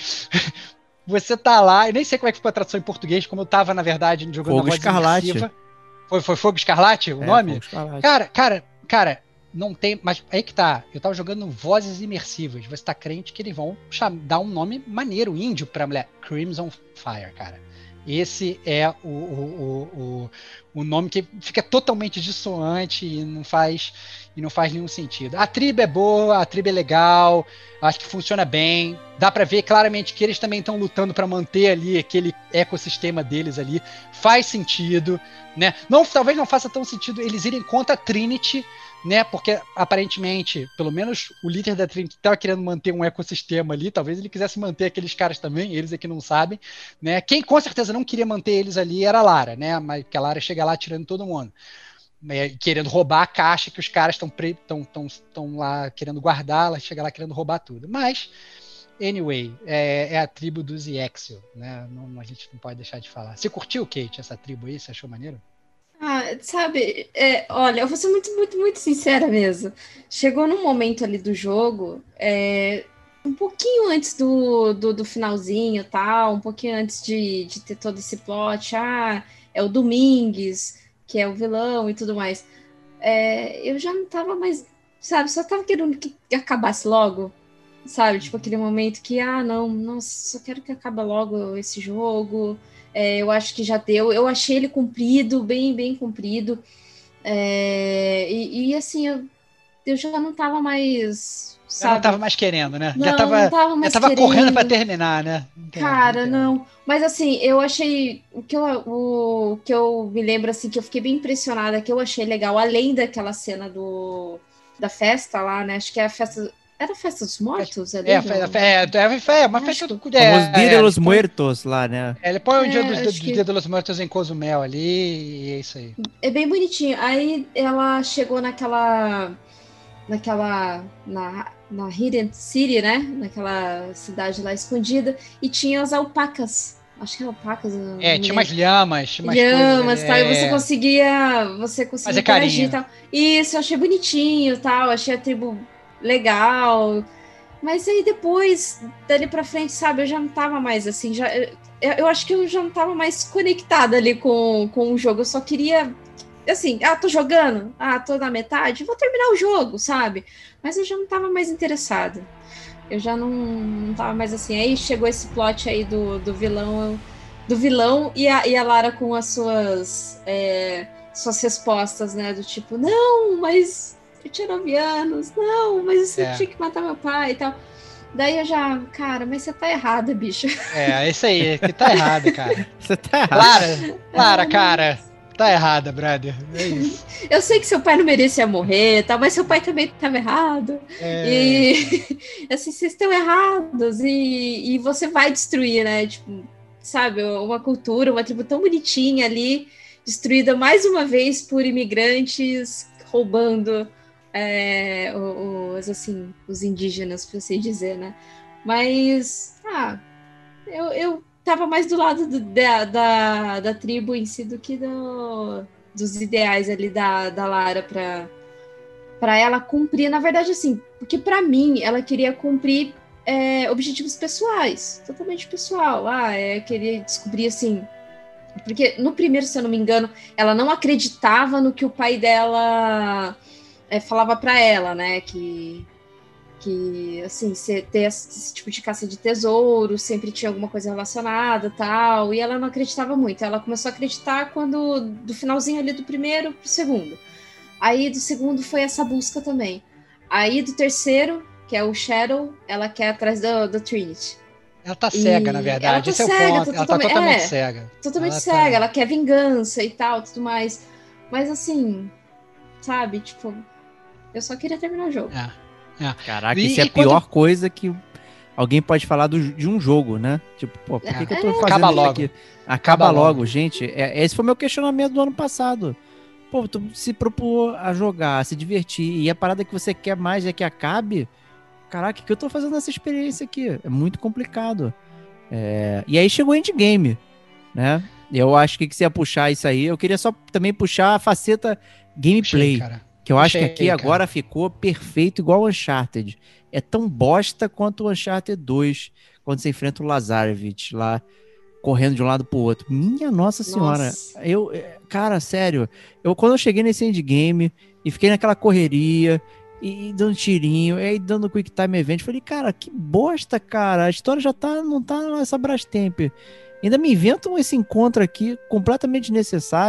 Speaker 1: eu nem sei como é que ficou a tradução em português, como eu tava, na verdade, jogando
Speaker 4: Fogo
Speaker 1: a voz
Speaker 4: Escarlate.
Speaker 1: imersiva. Foi Fogo Escarlate o nome?
Speaker 4: Fogo Escarlate.
Speaker 1: Cara, não tem, mas aí que tá, eu tava jogando vozes imersivas, você tá crente que eles vão dar um nome maneiro, índio pra mulher, Crimson Fire, cara. Esse é o o nome que fica totalmente dissoante e não faz nenhum sentido. A tribo é boa, a tribo é legal, acho que funciona bem. Dá pra ver claramente que eles também estão lutando para manter ali aquele ecossistema deles ali. Faz sentido, né? Talvez não faça tão sentido eles irem contra a Trinity, né? Porque aparentemente, pelo menos o líder da Trinity estava querendo manter um ecossistema ali. Talvez ele quisesse manter aqueles caras também, eles aqui não sabem, né? Quem com certeza não queria manter eles ali era a Lara, né? Mas que a Lara chega lá tirando todo mundo, querendo roubar a caixa que os caras estão lá querendo guardar, ela chega lá querendo roubar tudo. Mas, anyway, é a tribo dos Iexio, né? A gente não pode deixar de falar. Você curtiu, Kate, essa tribo aí? Você achou maneiro?
Speaker 5: Sabe, olha, eu vou ser muito, muito, muito sincera mesmo. Chegou num momento ali do jogo, um pouquinho antes do finalzinho, tal, um pouquinho antes de ter todo esse plot, é o Domingues, que é o vilão e tudo mais. Eu já não tava mais, sabe, só tava querendo que acabasse logo, sabe, tipo aquele momento que, não, nossa, só quero que acabe logo esse jogo. Eu acho que já deu. Eu achei ele comprido, bem, bem comprido. E assim, eu já não tava mais. Sabe?
Speaker 1: Eu não tava mais querendo, né?
Speaker 5: Não,
Speaker 1: já tava
Speaker 5: querendo.
Speaker 1: correndo pra terminar, né?
Speaker 5: Cara, não. Mas assim, eu achei. O que eu me lembro, assim, que eu fiquei bem impressionada, que eu achei legal, além daquela cena da festa lá, né? Acho que é a festa. Era a festa dos mortos?
Speaker 1: Uma festa do...
Speaker 4: os Dia de los Muertos lá, né?
Speaker 1: Ele põe o Dia de los Muertos em Cozumel ali e é isso aí.
Speaker 5: É bem bonitinho. Aí ela chegou na Hidden City, né? Naquela cidade lá escondida, e tinha as alpacas. Acho que eram alpacas.
Speaker 1: Tinha umas lhamas.
Speaker 5: Lhamas, tal. E você conseguia interagir e tal. Isso, eu achei bonitinho, tal. Achei a tribo legal, mas aí depois, dali pra frente, sabe, eu já não tava mais assim, eu acho que eu já não tava mais conectada ali com o jogo, eu só queria, assim, tô jogando, tô na metade, vou terminar o jogo, sabe, mas eu já não tava mais interessada, eu já não tava mais assim, aí chegou esse plot aí do vilão e a Lara com as suas respostas, né, do tipo, não, mas eu tinha 9 anos, não, mas você tinha que matar meu pai e tal. Daí eu já, cara, mas você tá errada, bicho.
Speaker 1: Isso aí, que tá errado, cara.
Speaker 4: Você tá errado.
Speaker 1: Lara, cara, tá errada, brother. É isso.
Speaker 5: Eu sei que seu pai não merecia morrer, tá, mas seu pai também tava errado. E assim, vocês estão errados e você vai destruir, né? Tipo, sabe, uma cultura, uma tribo tão bonitinha ali, destruída mais uma vez por imigrantes roubando os indígenas, por assim dizer, né? Mas, eu tava mais do lado da tribo em si do que dos ideais ali da Lara pra ela cumprir, na verdade, assim, porque pra mim, ela queria cumprir objetivos pessoais, totalmente pessoal. Queria descobrir, assim, porque no primeiro, se eu não me engano, ela não acreditava no que o pai dela falava para ela, né, que assim, ter esse tipo de caça de tesouro, sempre tinha alguma coisa relacionada, tal, e ela não acreditava muito. Ela começou a acreditar do finalzinho ali do primeiro pro segundo. Aí do segundo foi essa busca também. Aí do terceiro, que é o Shadow, ela quer atrás do Trinity.
Speaker 1: Ela tá cega, na verdade. Esse é o ponto. Ela tá totalmente cega.
Speaker 5: Totalmente cega. Ela quer vingança e tal, tudo mais. Mas assim, sabe, tipo, eu só queria terminar o jogo.
Speaker 4: Caraca, isso é a pior coisa que alguém pode falar de um jogo, né? Tipo, pô, por que eu tô fazendo isso aqui? Acaba logo, gente. Esse foi o meu questionamento do ano passado. Pô, tu se propôs a jogar, a se divertir, e a parada que você quer mais é que acabe. Caraca, o que eu tô fazendo nessa experiência aqui? É muito complicado. E aí chegou o endgame, né? Eu acho que você ia puxar isso aí. Eu queria só também puxar a faceta gameplay. Que eu acho que aqui agora ficou perfeito, igual o Uncharted. É tão bosta quanto o Uncharted 2, quando você enfrenta o Lazarevich lá, correndo de um lado pro outro. Minha Nossa Senhora. Cara, sério. Quando eu cheguei nesse endgame e fiquei naquela correria e dando tirinho, e aí dando quick time event, falei, cara, que bosta, cara. A história já não tá nessa Brastemp. Ainda me inventam esse encontro aqui completamente desnecessário.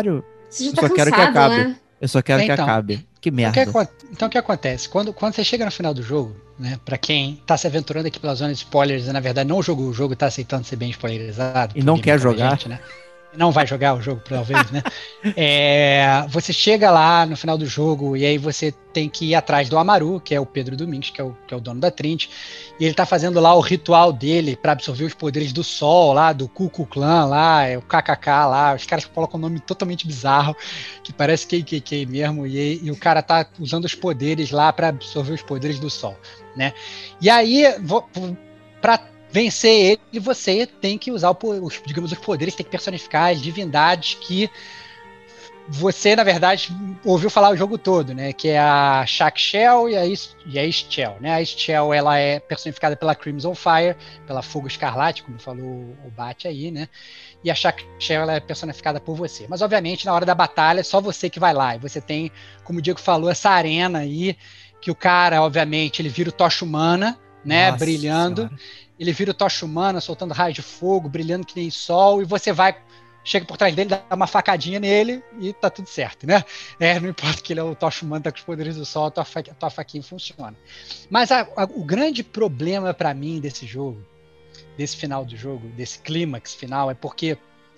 Speaker 5: Você já
Speaker 4: Eu
Speaker 5: tá
Speaker 4: só quero que
Speaker 5: cansado,
Speaker 4: acabe.
Speaker 5: né?
Speaker 4: Eu só quero que
Speaker 1: Então.
Speaker 4: acabe. Que
Speaker 1: Então,
Speaker 4: merda.
Speaker 1: então o que acontece? Quando você chega no final do jogo, né? Pra quem tá se aventurando aqui pela zona de spoilers e na verdade não jogou o jogo, tá aceitando ser bem spoilerizado.
Speaker 4: E não
Speaker 1: porque
Speaker 4: quer
Speaker 1: como a
Speaker 4: jogar.
Speaker 1: gente, né? Não vai jogar o jogo, talvez, né? Você chega lá no final do jogo e aí você tem que ir atrás do Amaru, que é o Pedro Domingues, que é o dono da Trinity, e ele tá fazendo lá o ritual dele para absorver os poderes do Sol, lá, do Ku Klux Klan, lá, o KKK lá, os caras colocam um nome totalmente bizarro, que parece KKK mesmo, e o cara tá usando os poderes lá para absorver os poderes do Sol, né? E aí, pra vencer ele, você tem que usar os poderes, tem que personificar as divindades que você, na verdade, ouviu falar o jogo todo, né? Que é a Shakshel e a Ischel, né? A Ischel, ela é personificada pela Crimson Fire, pela Fogo Escarlate, como falou o Bat aí, né? E a Shakshel, ela é personificada por você. Mas, obviamente, na hora da batalha, é só você que vai lá. E você tem, como o Diego falou, essa arena aí, que o cara, obviamente, ele vira o Tocha Humana, né?
Speaker 4: Nossa
Speaker 1: brilhando.
Speaker 4: Senhora.
Speaker 1: Ele vira o Tocha Humana, soltando raio de fogo, brilhando que nem sol, e você chega por trás dele, dá uma facadinha nele e tá tudo certo, né? Não importa que ele é o Tocha Humana, tá com os poderes do sol, a tua faquinha funciona. Mas o grande problema pra mim desse jogo, desse final do jogo, desse clímax final, é porque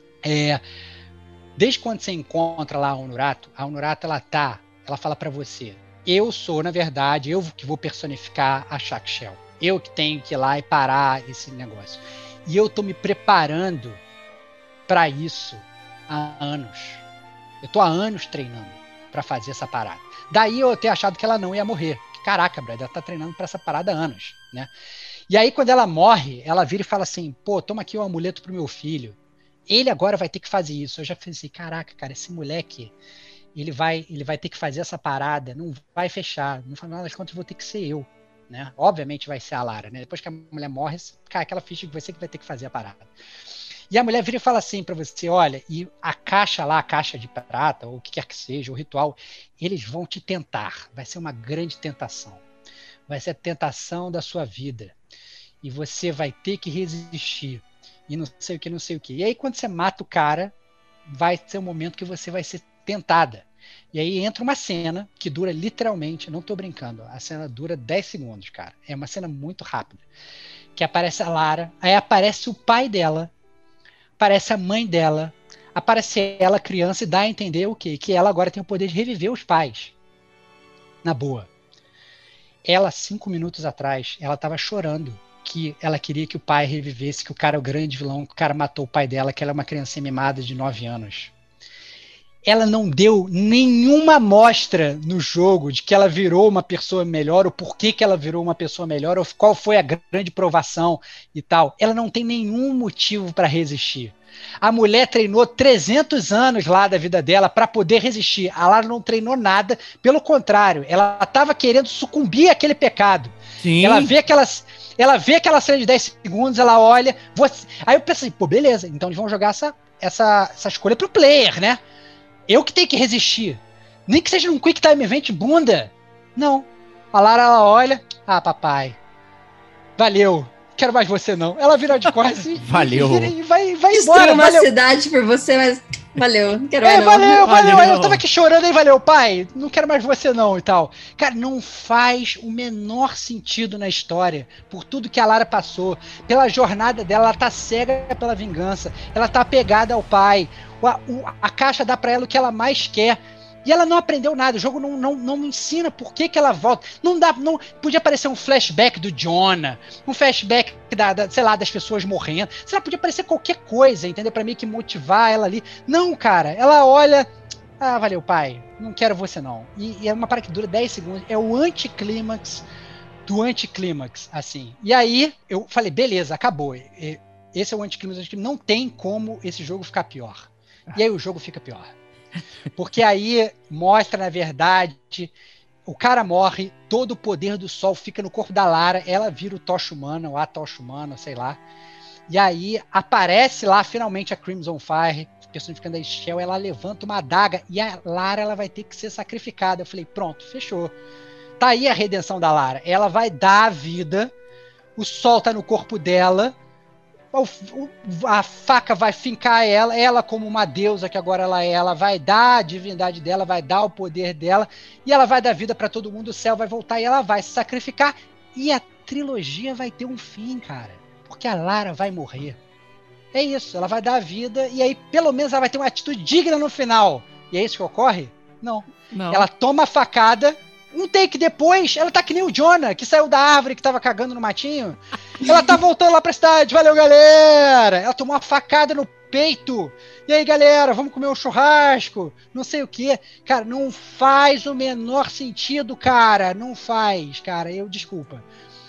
Speaker 1: desde quando você encontra lá a Honorato, ela fala pra você, eu sou, na verdade, eu que vou personificar a Shakshel. Eu que tenho que ir lá e parar esse negócio. E eu tô me preparando para isso há anos. Eu tô há anos treinando para fazer essa parada. Daí eu ter achado que ela não ia morrer. Caraca, Brad, ela tá treinando para essa parada há anos, né? E aí quando ela morre, ela vira e fala assim, pô, toma aqui o amuleto pro meu filho. Ele agora vai ter que fazer isso. Eu já pensei, caraca, cara, esse moleque, ele vai ter que fazer essa parada, não vai fechar. No final das contas, vou ter que ser eu. Né? Obviamente vai ser a Lara, né? Depois que a mulher morre, cai aquela ficha que você que vai ter que fazer a parada. E a mulher vira e fala assim pra você, olha, e a caixa lá, a caixa de prata, ou o que quer que seja, o ritual, eles vão te tentar. Vai ser uma grande tentação. Vai ser a tentação da sua vida. E você vai ter que resistir. E não sei o que, não sei o que. E aí quando você mata o cara, vai ser o momento que você vai ser tentada. E aí entra uma cena que dura literalmente, não tô brincando, a cena dura 10 segundos, cara. É uma cena muito rápida. Que aparece a Lara, aí aparece o pai dela, aparece a mãe dela, aparece ela criança e dá a entender o quê? Que ela agora tem o poder de reviver os pais. Na boa. Ela, 5 minutos atrás, ela tava chorando que ela queria que o pai revivesse, que o cara é o grande vilão, que o cara matou o pai dela, que ela é uma criancinha mimada de 9 anos. Ela não deu nenhuma amostra no jogo de que ela virou uma pessoa melhor, ou por que ela virou uma pessoa melhor, ou qual foi a grande provação e tal. Ela não tem nenhum motivo para resistir. A mulher treinou 300 anos lá da vida dela para poder resistir. A Lara não treinou nada, pelo contrário, ela estava querendo sucumbir àquele pecado.
Speaker 4: Sim.
Speaker 1: Ela vê aquela cena de 10 segundos, ela olha. Aí eu penso assim, pô, beleza, então eles vão jogar essa escolha pro player, né? Eu que tenho que resistir. Nem que seja num Quick Time Event bunda. Não. A Lara, ela olha. Ah, papai. Valeu. Quero mais você, não. Ela vira de costas e
Speaker 4: Valeu.
Speaker 1: E vai embora.
Speaker 5: Destruiu uma
Speaker 1: Valeu.
Speaker 5: cidade por você, mas valeu. Não quero mais não.
Speaker 1: Valeu. Aí eu tava aqui chorando e valeu, pai. Não quero mais você, não, e tal. Cara, não faz o menor sentido na história. Por tudo que a Lara passou. Pela jornada dela, ela tá cega pela vingança. Ela tá apegada ao pai. A caixa dá pra ela o que ela mais quer. E ela não aprendeu nada. O jogo não me ensina por que ela volta. Não podia aparecer um flashback do Jonah, um flashback sei lá, das pessoas morrendo. Sei lá, podia aparecer qualquer coisa, entendeu? Pra meio que motivar ela ali. Não, cara. Ela olha. Ah, valeu, pai. Não quero você, não. E é uma parada que dura 10 segundos. É o anticlímax do anticlímax, assim. E aí, eu falei, beleza, acabou. Esse é o anticlímax. Não tem como esse jogo ficar pior. E aí o jogo fica pior. Porque aí mostra, na verdade, o cara morre, todo o poder do sol fica no corpo da Lara, ela vira o Tocha Humana, ou a Tocha Humana, sei lá. E aí aparece lá finalmente a Crimson Fire, personificando a Ischel, ela levanta uma adaga e a Lara ela vai ter que ser sacrificada. Eu falei, pronto, fechou. Tá aí a redenção da Lara. Ela vai dar a vida, o sol tá no corpo dela, a faca vai fincar ela como uma deusa que agora ela vai dar a divindade dela, vai dar o poder dela, e ela vai dar vida pra todo mundo, o céu vai voltar e ela vai se sacrificar, e a trilogia vai ter um fim, cara, porque a Lara vai morrer. É isso, ela vai dar a vida, e aí pelo menos ela vai ter uma atitude digna no final. E é isso que ocorre? Não. Ela toma a facada, um take depois, ela tá que nem o Jonah, que saiu da árvore, que tava cagando no matinho. Ela tá voltando lá pra cidade, valeu, galera! Ela tomou uma facada no peito. E aí, galera, vamos comer um churrasco? Não sei o quê. Cara, não faz o menor sentido, cara. Não faz, cara. Desculpa.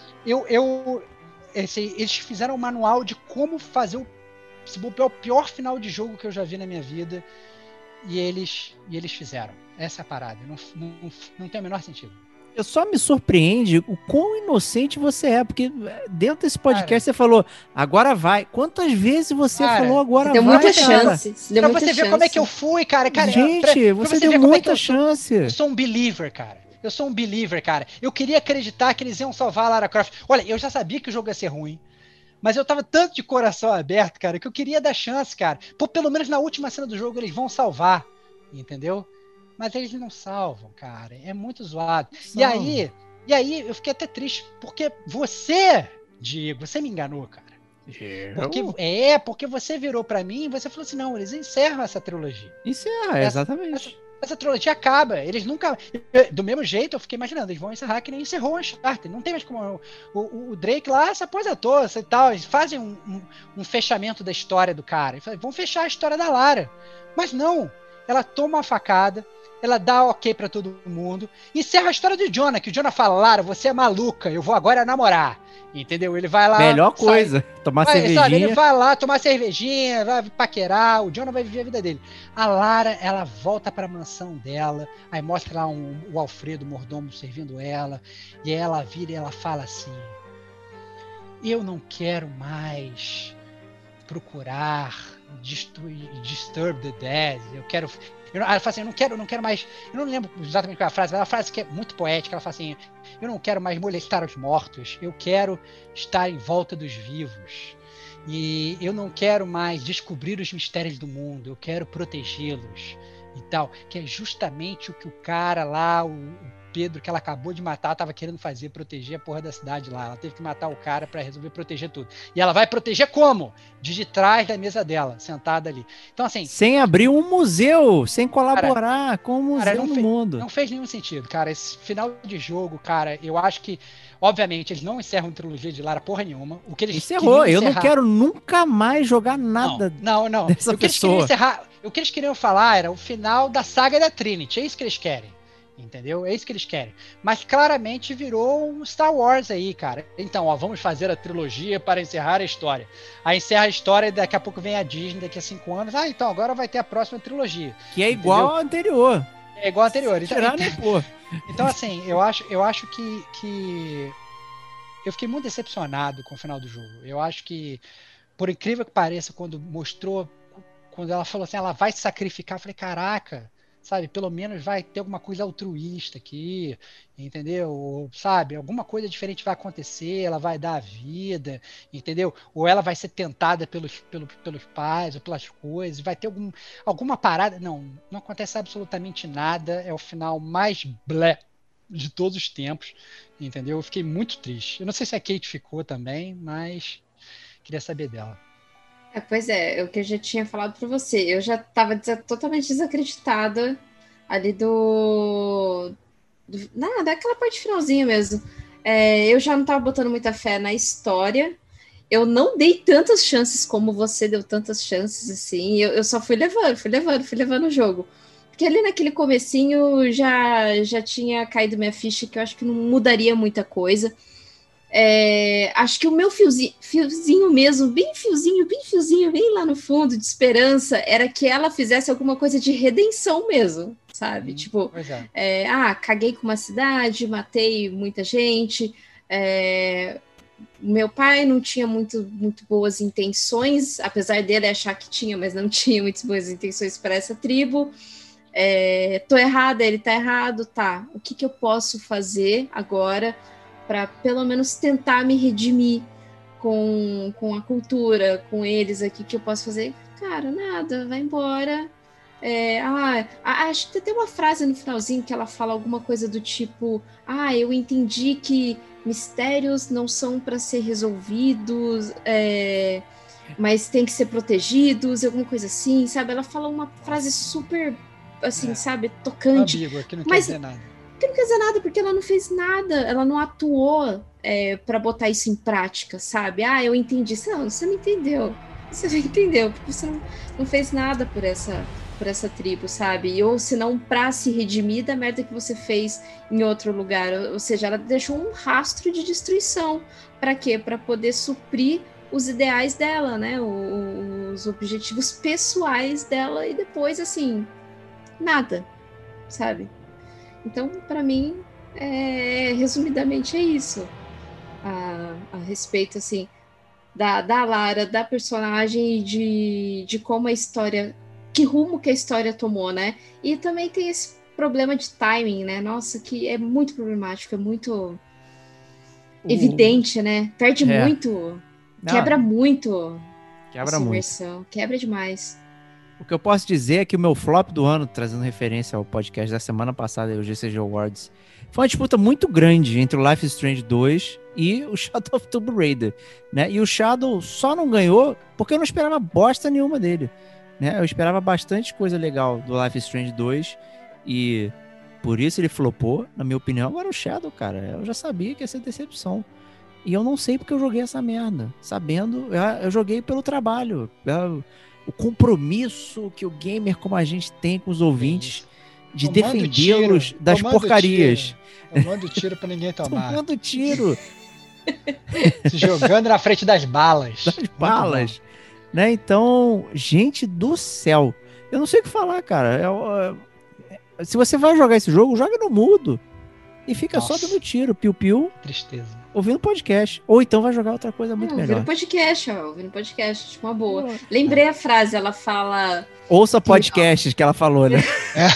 Speaker 1: Eles fizeram um manual de como fazer o pior final de jogo que eu já vi na minha vida. E eles fizeram. Essa é a parada. Não tem o menor sentido.
Speaker 4: Eu só me surpreende o quão inocente você é, porque dentro desse podcast você falou, agora vai. Quantas vezes você falou agora vai?
Speaker 5: Deu muita chance.
Speaker 1: Pra você ver como é que eu fui, cara.
Speaker 4: Gente, você deu muita chance.
Speaker 1: Eu sou um believer, cara. Eu queria acreditar que eles iam salvar a Lara Croft. Olha, eu já sabia que o jogo ia ser ruim. Mas eu tava tanto de coração aberto, cara, que eu queria dar chance, cara. Pô, pelo menos na última cena do jogo eles vão salvar. Entendeu? Mas eles não salvam, cara. É muito zoado. E aí eu fiquei até triste, porque você, Diego, você me enganou, cara. Porque você virou pra mim e você falou assim, não, eles encerram essa trilogia.
Speaker 4: Exatamente.
Speaker 1: Essa trilogia acaba. Eles nunca... Do mesmo jeito, eu fiquei imaginando, eles vão encerrar que nem encerrou o Uncharted. Não tem mais como... O Drake lá se aposentou e tal. Eles fazem um fechamento da história do cara. Eles vão fechar a história da Lara. Mas não. Ela toma uma facada, ela dá ok pra todo mundo, encerra a história do Jonah, que o Jonah fala, Lara, você é maluca, eu vou agora namorar. Entendeu? Ele vai lá...
Speaker 4: Melhor coisa, tomar cervejinha.
Speaker 1: Sabe, ele vai lá tomar cervejinha, vai paquerar, o Jonah vai viver a vida dele. A Lara, ela volta pra mansão dela, aí mostra lá o Alfredo, o mordomo, servindo ela, e aí ela vira e ela fala assim, eu não quero mais procurar disturb the dead, ela fala assim, eu não quero mais, eu não lembro exatamente qual é a frase, mas é uma frase que é muito poética, ela fala assim, eu não quero mais molestar os mortos, eu quero estar em volta dos vivos, e eu não quero mais descobrir os mistérios do mundo, eu quero protegê-los e tal, que é justamente o que o cara lá, o Pedro, que ela acabou de matar, tava querendo fazer, proteger a porra da cidade lá. Ela teve que matar o cara pra resolver proteger tudo. E ela vai proteger como? De trás da mesa dela, sentada ali. Então, assim...
Speaker 4: Sem abrir um museu, sem colaborar com o museu no mundo.
Speaker 1: Não fez nenhum sentido, cara. Esse final de jogo, cara, eu acho que, obviamente, eles não encerram a trilogia de Lara porra nenhuma. O que eles
Speaker 4: encerrou. Eu não quero nunca mais jogar nada
Speaker 1: não.
Speaker 4: dessa pessoa.
Speaker 1: O que eles queriam falar era o final da saga da Trinity. É isso que eles querem. Entendeu? É isso que eles querem. Mas claramente virou um Star Wars aí, cara. Então, vamos fazer a trilogia para encerrar a história. Aí encerra a história e daqui a pouco vem a Disney, daqui a 5 anos. Então agora vai ter a próxima trilogia.
Speaker 4: Que é igual ao anterior.
Speaker 1: É igual ao anterior.
Speaker 4: Então,
Speaker 1: assim, eu acho que... Eu fiquei muito decepcionado com o final do jogo. Eu acho que, por incrível que pareça, quando ela falou assim, ela vai se sacrificar, eu falei, caraca... Sabe, pelo menos vai ter alguma coisa altruísta aqui, entendeu? Sabe, alguma coisa diferente vai acontecer, ela vai dar a vida, entendeu? Ou ela vai ser tentada pelos pais ou pelas coisas, vai ter alguma parada. Não acontece absolutamente nada, é o final mais blé de todos os tempos, entendeu? Eu fiquei muito triste. Eu não sei se a Kate ficou também, mas queria saber dela.
Speaker 5: Pois é o que eu já tinha falado para você. Eu já estava totalmente desacreditada ali daquela parte finalzinha mesmo. Eu já não estava botando muita fé na história. Eu não dei tantas chances como você deu tantas chances, assim. Eu só fui levando o jogo. Porque ali naquele comecinho já tinha caído minha ficha que eu acho que não mudaria muita coisa. Acho que o meu fiozinho mesmo, bem fiozinho, bem lá no fundo, de esperança, era que ela fizesse alguma coisa de redenção mesmo, sabe? Tipo, caguei com uma cidade, matei muita gente, meu pai não tinha muito boas intenções, apesar dele achar que tinha, mas não tinha muitas boas intenções para essa tribo. Tô errada, ele tá errado, tá. O que eu posso fazer agora para pelo menos tentar me redimir com a cultura, com eles aqui, que eu posso fazer? Cara, nada, vai embora. Acho que tem uma frase no finalzinho que ela fala alguma coisa do tipo: eu entendi que mistérios não são para ser resolvidos, mas tem que ser protegidos, alguma coisa assim, sabe? Ela fala uma frase super, assim, sabe, tocante.
Speaker 1: Ambígua, que não quer dizer nada.
Speaker 5: Que não quer dizer nada, porque ela não fez nada, ela não atuou para botar isso em prática, sabe? Eu entendi. Não, você não entendeu. Você não entendeu, porque você não fez nada por essa tribo, sabe? Ou se não, pra se redimir da merda que você fez em outro lugar. Ou seja, ela deixou um rastro de destruição. Pra quê? Pra poder suprir os ideais dela, né? Os objetivos pessoais dela, e depois, assim, nada, sabe? Então, pra mim, resumidamente é isso. A respeito, assim, da Lara, da personagem e de como a história, que rumo que a história tomou, né? E também tem esse problema de timing, né? Nossa, que é muito problemático, é muito evidente, né? Perde muito, quebra muito.
Speaker 4: Quebra muito.
Speaker 5: Imersão, quebra demais.
Speaker 4: O que eu posso dizer é que o meu flop do ano, trazendo referência ao podcast da semana passada, o GCG Awards, foi uma disputa muito grande entre o Life is Strange 2 e o Shadow of Tomb Raider, né? E o Shadow só não ganhou porque eu não esperava bosta nenhuma dele, né? Eu esperava bastante coisa legal do Life is Strange 2 e por isso ele flopou, na minha opinião. Agora o Shadow, cara, eu já sabia que ia ser decepção. E eu não sei porque eu joguei essa merda. Sabendo, eu joguei pelo trabalho. O compromisso que o gamer como a gente tem com os ouvintes de defendê-los das porcarias.
Speaker 1: Tomando tiro pra ninguém tomar.
Speaker 4: Tomando tiro.
Speaker 1: Se jogando na frente das balas.
Speaker 4: Das balas. Né? Então, gente do céu. Eu não sei o que falar, cara. Se você vai jogar esse jogo, joga no mudo. E fica só dando tiro, piu-piu.
Speaker 1: Tristeza.
Speaker 4: Ouvindo podcast. Ou então vai jogar outra coisa muito melhor.
Speaker 5: Ouvindo podcast, tipo uma boa. Lembrei a frase, ela fala...
Speaker 4: Ouça podcasts que ela falou, né?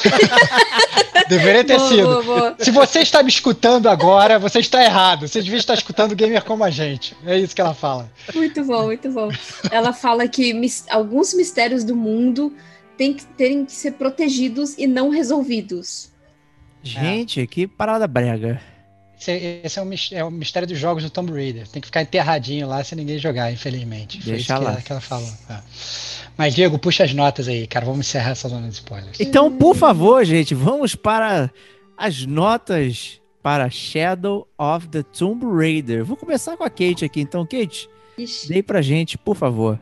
Speaker 1: Deveria ter sido. Boa. Se você está me escutando agora, você está errado. Você devia estar escutando gamer como a gente. É isso que ela fala.
Speaker 5: Muito bom, muito bom. Ela fala que alguns mistérios do mundo terem que ser protegidos e não resolvidos.
Speaker 4: Gente, que parada brega.
Speaker 1: Esse é o mistério dos jogos do Tomb Raider. Tem que ficar enterradinho lá sem ninguém jogar, infelizmente.
Speaker 4: Deixa
Speaker 1: Foi
Speaker 4: lá.
Speaker 1: isso que ela falou. Mas, Diego, puxa as notas aí, cara. Vamos encerrar essa zona de spoilers.
Speaker 4: Então, por favor, gente, vamos para as notas para Shadow of the Tomb Raider. Vou começar com a Kate aqui. Então, Kate, dê pra gente, por favor.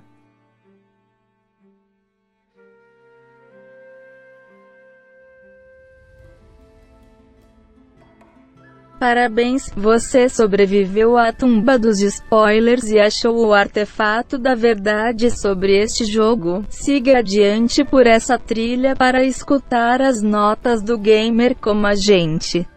Speaker 3: Parabéns, você sobreviveu à tumba dos spoilers e achou o artefato da verdade sobre este jogo. Siga adiante por essa trilha para escutar as notas do gamer como a gente.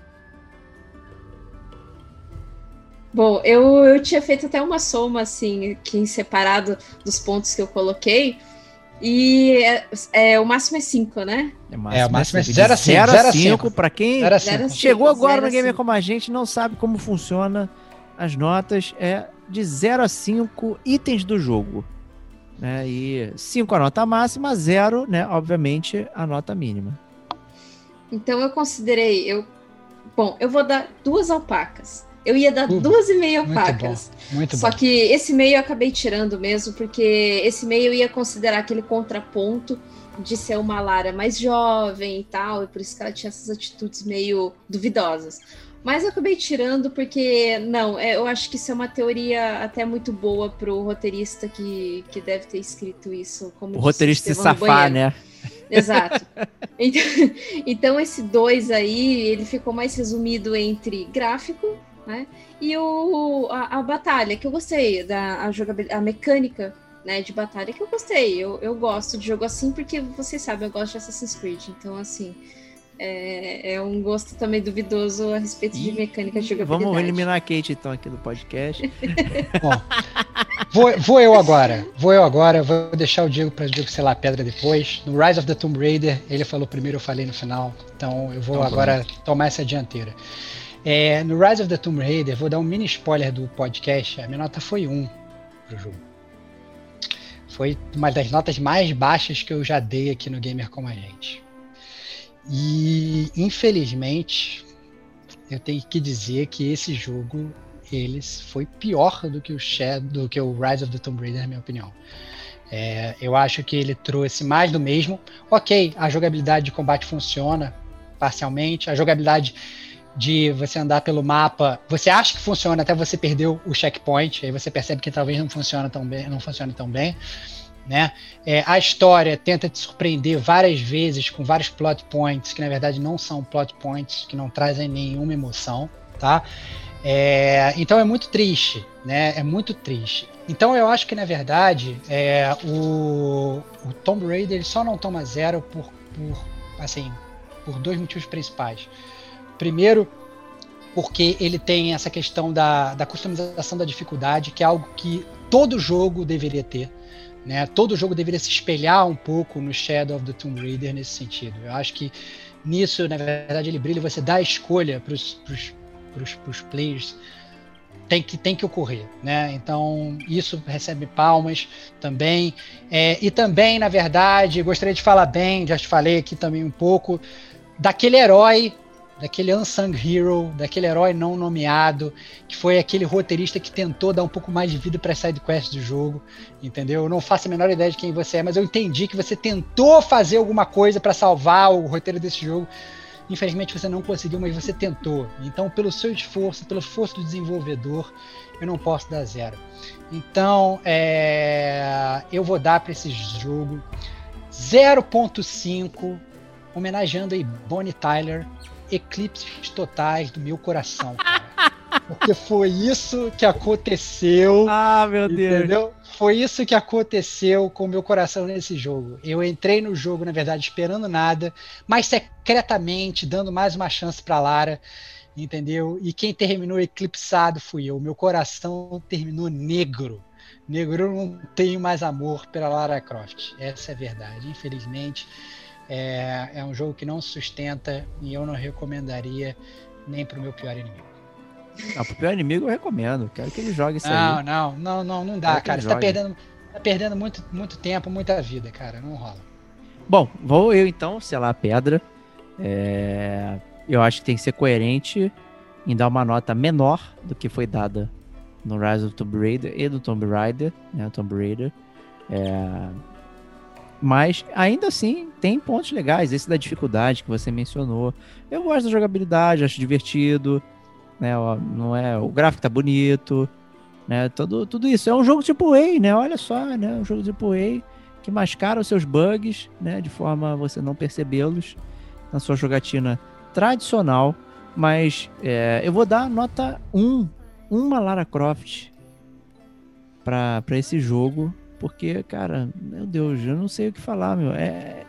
Speaker 5: Bom, eu tinha feito até uma soma, assim, aqui em separado dos pontos que eu coloquei. E o máximo é 5, né?
Speaker 1: O máximo é 0 a 5.
Speaker 4: 0 a 5. Pra quem chegou agora no Gamer Como a Gente, não sabe como funciona as notas. É de 0 a 5 itens do jogo. Né? E 5 a nota máxima, 0, né? Obviamente, a nota mínima.
Speaker 5: Então eu considerei... eu vou dar 2 alpacas. Eu ia dar 2,5 alpacas.
Speaker 1: Muito bom.
Speaker 5: Só que esse meio eu acabei tirando mesmo, porque esse meio eu ia considerar aquele contraponto de ser uma Lara mais jovem e tal, e por isso que ela tinha essas atitudes meio duvidosas. Mas eu acabei tirando porque, eu acho que isso é uma teoria até muito boa pro roteirista que deve ter escrito isso. Como
Speaker 4: o roteirista se safar, né?
Speaker 5: Exato. Então esse 2 aí, ele ficou mais resumido entre gráfico, né? E a batalha, que eu gostei, a mecânica, né, de batalha, que eu gostei. Eu gosto de jogo assim, porque vocês sabem, eu gosto de Assassin's Creed. Então, assim, é um gosto também duvidoso a respeito de mecânica de jogabilidade.
Speaker 4: Vamos eliminar a Kate, então, aqui do podcast.
Speaker 1: Bom, vou eu agora, vou deixar o Diego para selar a pedra depois. No Rise of the Tomb Raider, ele falou primeiro, eu falei no final. Então, eu vou agora tomar essa dianteira. No Rise of the Tomb Raider, vou dar um mini spoiler do podcast, a minha nota foi 1 pro jogo. Foi uma das notas mais baixas que eu já dei aqui no Gamer Como a Gente. E, infelizmente, eu tenho que dizer que esse jogo foi pior do que o Rise of the Tomb Raider, na minha opinião. Eu acho que ele trouxe mais do mesmo. Ok, a jogabilidade de combate funciona parcialmente, a jogabilidade de você andar pelo mapa, você acha que funciona até você perder o checkpoint, aí você percebe que talvez não funcione tão bem, né? A história tenta te surpreender várias vezes com vários plot points que na verdade não são plot points, que não trazem nenhuma emoção, tá? Então é muito triste, né? É muito triste. Então eu acho que na verdade o Tomb Raider ele só não toma 0 por 2 motivos principais. Primeiro, porque ele tem essa questão da customização da dificuldade, que é algo que todo jogo deveria ter, né? Todo jogo deveria se espelhar um pouco no Shadow of the Tomb Raider nesse sentido. Eu acho que nisso, na verdade, ele brilha. Você dá a escolha para os players, tem que ocorrer, né? Então isso recebe palmas também. E também, na verdade, gostaria de falar bem, já te falei aqui também um pouco, daquele herói, daquele unsung hero, daquele herói não nomeado, que foi aquele roteirista que tentou dar um pouco mais de vida para as sidequests do jogo, entendeu? Eu não faço a menor ideia de quem você é, mas eu entendi que você tentou fazer alguma coisa para salvar o roteiro desse jogo. Infelizmente você não conseguiu, mas você tentou. Então, pelo seu esforço, pelo esforço do desenvolvedor, eu não posso dar 0. Então, eu vou dar para esse jogo 0.5, homenageando aí Bonnie Tyler, eclipses totais do meu coração, cara. Porque foi isso que aconteceu.
Speaker 4: Ah, meu Deus.
Speaker 1: Entendeu? Foi isso que aconteceu com o meu coração nesse jogo. Eu entrei no jogo, na verdade, esperando nada, mas secretamente dando mais uma chance pra Lara, entendeu? E quem terminou eclipsado fui eu. Meu coração terminou negro. Negro, eu não tenho mais amor pela Lara Croft. Essa é a verdade. Infelizmente, é um jogo que não sustenta e eu não recomendaria nem pro meu pior inimigo.
Speaker 4: Pro pior inimigo eu recomendo. Quero que ele jogue isso aí.
Speaker 1: Não dá, cara. Você tá perdendo muito tempo, muita vida, cara. Não rola.
Speaker 4: Bom, vou eu então selar a pedra. Eu acho que tem que ser coerente em dar uma nota menor do que foi dada no Rise of Tomb Raider e do Tomb Raider, né? Tomb Raider. Mas ainda assim tem pontos legais. Esse da dificuldade que você mencionou. Eu gosto da jogabilidade, acho divertido. Né, o gráfico tá bonito, né, tudo isso. É um jogo AAA, né? Olha só, né? Um jogo AAA que mascara os seus bugs, né? De forma a você não percebê-los na sua jogatina tradicional. Mas eu vou dar nota 1, uma Lara Croft pra esse jogo, porque, cara, meu Deus, eu não sei o que falar, meu. É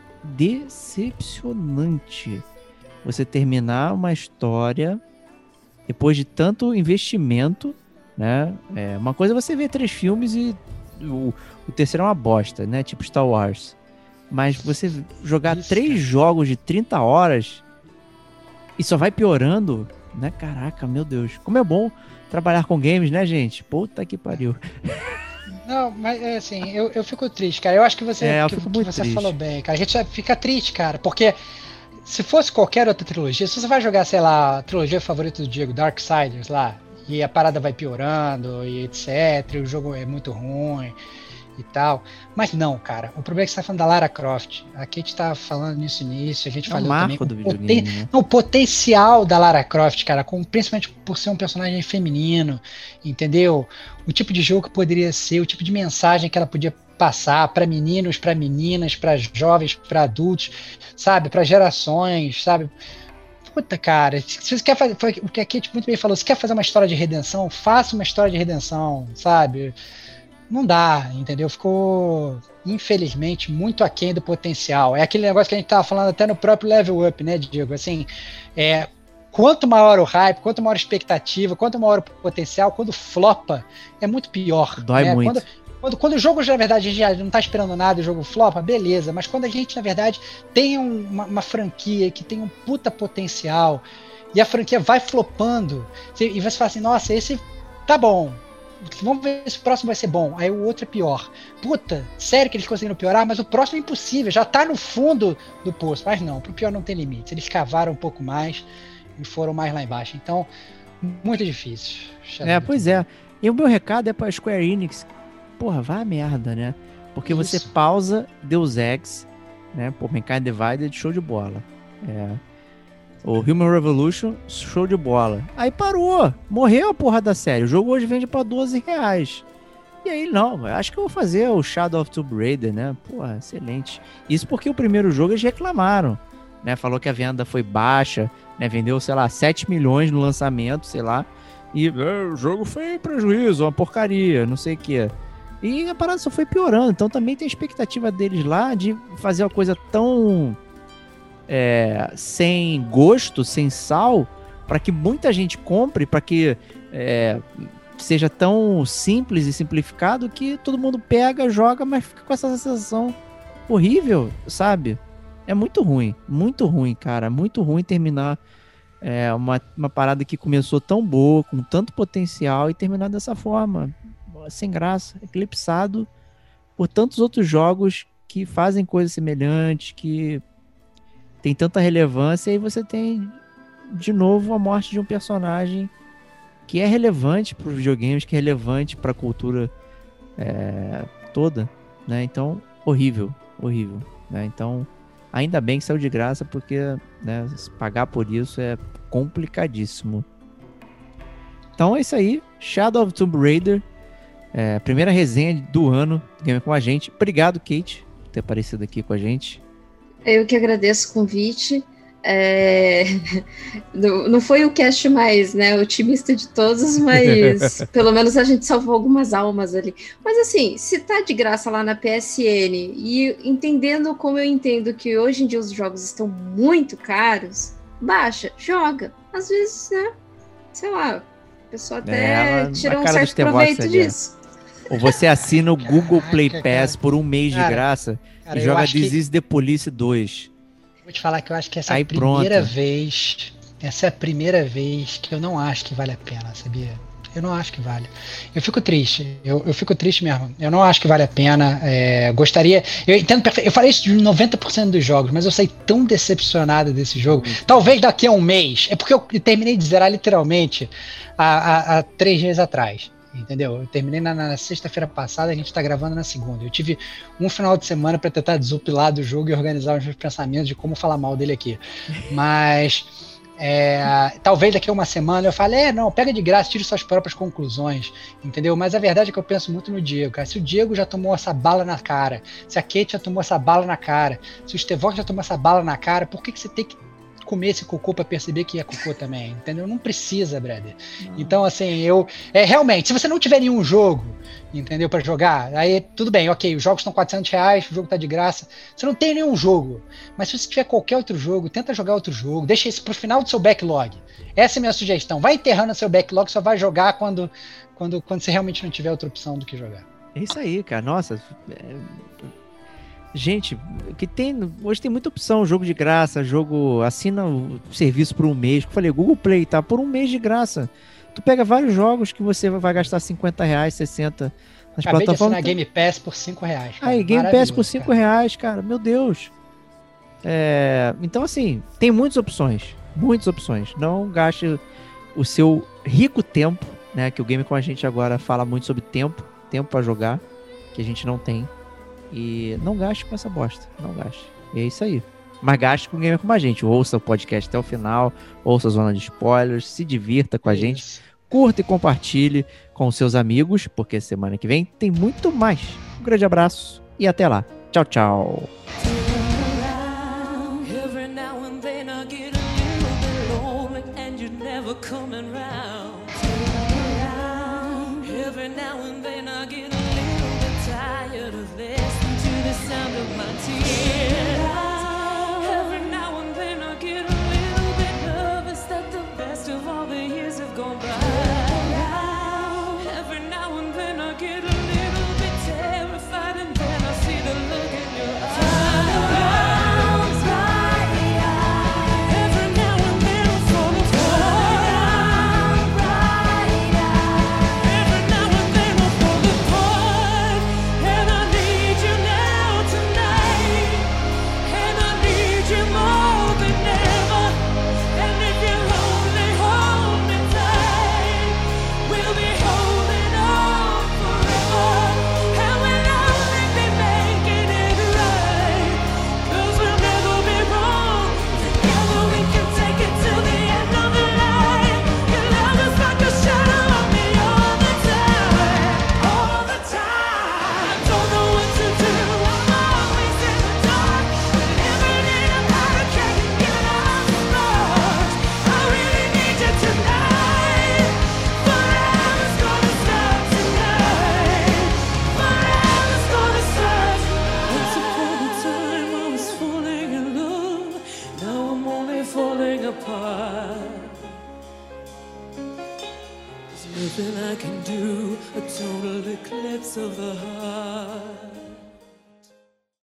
Speaker 4: decepcionante você terminar uma história depois de tanto investimento, né? Uma coisa é você ver 3 filmes e o terceiro é uma bosta, né? Tipo Star Wars. Mas você jogar 3 jogos de 30 horas e só vai piorando, né? Caraca, meu Deus. Como é bom trabalhar com games, né, gente? Puta que pariu.
Speaker 1: Não, mas assim, eu fico triste, cara. Eu acho que você falou bem, cara. A gente fica triste, cara, porque se fosse qualquer outra trilogia, se você vai jogar, sei lá, a trilogia favorita do Diego, Darksiders lá, e a parada vai piorando, e etc, e o jogo é muito ruim e tal. Mas não, cara, o problema é que você tá falando da Lara Croft. A Kate tava falando nisso início, a gente falou também
Speaker 4: né?
Speaker 1: O potencial da Lara Croft, cara, principalmente por ser um personagem feminino, entendeu? O tipo de jogo que poderia ser, o tipo de mensagem que ela podia passar para meninos, para meninas, para jovens, para adultos, sabe, para gerações, sabe? Puta, cara, se você quer fazer, foi o que a Kate muito bem falou, se quer fazer uma história de redenção, faça uma história de redenção, sabe? Não dá, entendeu? Ficou, infelizmente, muito aquém do potencial. É aquele negócio que a gente tava falando até no próprio Level Up, né, Diego? Assim, quanto maior o hype, quanto maior a expectativa, quanto maior o potencial, quando flopa, é muito pior.
Speaker 4: Dói, né? Muito.
Speaker 1: Quando o jogo, na verdade, a gente já não tá esperando nada, o jogo flopa, beleza. Mas quando a gente, na verdade, tem uma franquia que tem um puta potencial e a franquia vai flopando, e você fala assim, nossa, esse tá bom, vamos ver se o próximo vai ser bom, aí o outro é pior. Puta, sério que eles conseguiram piorar, mas o próximo é impossível, já tá no fundo do poço. Mas não, pro pior não tem limites, eles cavaram um pouco mais e foram mais lá embaixo, então muito difícil.
Speaker 4: Pois é, e o meu recado é pra Square Enix, porra, vai a merda, né? Porque
Speaker 1: Isso.
Speaker 4: você pausa Deus Ex, né? Pô, Mankind Divided, show de bola. O Human Revolution, show de bola. Aí parou, morreu a porra da série. O jogo hoje vende pra R$12. E aí, não, acho que eu vou fazer o Shadow of Tomb Raider, né? Porra, excelente. Isso porque o primeiro jogo eles reclamaram, né? Falou que a venda foi baixa, né? Vendeu, sei lá, 7 milhões no lançamento, sei lá. E o jogo foi prejuízo, uma porcaria, não sei o que. E a parada só foi piorando. Então também tem a expectativa deles lá de fazer uma coisa tão sem gosto, sem sal, para que muita gente compre, para que seja tão simples e simplificado que todo mundo pega, joga, mas fica com essa sensação horrível, sabe? É muito ruim, cara. Muito ruim terminar uma parada que começou tão boa, com tanto potencial, e terminar dessa forma, sem graça, eclipsado por tantos outros jogos que fazem coisas semelhantes, que tem tanta relevância, e aí você tem de novo a morte de um personagem que é relevante para os videogames, que é relevante para a cultura toda, né? Então, horrível, né? Então, ainda bem que saiu de graça, porque, né, pagar por isso é complicadíssimo. Então é isso aí, Shadow of Tomb Raider, primeira resenha do ano do Gamer com a gente. Obrigado, Kate, por ter aparecido aqui com a gente.
Speaker 5: Eu que agradeço o convite. Não foi o cast mais, né, otimista de todos, mas pelo menos a gente salvou algumas almas ali. Mas assim, se tá de graça lá na PSN, e entendendo como eu entendo que hoje em dia os jogos estão muito caros, baixa, joga. Às vezes, né, sei lá, a pessoa até tira um certo proveito disso.
Speaker 4: Ou você assina o Google Play Pass por um mês de graça e joga This is the Police 2.
Speaker 1: Vou te falar que eu acho que essa é a primeira vez. Essa é a primeira vez que eu não acho que vale a pena, sabia? Eu não acho que vale. Eu fico triste. Eu fico triste mesmo. Eu não acho que vale a pena. Gostaria. Eu entendo perfeito. Eu falei isso de 90% dos jogos, mas eu saí tão decepcionado desse jogo. Talvez daqui a um mês. É porque eu terminei de zerar literalmente há 3 dias atrás. Entendeu? Eu terminei na sexta-feira passada, a gente tá gravando na segunda. Eu tive um final de semana para tentar desopilar do jogo e organizar os meus pensamentos de como falar mal dele aqui. Mas talvez daqui a uma semana eu fale, não, pega de graça, tire suas próprias conclusões, entendeu? Mas a verdade é que eu penso muito no Diego, cara. Se o Diego já tomou essa bala na cara, se a Kate já tomou essa bala na cara, se o Stevok já tomou essa bala na cara, por que você tem que comer esse cocô pra perceber que é cocô também, entendeu? Não precisa, brother. Então, assim, realmente, se você não tiver nenhum jogo, entendeu, pra jogar, aí tudo bem, ok, os jogos estão R$400, o jogo tá de graça, você não tem nenhum jogo, mas se você tiver qualquer outro jogo, tenta jogar outro jogo, deixa isso pro final do seu backlog. Essa é a minha sugestão. Vai enterrando seu backlog, só vai jogar quando você realmente não tiver outra opção do que jogar.
Speaker 4: É isso aí, cara. Nossa, gente, hoje tem muita opção, jogo de graça, assina o serviço por um mês, que eu falei, Google Play, tá por um mês de graça. Tu pega vários jogos que você vai gastar R$50, 60 nas
Speaker 1: Acabei
Speaker 4: plataformas.
Speaker 1: De assinar Game Pass por R$5.
Speaker 4: Aí, Game Pass por R$5, cara, meu Deus. Então, assim, tem muitas opções. Não gaste o seu rico tempo, né? Que o Game com a gente agora fala muito sobre tempo pra jogar, que a gente não tem. E não gaste com essa bosta, não gaste. E é isso aí. Mas gaste com o Gamer como a gente. Ouça o podcast até o final, ouça a Zona de Spoilers, se divirta com a gente, curta e compartilhe com os seus amigos, porque semana que vem tem muito mais. Um grande abraço e até lá. Tchau, tchau.
Speaker 6: apart. There's nothing I can do, a total eclipse of the heart.